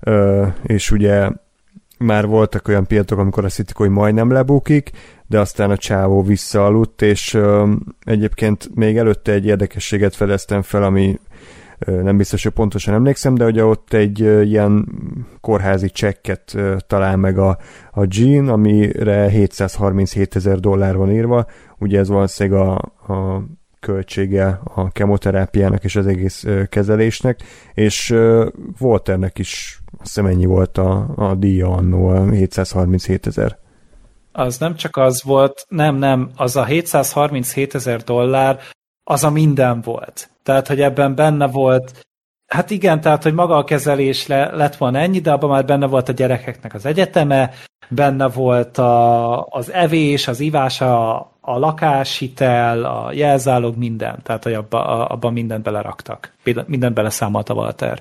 és ugye már voltak olyan pillanatok, amikor azt hittik, hogy majdnem lebukik, de aztán a csávó visszaaludt, és egyébként még előtte egy érdekességet fedeztem fel, ami nem biztos, hogy pontosan emlékszem, de ugye ott egy ilyen kórházi csekket talál meg a Jean, amire $737,000 van írva, ugye ez valószínűleg a költsége a kemoterápiának és az egész kezelésnek, és Walternek is azt hiszem ennyi volt a díja annó, $737,000. Az nem csak az volt, nem, az a $737,000, az a minden volt. Tehát, hogy ebben benne volt, hát igen, tehát, hogy maga a kezelés lett volna ennyi, de abban már benne volt a gyerekeknek az egyeteme, benne volt az evés, az ivás, a lakáshitel, a jelzálog, minden. Tehát, hogy abban mindent beleraktak. Mindent beleszámolt a Walter.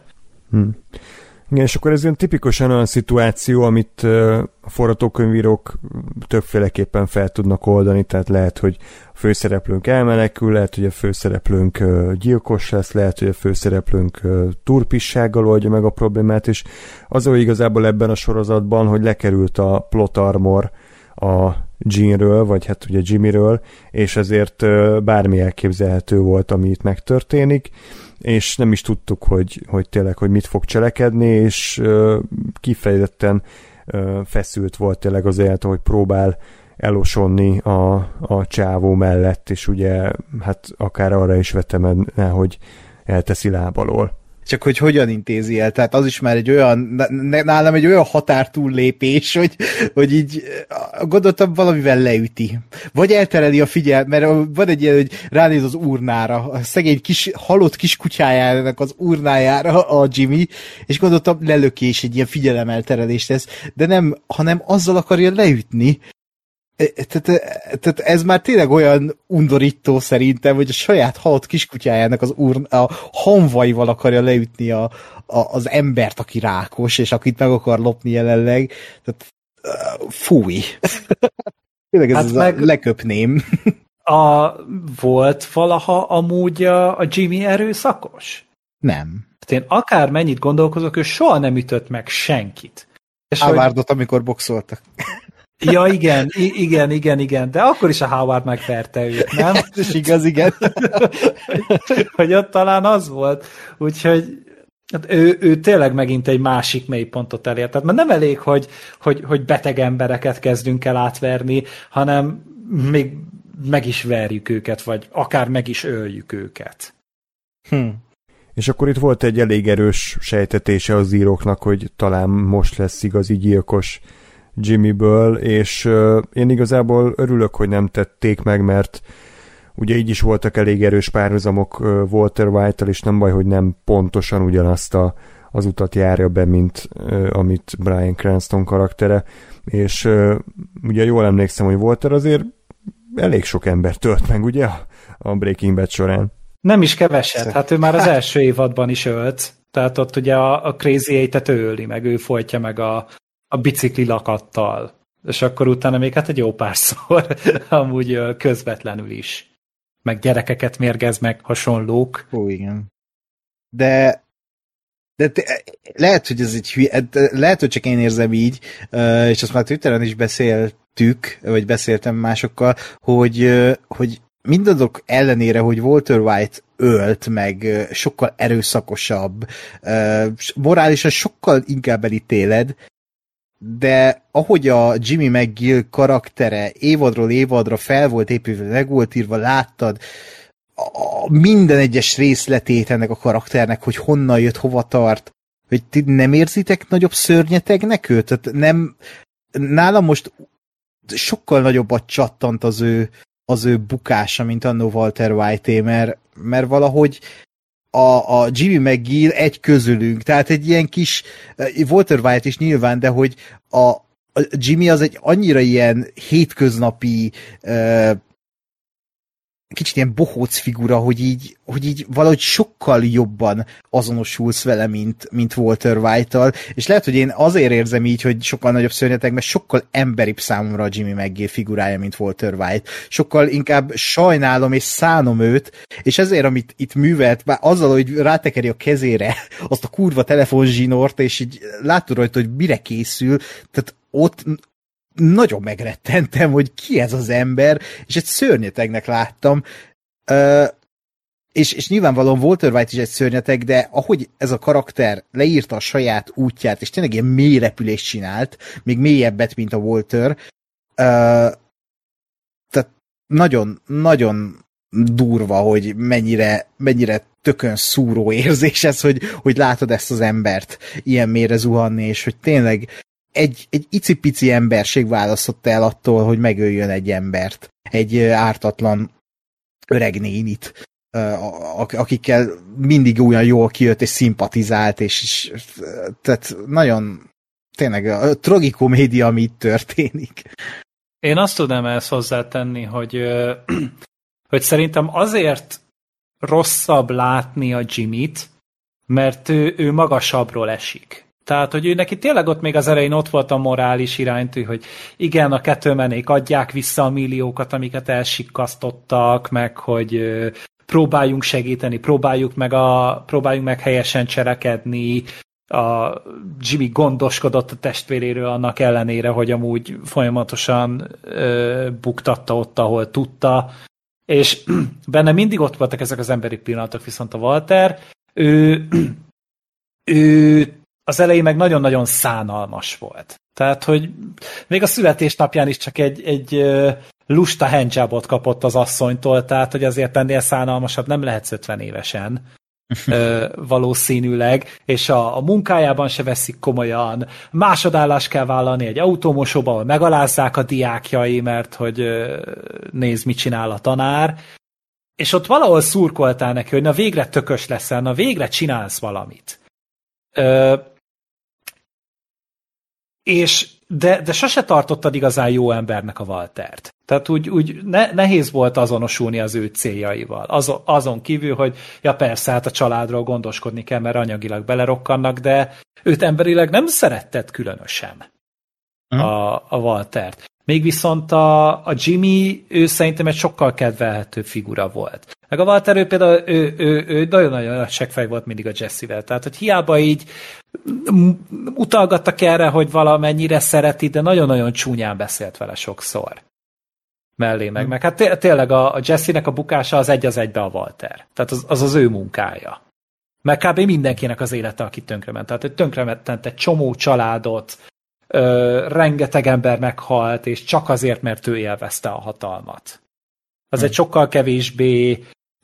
Igen, és akkor ez olyan tipikusan olyan szituáció, amit a forgatókönyvírók többféleképpen fel tudnak oldani, tehát lehet, hogy a főszereplőnk elmenekül, lehet, hogy a főszereplőnk gyilkos lesz, lehet, hogy a főszereplőnk turpissággal oldja meg a problémát, és az, hogy igazából ebben a sorozatban, hogy lekerült a plot armor a Jeanről, vagy hát ugye Jimmyről, és ezért bármi elképzelhető volt, ami itt megtörténik, és nem is tudtuk, hogy tényleg, hogy mit fog cselekedni, és kifejezetten feszült volt tényleg az élet, hogy próbál elosonni a csávó mellett, és ugye hát akár arra is vetemedne, hogy elteszi lábalól. Csak hogy hogyan intézi el, tehát az is már egy olyan, nálam egy olyan határtúllépés, hogy így gondoltam, valamivel leüti. Vagy eltereli a figyelmet, mert van egy ilyen, hogy ránéz az urnára, a szegény halott kis kutyájának az urnájára a Jimmy, és gondoltam, lelöki, és egy ilyen figyelemelterelést tesz, de nem, hanem azzal akarja leütni. Tehát ez már tényleg olyan undorító szerintem, hogy a saját halott kiskutyájának a hamvaival akarja leütni az embert, aki rákos, és akit meg akar lopni jelenleg. Tehát fúj. Tényleg ez hát leköpném. Volt valaha amúgy a Jimmy erőszakos? Nem. Hát én akármennyit gondolkozok, ő soha nem ütött meg senkit. Howardot, amikor boxoltak. Ja, igen, de akkor is a Howard megverte őt, nem? Ez igaz, igen. Hogy ott talán az volt. Úgyhogy hát ő tényleg megint egy másik mélypontot elért. Tehát már nem elég, hogy beteg embereket kezdünk el átverni, hanem még meg is verjük őket, vagy akár meg is öljük őket. És akkor itt volt egy elég erős sejtetése az íróknak, hogy talán most lesz igazi gyilkos Jimmyből, és én igazából örülök, hogy nem tették meg, mert ugye így is voltak elég erős párhuzamok Walter White-tal, és nem baj, hogy nem pontosan ugyanazt az utat járja be, mint amit Bryan Cranston karaktere, és ugye jól emlékszem, hogy Walter azért elég sok ember tölt meg, ugye, a Breaking Bad során. Nem is keveset, hát ő már az első évadban is ölt, tehát ott ugye a Crazy Eight-et ő öli, meg ő folytja meg a bicikli lakattal, és akkor utána még hát egy jó párszor amúgy közvetlenül is. Meg gyerekeket mérgez, meg hasonlók. Ó, igen. De lehet, hogy ez egy hülye, lehet, hogy csak én érzem így, és azt már Twitteren is beszéltük, vagy beszéltem másokkal, hogy mindazok ellenére, hogy Walter White ölt, meg sokkal erőszakosabb, morálisan sokkal inkább elítéled, de ahogy a Jimmy McGill karaktere évadról évadra fel volt épülve, meg volt írva, láttad minden egyes részletét ennek a karakternek, hogy honnan jött, hova tart, hogy ti nem érzitek nagyobb szörnyetegnek őt? Tehát nem, nálam most sokkal nagyobbat csattant az ő bukása, mint annó Walter White-é, mert valahogy a Jimmy McGill egy közülünk, tehát egy ilyen kis Walter White is nyilván, de hogy a Jimmy az egy annyira ilyen hétköznapi kicsit ilyen bohóc figura, hogy így valahogy sokkal jobban azonosulsz vele, mint Walter White-tal, és lehet, hogy én azért érzem így, hogy sokkal nagyobb szörnyeteg, mert sokkal emberibb számomra a Jimmy McGill figurája, mint Walter White. Sokkal inkább sajnálom és szánom őt, és ezért, amit itt művelt, bár azzal, hogy rátekeri a kezére azt a kurva telefonzsinort, és így látod rajta, hogy mire készül, tehát ott nagyon megrettentem, hogy ki ez az ember, és egy szörnyetegnek láttam, és nyilvánvalóan Walter White is egy szörnyeteg, de ahogy ez a karakter leírta a saját útját, és tényleg ilyen mély repülést csinált, még mélyebbet, mint a Walter, tehát nagyon, nagyon durva, hogy mennyire tökön szúró érzés ez, hogy látod ezt az embert ilyen mélyre zuhanni, és hogy tényleg egy icipici emberség választott el attól, hogy megöljön egy embert, egy ártatlan öreg nénit, akikkel mindig olyan jól kijött és szimpatizált, és tehát nagyon tényleg a tragikomédia, ami itt történik. Én azt tudnám ezt hozzátenni, hogy szerintem azért rosszabb látni a Jimmyt, mert ő magasabbról esik. Tehát, hogy ő neki tényleg ott még az elején ott volt a morális iránytű, hogy igen, a kettőmenék adják vissza a milliókat, amiket elsikkasztottak, meg hogy próbáljunk segíteni, próbáljuk meg helyesen cselekedni. A Jimmy gondoskodott a testvéréről annak ellenére, hogy amúgy folyamatosan buktatta ott, ahol tudta. És benne mindig ott voltak ezek az emberi pillanatok, viszont a Walter, ő az elején meg nagyon-nagyon szánalmas volt. Tehát, hogy még a születésnapján is csak egy lusta handjobot kapott az asszonytól, tehát, hogy azért ennél szánalmasabb nem lehetsz 50 évesen valószínűleg, és a munkájában se veszik komolyan, másodállást kell vállalni egy autómosóba, ahol megalázzák a diákjai, mert hogy nézd, mit csinál a tanár, és ott valahol szurkoltál neki, hogy na végre tökös leszel, na végre csinálsz valamit. De sose tartottad igazán jó embernek a Waltert. Tehát úgy nehéz volt azonosulni az ő céljaival. Azon kívül, hogy ja persze, hát a családról gondoskodni kell, mert anyagilag belerokkannak, de őt emberileg nem szeretted különösen a Waltert. Még viszont a Jimmy, ő szerintem egy sokkal kedvelhetőbb figura volt. Meg a Walter, ő például ő nagyon-nagyon seggfej volt mindig a Jesse-vel. Tehát, hogy hiába így utalgattak erre, hogy valamennyire szereti, de nagyon-nagyon csúnyán beszélt vele sokszor. Mellé meg. Hát tényleg a Jesse-nek a bukása az egy az egybe a Walter. Tehát az ő munkája. Meg kb. Mindenkinek az élete, aki tönkrement. Tehát tönkrement egy csomó családot, rengeteg ember meghalt, és csak azért, mert ő élvezte a hatalmat. Az egy sokkal kevésbé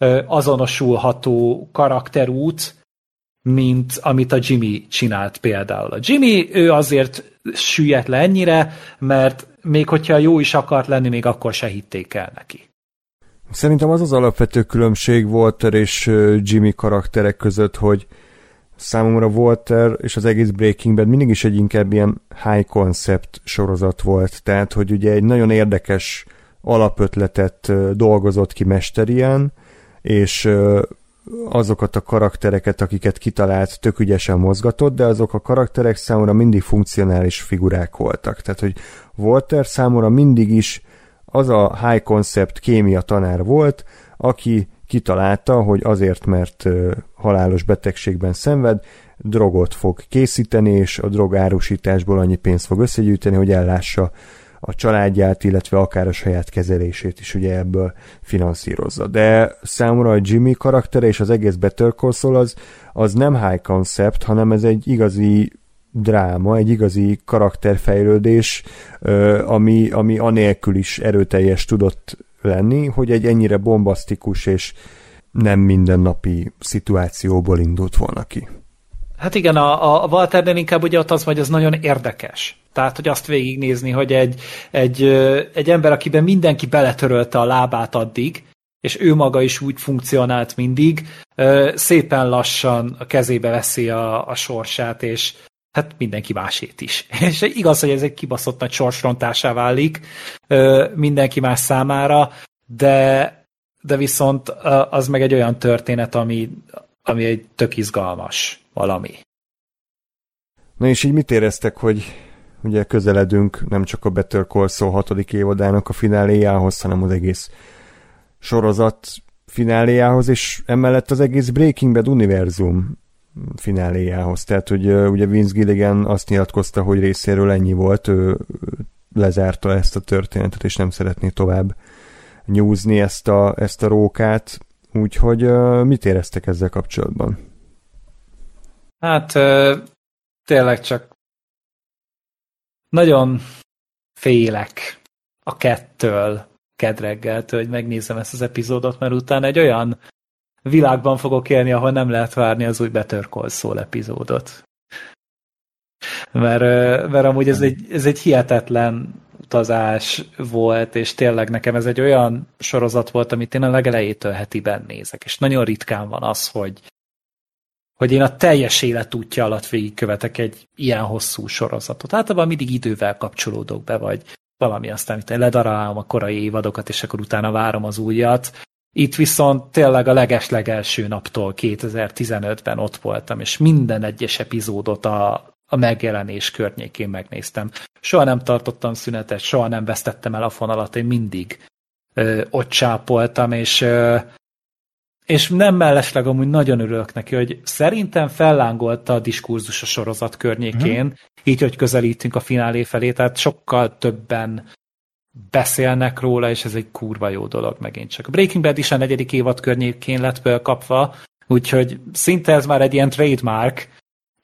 azonosulható karakterút, mint amit a Jimmy csinált például. A Jimmy, ő azért süllyedt le ennyire, mert még hogyha jó is akart lenni, még akkor se hitték el neki. Szerintem az az alapvető különbség Walter és Jimmy karakterek között, hogy számomra Walter és az egész Breaking Bad mindig is egy inkább ilyen high concept sorozat volt, tehát hogy ugye egy nagyon érdekes alapötletet dolgozott ki mesterien, és azokat a karaktereket, akiket kitalált, tök ügyesen mozgatott, de azok a karakterek számomra mindig funkcionális figurák voltak. Tehát, hogy Walter számomra mindig is az a high concept kémia tanár volt, aki kitalálta, hogy azért, mert halálos betegségben szenved, drogot fog készíteni, és a drogárusításból annyi pénzt fog összegyűjteni, hogy ellássa a családját, illetve akár a saját kezelését is ugye ebből finanszírozza. De számomra a Jimmy karaktere és az egész Better Call Saul az nem high concept, hanem ez egy igazi dráma, egy igazi karakterfejlődés, ami anélkül is erőteljes tudott lenni, hogy egy ennyire bombasztikus és nem mindennapi szituációból indult volna ki. Hát igen, a Walternél inkább ugye ott az, hogy ez nagyon érdekes. Tehát, hogy azt végignézni, hogy egy ember, akiben mindenki beletörölte a lábát addig, és ő maga is úgy funkcionált mindig, szépen lassan a kezébe veszi a sorsát, és hát mindenki másét is. És igaz, hogy ez egy kibaszott nagy sorsrontásá válik mindenki más számára, de viszont az meg egy olyan történet, ami egy tök izgalmas valami. Na és így mit éreztek, hogy ugye közeledünk nem csak a Better Call Saul 6. évadának a fináléjához, hanem az egész sorozat fináléjához, és emellett az egész Breaking Bad univerzum fináléjához. Tehát, hogy ugye Vince Gilligan azt nyilatkozta, hogy részéről ennyi volt, ő lezárta ezt a történetet, és nem szeretné tovább nyúzni ezt a rókát. Úgyhogy mit éreztek ezzel kapcsolatban? Hát tényleg csak nagyon félek a kettől kedreggeltől, hogy megnézem ezt az epizódot, mert utána egy olyan világban fogok élni, ahol nem lehet várni az új Better Call Saul epizódot. Mert amúgy ez egy hihetetlen utazás volt, és tényleg nekem ez egy olyan sorozat volt, amit én a legelejétől hetiben nézek, és nagyon ritkán van az, hogy én a teljes életútja alatt végigkövetek egy ilyen hosszú sorozatot. Általában mindig idővel kapcsolódok be, vagy valami aztán, amit ledarálom a korai évadokat, és akkor utána várom az újat. Itt viszont tényleg a leges-legelső naptól 2015-ben ott voltam, és minden egyes epizódot a megjelenés környékén megnéztem. Soha nem tartottam szünetet, soha nem vesztettem el a fonalat, én mindig ott csápoltam, és nem mellesleg amúgy nagyon örülök neki, hogy szerintem fellángolta a diskurzus a sorozat környékén, így, hogy közelítünk a finálé felé, tehát sokkal többen beszélnek róla, és ez egy kurva jó dolog megint csak. A Breaking Bad is a 4. évad környékén lett kapva, úgyhogy szinte ez már egy ilyen trademark,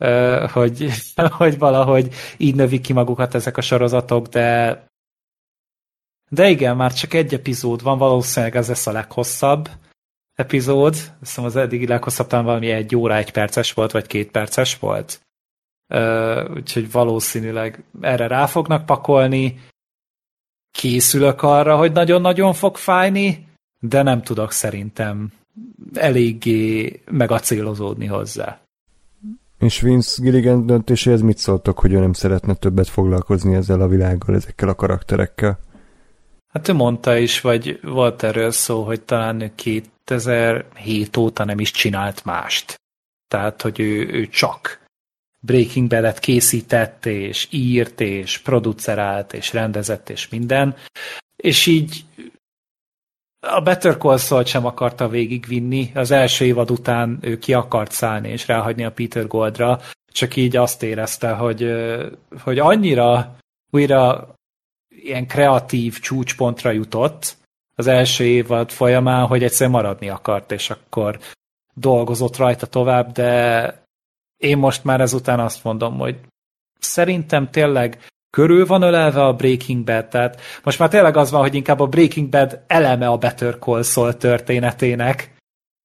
hogy valahogy így növik ki magukat ezek a sorozatok, de igen, már csak egy epizód van, valószínűleg ez lesz a leghosszabb epizód, azt hiszem az eddigi leghosszabb talán valami 1 óra 1 perces volt, vagy 2 perces volt. Úgyhogy valószínűleg erre rá fognak pakolni. Készülök arra, hogy nagyon-nagyon fog fájni, de nem tudok szerintem eléggé megacélozódni hozzá. És Vince Gilligan döntéséhez mit szóltok, hogy ő nem szeretne többet foglalkozni ezzel a világgal, ezekkel a karakterekkel? Hát ő mondta is, vagy volt erről szó, hogy talán ő 2007 óta nem is csinált mást. Tehát, hogy ő csak Breaking Bad-et készített, és írt, és producerált, és rendezett, és minden. És így a Better Call Saul sem akarta végigvinni. Az első évad után ő ki akart szállni, és ráhagyni a Peter Goldra. Csak így azt érezte, hogy annyira újra ilyen kreatív csúcspontra jutott az első évad folyamán, hogy egyszerűen maradni akart, és akkor dolgozott rajta tovább, de én most már ezután azt mondom, hogy szerintem tényleg körül van ölelve a Breaking Bad, tehát most már tényleg az van, hogy inkább a Breaking Bad eleme a Better Call Saul történetének,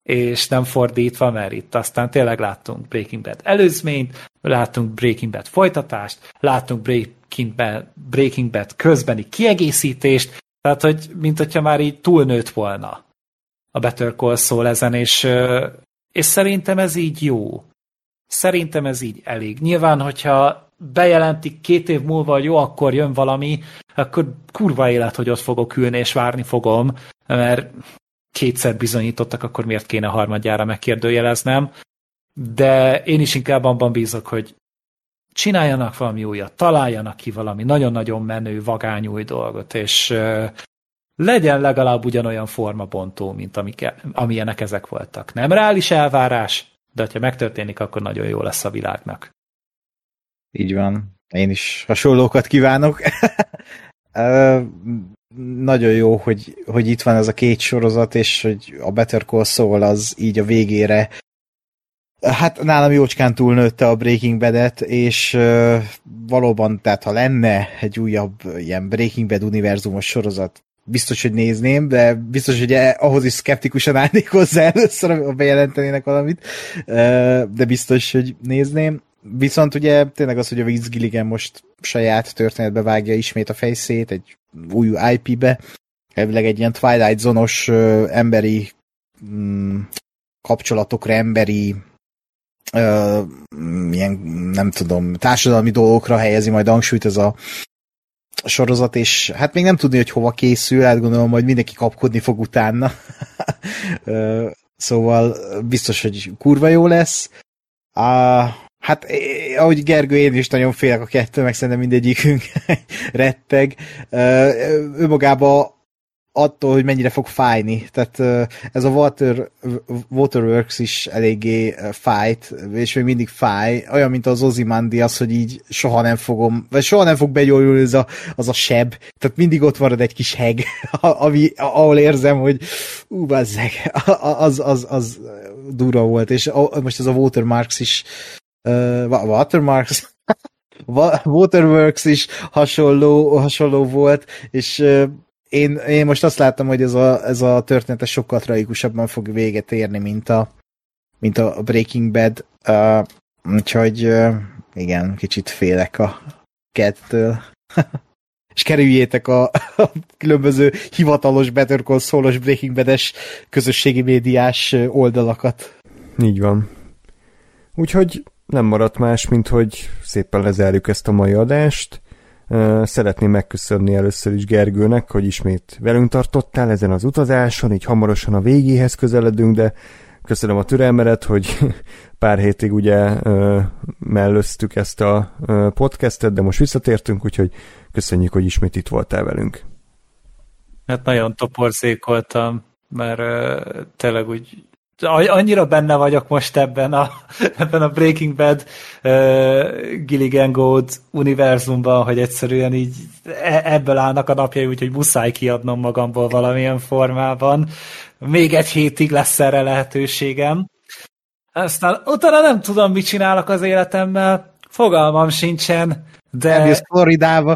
és nem fordítva, mert itt aztán tényleg láttunk Breaking Bad előzményt, láttunk Breaking Bad folytatást, láttunk Breaking Bad közbeni kiegészítést, tehát, hogy mint hogyha már így túlnőtt volna a Better Call Saul ezen, és szerintem ez így jó. Szerintem ez így elég. Nyilván, hogyha bejelentik 2 év múlva, hogy jó, akkor jön valami, akkor kurva élet, hogy ott fogok ülni, és várni fogom, mert 2-szer bizonyítottak, akkor miért kéne harmadjára megkérdőjeleznem. De én is inkább abban bízok, hogy csináljanak valami újat, találjanak ki valami nagyon-nagyon menő, vagány új dolgot, és legyen legalább ugyanolyan formabontó, mint amilyenek ezek voltak. Nem reális elvárás, de ha megtörténik, akkor nagyon jó lesz a világnak. Így van. Én is hasonlókat kívánok. Nagyon jó, hogy itt van ez a 2 sorozat, és hogy a Better Call Saul az így a végére hát nálam jócskán túlnőtte a Breaking Bad-et, és valóban, tehát ha lenne egy újabb ilyen Breaking Bad univerzumos sorozat, biztos, hogy nézném, de biztos, hogy ahhoz is szkeptikusan állnék hozzá először, ha bejelentenének valamit, de biztos, hogy nézném. Viszont ugye tényleg az, hogy a Vince Gilligan most saját történetbe vágja ismét a fejszét, egy új IP-be, elvileg egy ilyen Twilight Zone-os emberi kapcsolatokra, emberi ilyen, nem tudom, társadalmi dolgokra helyezi majd hangsúlyt ez a sorozat, és hát még nem tudni, hogy hova készül, hát gondolom, hogy mindenki kapkodni fog utána. Szóval biztos, hogy kurva jó lesz. Hát, ahogy Gergő, én is nagyon félek a 2, meg szerintem mindegyikünk retteg. Ő magába attól, hogy mennyire fog fájni. Tehát ez a Waterworks is eléggé fájt, és még mindig fáj. Olyan, mint az Ozymandias, hogy így soha nem fog begyógyulni az a seb. Tehát mindig ott marad egy kis heg, ahol érzem, hogy bazzeg, az durva volt. És most ez a Watermarks is Waterworks is hasonló volt, és én most azt láttam, hogy ez a történet sokkal tragikusabban fog véget érni, mint a Breaking Bad. Úgyhogy igen, kicsit félek a 2-től. És kerüljétek a különböző hivatalos Better Call Saul-os Breaking Bad-es közösségi médiás oldalakat. Így van. Úgyhogy nem maradt más, mint hogy szépen lezárjuk ezt a mai adást. Szeretném megköszönni először is Gergőnek, hogy ismét velünk tartottál ezen az utazáson, így hamarosan a végéhez közeledünk, de köszönöm a türelmedet, hogy pár hétig ugye mellőztük ezt a podcastet, de most visszatértünk, úgyhogy köszönjük, hogy ismét itt voltál velünk. Hát nagyon toporzékoltam, mert tényleg úgy annyira benne vagyok most ebben a Breaking Bad Gilligan Gold univerzumban, hogy egyszerűen így ebből állnak a napjai, úgyhogy muszáj kiadnom magamból valamilyen formában. Még egy hétig lesz erre lehetőségem. Aztán utána nem tudom, mit csinálok az életemmel. Fogalmam sincsen, de... Eljössz Floridába.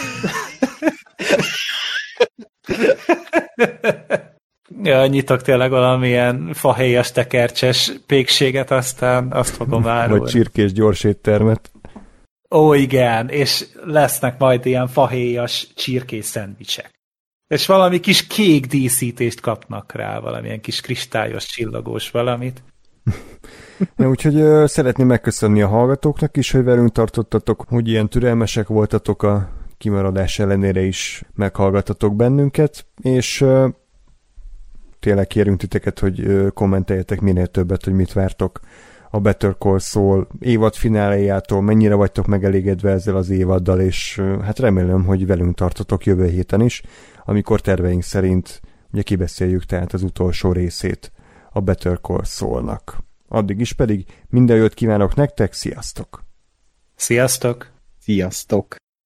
Ja, nyitok tényleg valamilyen fahéjas tekercses pékséget, aztán azt fogom árulni. Vagy csirkés gyors éttermet. Ó, igen, és lesznek majd ilyen fahéjas csirkés szendvicsek. És valami kis kék díszítést kapnak rá, valamilyen kis kristályos, csillagós valamit. Ja, úgyhogy szeretném megköszönni a hallgatóknak is, hogy velünk tartottatok, hogy ilyen türelmesek voltatok, a kimaradás ellenére is meghallgattatok bennünket, és tényleg kérünk titeket, hogy kommenteljetek minél többet, hogy mit vártok a Better Call Saul évad fináléjától, mennyire vagytok megelégedve ezzel az évaddal, és hát remélem, hogy velünk tartotok jövő héten is, amikor terveink szerint ugye kibeszéljük tehát az utolsó részét a Better Call Saulnak. Addig is pedig minden jót kívánok nektek, sziasztok! Sziasztok! Sziasztok!